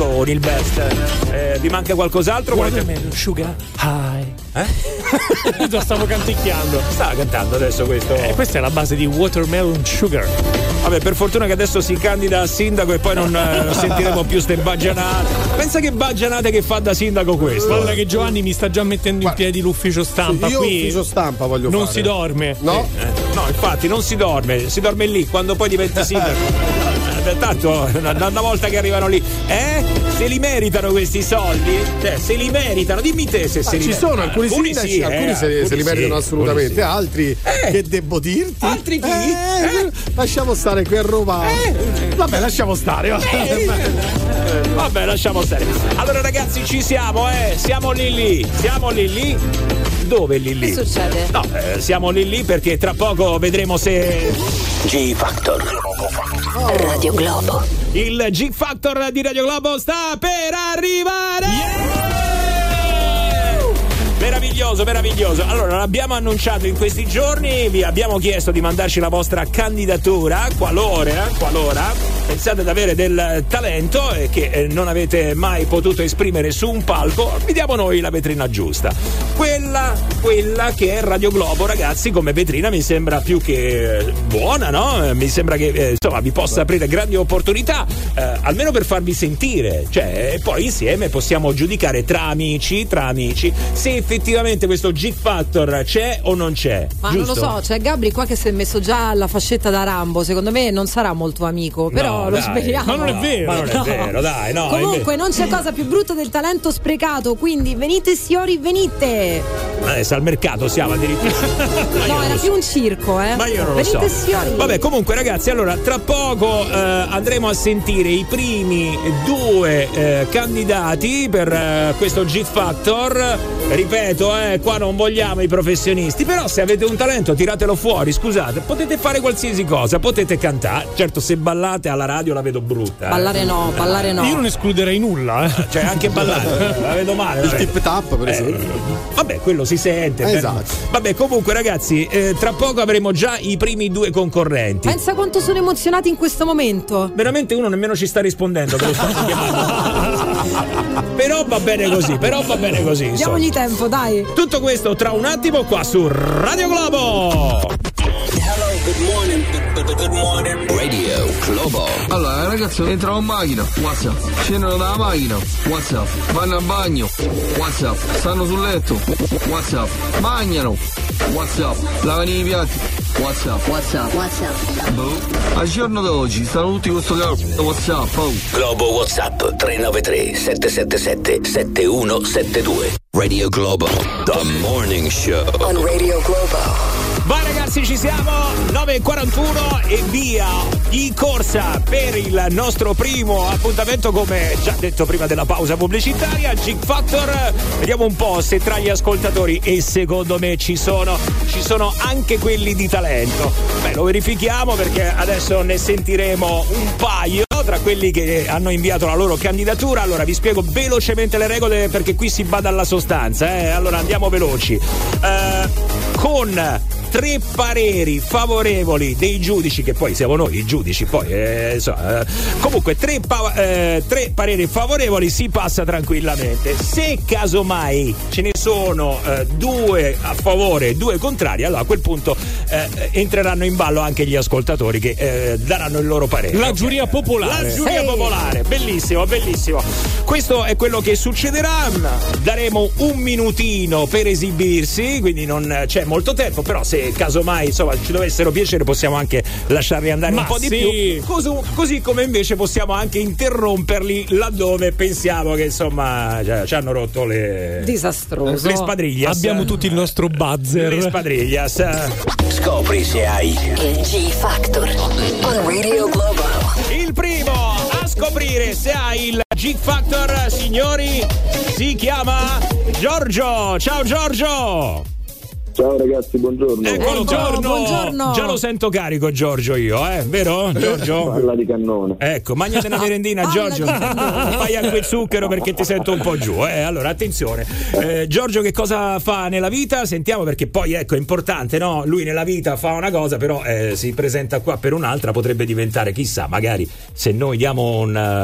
Speaker 1: Vi manca qualcos'altro?
Speaker 2: Watermelon Sugar High. Lo stavo canticchiando.
Speaker 1: Stava cantando adesso questo.
Speaker 2: Questa è la base di Watermelon Sugar.
Speaker 1: Vabbè, per fortuna che adesso si candida a sindaco e poi non sentiremo più ste baggianate. Pensa che baggianate che fa da sindaco questo.
Speaker 2: Guarda che Giovanni mi sta già mettendo in piedi l'ufficio stampa.
Speaker 4: Sì, io
Speaker 2: qui
Speaker 4: ufficio stampa voglio fare.
Speaker 2: Non si dorme.
Speaker 4: No?
Speaker 1: No, infatti non si dorme lì quando poi diventi sindaco. Tanto una volta che arrivano lì, se li meritano questi soldi? Cioè, se li meritano, dimmi te se se li meritano.
Speaker 4: Ci sono alcuni sindaci,
Speaker 1: sì,
Speaker 4: alcuni se li meritano assolutamente, altri che devo dirti?
Speaker 1: Altri chi?
Speaker 4: Lasciamo stare qui a Roma. Vabbè, lasciamo stare.
Speaker 1: Vabbè, lasciamo stare. Allora ragazzi, ci siamo, siamo lì. Dove lì?
Speaker 3: Che succede?
Speaker 1: No, siamo lì perché tra poco vedremo se
Speaker 10: G-Factor.
Speaker 17: Radio Globo.
Speaker 1: Il G-Factor di Radio Globo sta per arrivare. Meraviglioso. Allora, l'abbiamo annunciato in questi giorni, vi abbiamo chiesto di mandarci la vostra candidatura qualora pensate ad avere del talento e che non avete mai potuto esprimere su un palco, vi diamo noi la vetrina giusta. Quella che è Radio Globo, ragazzi, come vetrina mi sembra più che buona, no? Mi sembra che insomma vi possa aprire grandi opportunità, almeno per farvi sentire, cioè, e poi insieme possiamo giudicare tra amici se effettivamente questo G-Factor c'è o non c'è.
Speaker 3: Ma
Speaker 1: giusto?
Speaker 3: non lo so, c'è Gabri qua che si è messo già la fascetta da Rambo, secondo me non sarà molto amico, però lo speriamo.
Speaker 2: Ma non è vero.
Speaker 1: Ma non è vero, dai, no.
Speaker 3: Comunque non c'è cosa più brutta del talento sprecato, quindi venite signori, venite.
Speaker 1: Adesso al mercato siamo addirittura.
Speaker 3: No, era più un circo,
Speaker 1: Ma io non lo
Speaker 3: venite
Speaker 1: so.
Speaker 3: signori.
Speaker 1: Vabbè, comunque ragazzi, allora tra poco andremo a sentire i primi due candidati per questo G-Factor. Ripeto, qua non vogliamo i professionisti, però se avete un talento tiratelo fuori, scusate, potete fare qualsiasi cosa, potete cantare, certo se ballate alla radio la vedo brutta.
Speaker 3: Ballare no.
Speaker 2: Io non escluderei nulla.
Speaker 1: Cioè anche ballare, la vedo male.
Speaker 4: Il tip tap per esempio.
Speaker 1: Vabbè, quello si sente.
Speaker 4: Esatto.
Speaker 1: Vabbè, comunque ragazzi, tra poco avremo già i primi due concorrenti.
Speaker 3: Pensa quanto sono emozionati in questo momento.
Speaker 1: Veramente uno nemmeno ci sta rispondendo, che lo stanno chiamando. Però va bene così,
Speaker 3: Diamogli tempo, dai.
Speaker 1: Tutto questo tra un attimo qua su Radio Globo.
Speaker 10: Good morning. Radio Globo.
Speaker 12: Allora, ragazzi, entrano in macchina, WhatsApp. Scendono dalla macchina, WhatsApp. Vanno al bagno, WhatsApp. Stanno sul letto, WhatsApp. Mangiano, WhatsApp. Lavano i piatti, WhatsApp. Al giorno d'oggi stanno tutti con questo cazzo WhatsApp.
Speaker 10: Globo WhatsApp 393 777 7172.
Speaker 23: Radio Globo, The Morning Show.
Speaker 17: On Radio Globo.
Speaker 1: Vai ragazzi, ci siamo, 9:41 e via di corsa per il nostro primo appuntamento, come già detto prima della pausa pubblicitaria, Gig Factor. Vediamo un po' se tra gli ascoltatori, e secondo me ci sono anche quelli di talento. Beh, lo verifichiamo perché adesso ne sentiremo un paio tra quelli che hanno inviato la loro candidatura. Allora vi spiego velocemente le regole perché qui si bada alla sostanza, Allora andiamo veloci. Con 3 pareri favorevoli dei giudici, che poi siamo noi i giudici, poi comunque 3 pareri favorevoli si passa tranquillamente. Se casomai ce ne sono 2 a favore e 2 contrari, allora a quel punto entreranno in ballo anche gli ascoltatori che daranno il loro parere.
Speaker 2: La giuria popolare.
Speaker 1: La giuria popolare, bellissimo, bellissimo. Questo è quello che succederà. Daremo un minutino per esibirsi, quindi non c'è molto tempo, però se casomai ci dovessero piacere possiamo anche lasciarli andare un po' di più, così come invece possiamo anche interromperli laddove pensiamo che ci hanno rotto le
Speaker 3: disastroso
Speaker 1: le spadriglias.
Speaker 2: Abbiamo tutti il nostro buzzer,
Speaker 1: le spadriglias.
Speaker 23: Scopri se hai
Speaker 17: il G Factor on Radio Globo.
Speaker 1: Il primo a scoprire se hai il G Factor, signori, si chiama Giorgio. Ciao Giorgio.
Speaker 5: Ciao ragazzi, buongiorno.
Speaker 1: Buongiorno. Già lo sento carico Giorgio io, vero Giorgio?
Speaker 5: Palla di cannone.
Speaker 1: Ecco, mangiate una merendina Giorgio. Fai anche il zucchero perché ti sento un po' giù, Allora attenzione. Giorgio che cosa fa nella vita? Sentiamo, perché poi è importante, no? Lui nella vita fa una cosa, però si presenta qua per un'altra, potrebbe diventare, chissà, magari se noi diamo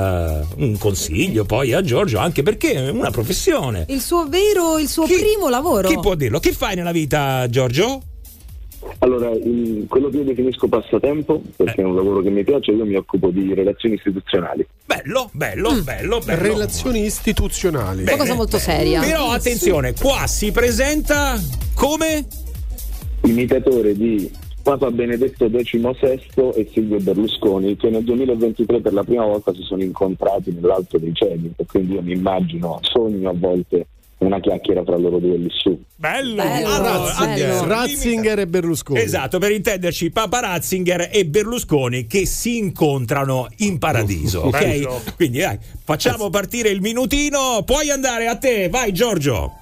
Speaker 1: un consiglio poi a Giorgio, anche perché è una professione.
Speaker 3: Il suo primo lavoro.
Speaker 1: Chi può dirlo? Che fai nella vita, Giorgio?
Speaker 5: Allora, quello che io definisco passatempo, perché è un lavoro che mi piace, io mi occupo di relazioni istituzionali.
Speaker 1: Bello.
Speaker 4: Relazioni istituzionali.
Speaker 3: Una cosa molto seria.
Speaker 1: Però attenzione, qua si presenta come
Speaker 5: imitatore di Papa Benedetto XVI e Silvio Berlusconi, che nel 2023 per la prima volta si sono incontrati nell'alto dei cieli, e quindi io mi immagino, sogno a volte una chiacchiera tra loro due lì su.
Speaker 1: Bello.
Speaker 4: Ratzinger e Berlusconi.
Speaker 1: Esatto, per intenderci, Papa Ratzinger e Berlusconi che si incontrano in paradiso, ok?
Speaker 2: Bello.
Speaker 1: Quindi dai, facciamo partire il minutino, puoi andare a te, vai Giorgio.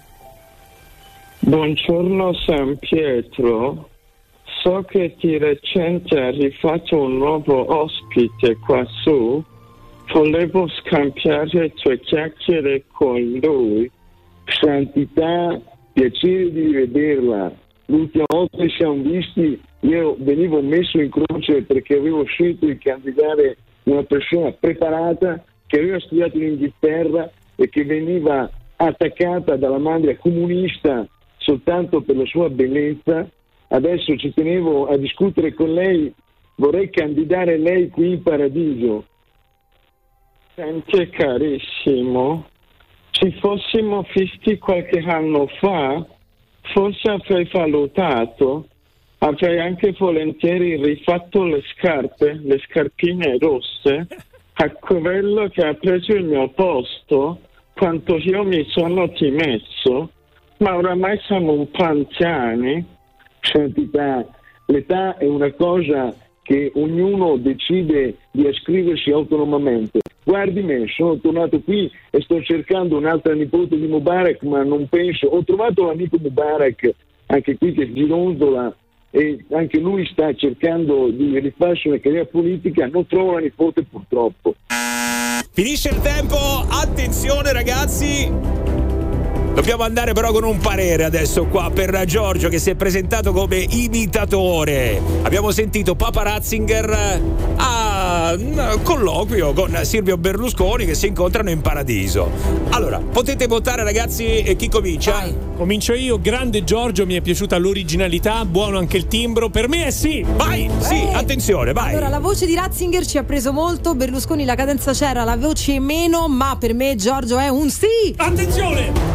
Speaker 7: Buongiorno San Pietro, so che di recente hai rifatto un nuovo ospite qua su, volevo scambiare 2 chiacchiere con lui. Santità, piacere di vederla. L'ultima volta che siamo visti io venivo messo in croce perché avevo scelto di candidare una persona preparata che aveva studiato in Inghilterra e che veniva attaccata dalla mandria comunista soltanto per la sua bellezza. Adesso ci tenevo a discutere con lei, vorrei candidare lei qui in paradiso. Senti carissimo, ci fossimo visti qualche anno fa, forse avrei valutato, avrei anche volentieri rifatto le scarpe, le scarpine rosse, a quello che ha preso il mio posto, quanto io mi sono dimesso, ma oramai siamo un po' anziani. Santità, l'età è una cosa che ognuno decide di ascriversi autonomamente. Guardi me, sono tornato qui e sto cercando un'altra nipote di Mubarak, ma non penso. Ho trovato l'amico Mubarak anche qui che gironzola e anche lui sta cercando di rifarsi una carriera politica. Non trovo la nipote purtroppo.
Speaker 1: Finisce il tempo, attenzione ragazzi. Dobbiamo andare però con un parere adesso qua per Giorgio che si è presentato come imitatore. Abbiamo sentito Papa Ratzinger a un colloquio con Silvio Berlusconi che si incontrano in paradiso. Allora, potete votare ragazzi, e chi comincia?
Speaker 2: Vai. Comincio io, grande Giorgio, mi è piaciuta l'originalità, buono anche il timbro, per me è sì.
Speaker 1: Vai, sì, attenzione, vai.
Speaker 3: Allora, la voce di Ratzinger ci ha preso molto, Berlusconi la cadenza c'era, la voce meno, ma per me Giorgio è un sì.
Speaker 2: Attenzione!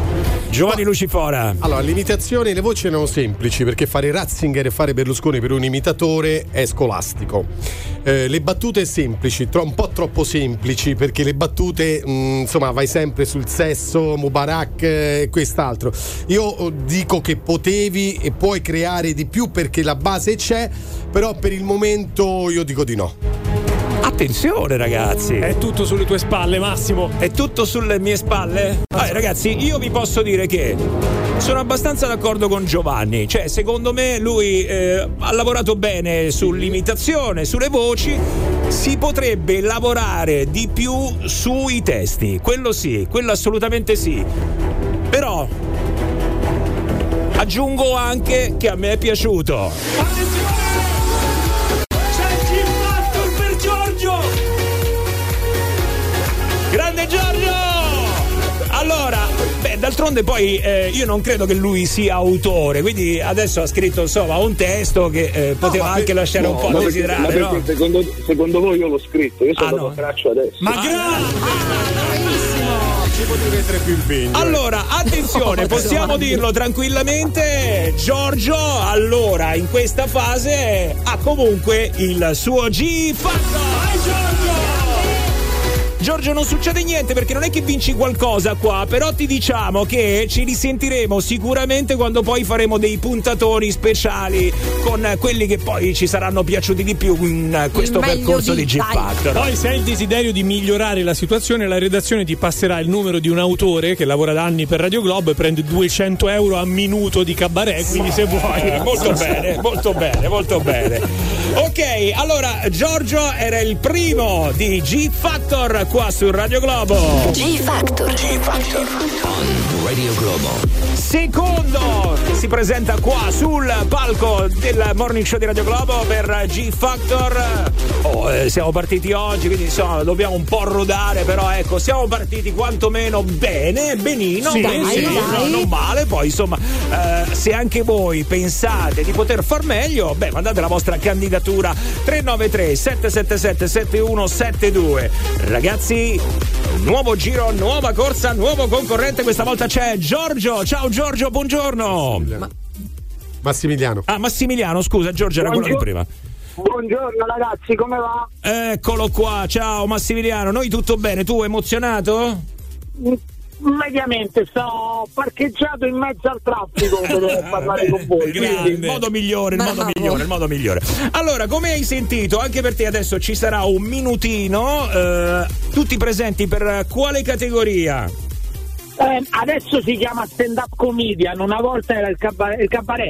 Speaker 1: Giovanni Lucifora.
Speaker 4: Allora, l'imitazione, le voci erano semplici perché fare Ratzinger e fare Berlusconi per un imitatore è scolastico. Le battute semplici, un po' troppo semplici, perché le battute insomma vai sempre sul sesso, Mubarak e quest'altro. Io dico che potevi e puoi creare di più perché la base c'è, però per il momento io dico di no.
Speaker 1: Attenzione ragazzi,
Speaker 2: è tutto sulle tue spalle, Massimo.
Speaker 1: È tutto sulle mie spalle? Ragazzi, io vi posso dire che sono abbastanza d'accordo con Giovanni. Cioè, secondo me lui ha lavorato bene sull'imitazione, sulle voci. Si potrebbe lavorare di più sui testi. Quello sì, quello assolutamente sì. Però aggiungo anche che a me è piaciuto. Grande Giorgio! Allora, d'altronde poi io non credo che lui sia autore, quindi adesso ha scritto insomma un testo che poteva anche lasciare un po' a desiderare, no?
Speaker 5: Secondo voi io l'ho scritto, io sono lo traccio adesso.
Speaker 1: Ma
Speaker 4: Bravissimo! Ci potevi mettere più impegno.
Speaker 1: Allora, attenzione, possiamo dirlo tranquillamente, Giorgio allora in questa fase ha comunque il suo G-Factor. Giorgio, non succede niente perché non è che vinci qualcosa qua, però ti diciamo che ci risentiremo sicuramente quando poi faremo dei puntatoni speciali con quelli che poi ci saranno piaciuti di più in questo percorso di G-Factor.
Speaker 2: Poi se hai il desiderio di migliorare la situazione, la redazione ti passerà il numero di un autore che lavora da anni per Radio Globo e prende 200 euro a minuto di cabaret, quindi se vuoi.
Speaker 1: Molto bene, molto bene, molto bene. Ok, allora Giorgio era il primo di G-Factor qua su Radio Globo.
Speaker 17: G-Factor
Speaker 23: on Radio Globo.
Speaker 1: Secondo si presenta qua sul palco del Morning Show di Radio Globo per G-Factor. Siamo partiti oggi, quindi insomma dobbiamo un po' rodare, però ecco, siamo partiti quantomeno bene, benino,
Speaker 2: sì,
Speaker 1: no, non male. Poi insomma, se anche voi pensate di poter far meglio, mandate la vostra candidatura 393 777 7172. Ragazzi, nuovo giro, nuova corsa, nuovo concorrente, questa volta c'è Giorgio. Ciao Giorgio, buongiorno.
Speaker 4: Massimiliano.
Speaker 1: Massimiliano, scusa Giorgio, era quello di prima.
Speaker 6: Buongiorno ragazzi, come va?
Speaker 1: Eccolo qua, ciao Massimiliano, noi tutto bene, tu emozionato?
Speaker 6: Mediamente, sto parcheggiato in mezzo al traffico per parlare con voi.
Speaker 1: Il modo migliore. Allora, come hai sentito, anche per te adesso ci sarà un minutino. Tutti presenti per quale categoria?
Speaker 6: Adesso si chiama stand-up comedian, una volta era il cabaret.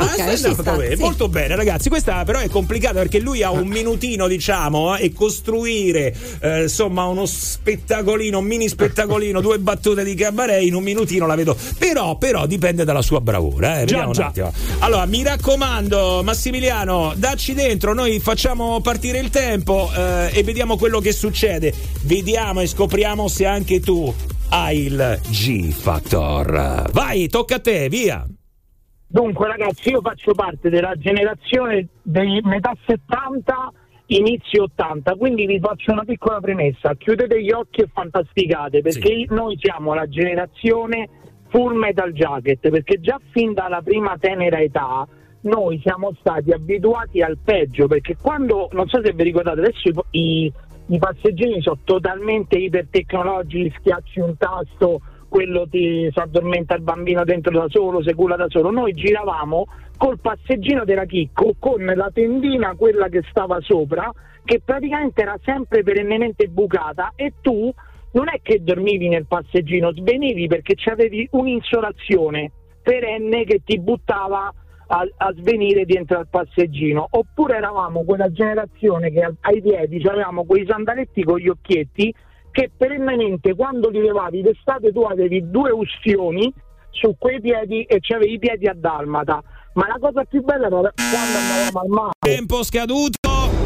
Speaker 1: Molto bene ragazzi, questa però è complicata perché lui ha un minutino, diciamo, e costruire insomma uno spettacolino, un mini spettacolino, 2 battute di cabaret in un minutino la vedo, però dipende dalla sua bravura, vediamo un attimo. Allora mi raccomando Massimiliano, dacci dentro, noi facciamo partire il tempo e vediamo quello che succede, vediamo e scopriamo se anche tu hai il G-Factor. Vai, tocca a te, via.
Speaker 6: Dunque ragazzi, io faccio parte della generazione dei metà 70, inizio 80, quindi vi faccio una piccola premessa, chiudete gli occhi e fantasticate, perché noi siamo la generazione Full Metal Jacket, perché già fin dalla prima tenera età noi siamo stati abituati al peggio, perché quando, non so se vi ricordate, adesso i passeggini sono totalmente ipertecnologici, schiacci un tasto, quello ti si addormenta il bambino dentro da solo, si cura da solo. Noi giravamo col passeggino della Chicco, con la tendina, quella che stava sopra, che praticamente era sempre perennemente bucata, e tu non è che dormivi nel passeggino, svenivi perché c'avevi un'insolazione perenne che ti buttava a svenire dentro al passeggino. Oppure eravamo quella generazione che ai piedi avevamo quei sandaletti con gli occhietti che perennemente quando li levavi d'estate tu avevi 2 ustioni su quei piedi e c'avevi i piedi a dalmata. Ma la cosa più bella era quando andavamo al mare.
Speaker 1: Tempo scaduto.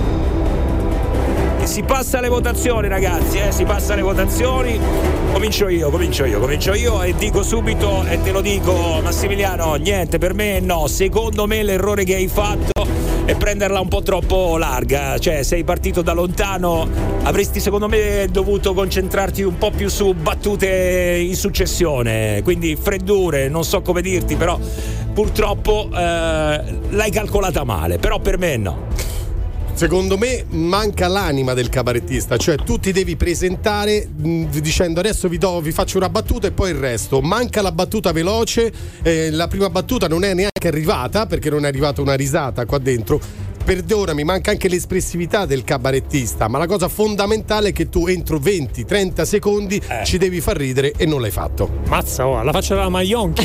Speaker 1: E si passa alle votazioni ragazzi, si passa alle votazioni. Comincio io e dico subito, e te lo dico Massimiliano, niente, per me no, secondo me l'errore che hai fatto e prenderla un po' troppo larga. Cioè, sei partito da lontano, avresti secondo me dovuto concentrarti un po' più su battute in successione, quindi freddure, non so come dirti, però purtroppo l'hai calcolata male, però per me no.
Speaker 4: Secondo me manca l'anima del cabarettista, cioè tu ti devi presentare dicendo adesso vi faccio una battuta e poi il resto. Manca la battuta veloce, la prima battuta non è neanche arrivata perché non è arrivata una risata qua dentro. Perdonami, manca anche l'espressività del cabarettista, ma la cosa fondamentale è che tu entro 20-30 secondi ci devi far ridere e non l'hai fatto.
Speaker 2: Mazza, la faccia della Maionchi.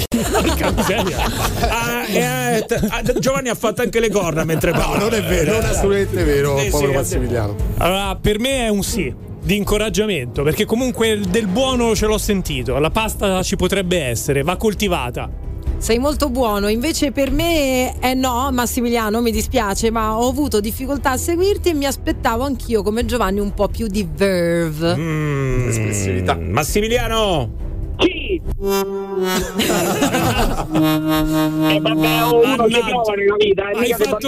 Speaker 1: Giovanni ha fatto anche le corna mentre parla.
Speaker 4: No, non è vero, non è assolutamente vero, povero Massimiliano.
Speaker 2: Allora, per me è un sì di incoraggiamento, perché comunque del buono ce l'ho sentito, la pasta ci potrebbe essere, va coltivata.
Speaker 3: Sei molto buono, invece per me no, Massimiliano, mi dispiace, ma ho avuto difficoltà a seguirti e mi aspettavo anch'io come Giovanni un po' più di verve.
Speaker 4: Espressività.
Speaker 1: Massimiliano!
Speaker 6: Sì! Vabbè, uno ci prova nella vita.
Speaker 1: Hai fatto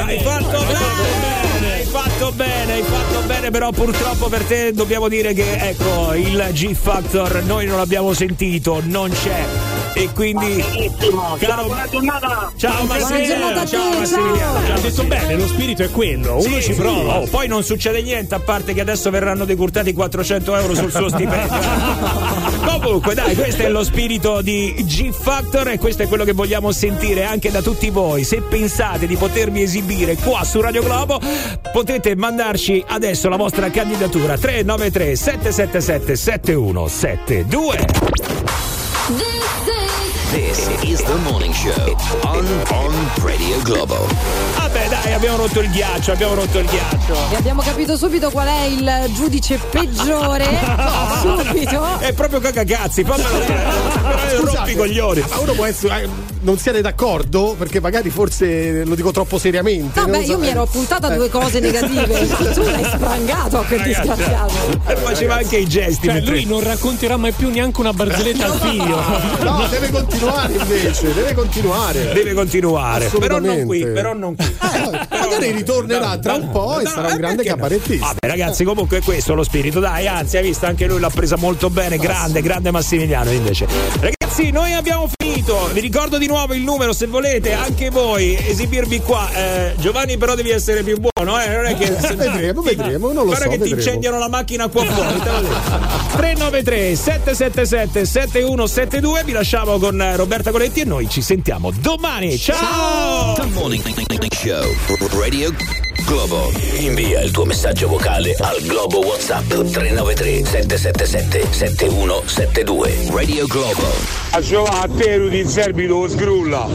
Speaker 1: bene, però purtroppo per te dobbiamo dire che ecco, il G Factor noi non l'abbiamo sentito, non c'è. E quindi
Speaker 6: ciao, buona giornata.
Speaker 1: Ciao Massimiliano. Ciao Massimiliano.
Speaker 2: Ha detto bene, lo spirito è quello, uno ci prova.
Speaker 1: Poi non succede niente, a parte che adesso verranno decurtati 400 euro sul suo stipendio. Comunque dai, questo è lo spirito di G Factor e questo è quello che vogliamo sentire anche da tutti voi. Se pensate di potermi esibire qua su Radio Globo, potete mandarci adesso la vostra candidatura 393 777 7172.
Speaker 23: This is the morning show on Radio Globo.
Speaker 1: Vabbè dai, abbiamo rotto il ghiaccio.
Speaker 3: E abbiamo capito subito qual è il giudice peggiore. Subito.
Speaker 1: È proprio cagacazzi, rompi i coglioni.
Speaker 4: Ma uno può essere, non siete d'accordo? Perché magari forse lo dico troppo seriamente.
Speaker 3: No, io mi ero appuntata a due cose negative. Tu l'hai sprangato a quel disgraziato.
Speaker 1: Faceva anche i gesti.
Speaker 2: Cioè, lui non racconterà mai più neanche una barzelletta al figlio.
Speaker 4: No, deve continuare invece. Deve continuare.
Speaker 1: Però non qui.
Speaker 4: Magari ritornerà tra un po' e sarà un grande cabarettista.
Speaker 1: Vabbè ragazzi, comunque è questo lo spirito. Dai, anzi, hai visto, anche lui l'ha presa molto bene. Grande Massimiliano invece. Ragazzi, noi abbiamo finito. Vi ricordo di nuovo il numero se volete anche voi esibirvi qua. Giovanni però devi essere più buono, non è che
Speaker 4: vedremo, non lo so.
Speaker 1: Guarda che ti incendiano la macchina qua fuori. 393 777 7172. Vi lasciamo con Roberta Coletti e noi ci sentiamo domani. Ciao!
Speaker 23: The Morning Show Radio Globo. Invia il tuo messaggio vocale al Globo WhatsApp 393 777 7172. Radio Globo.
Speaker 9: A Giovanni, a te di Zerbito sgrulla.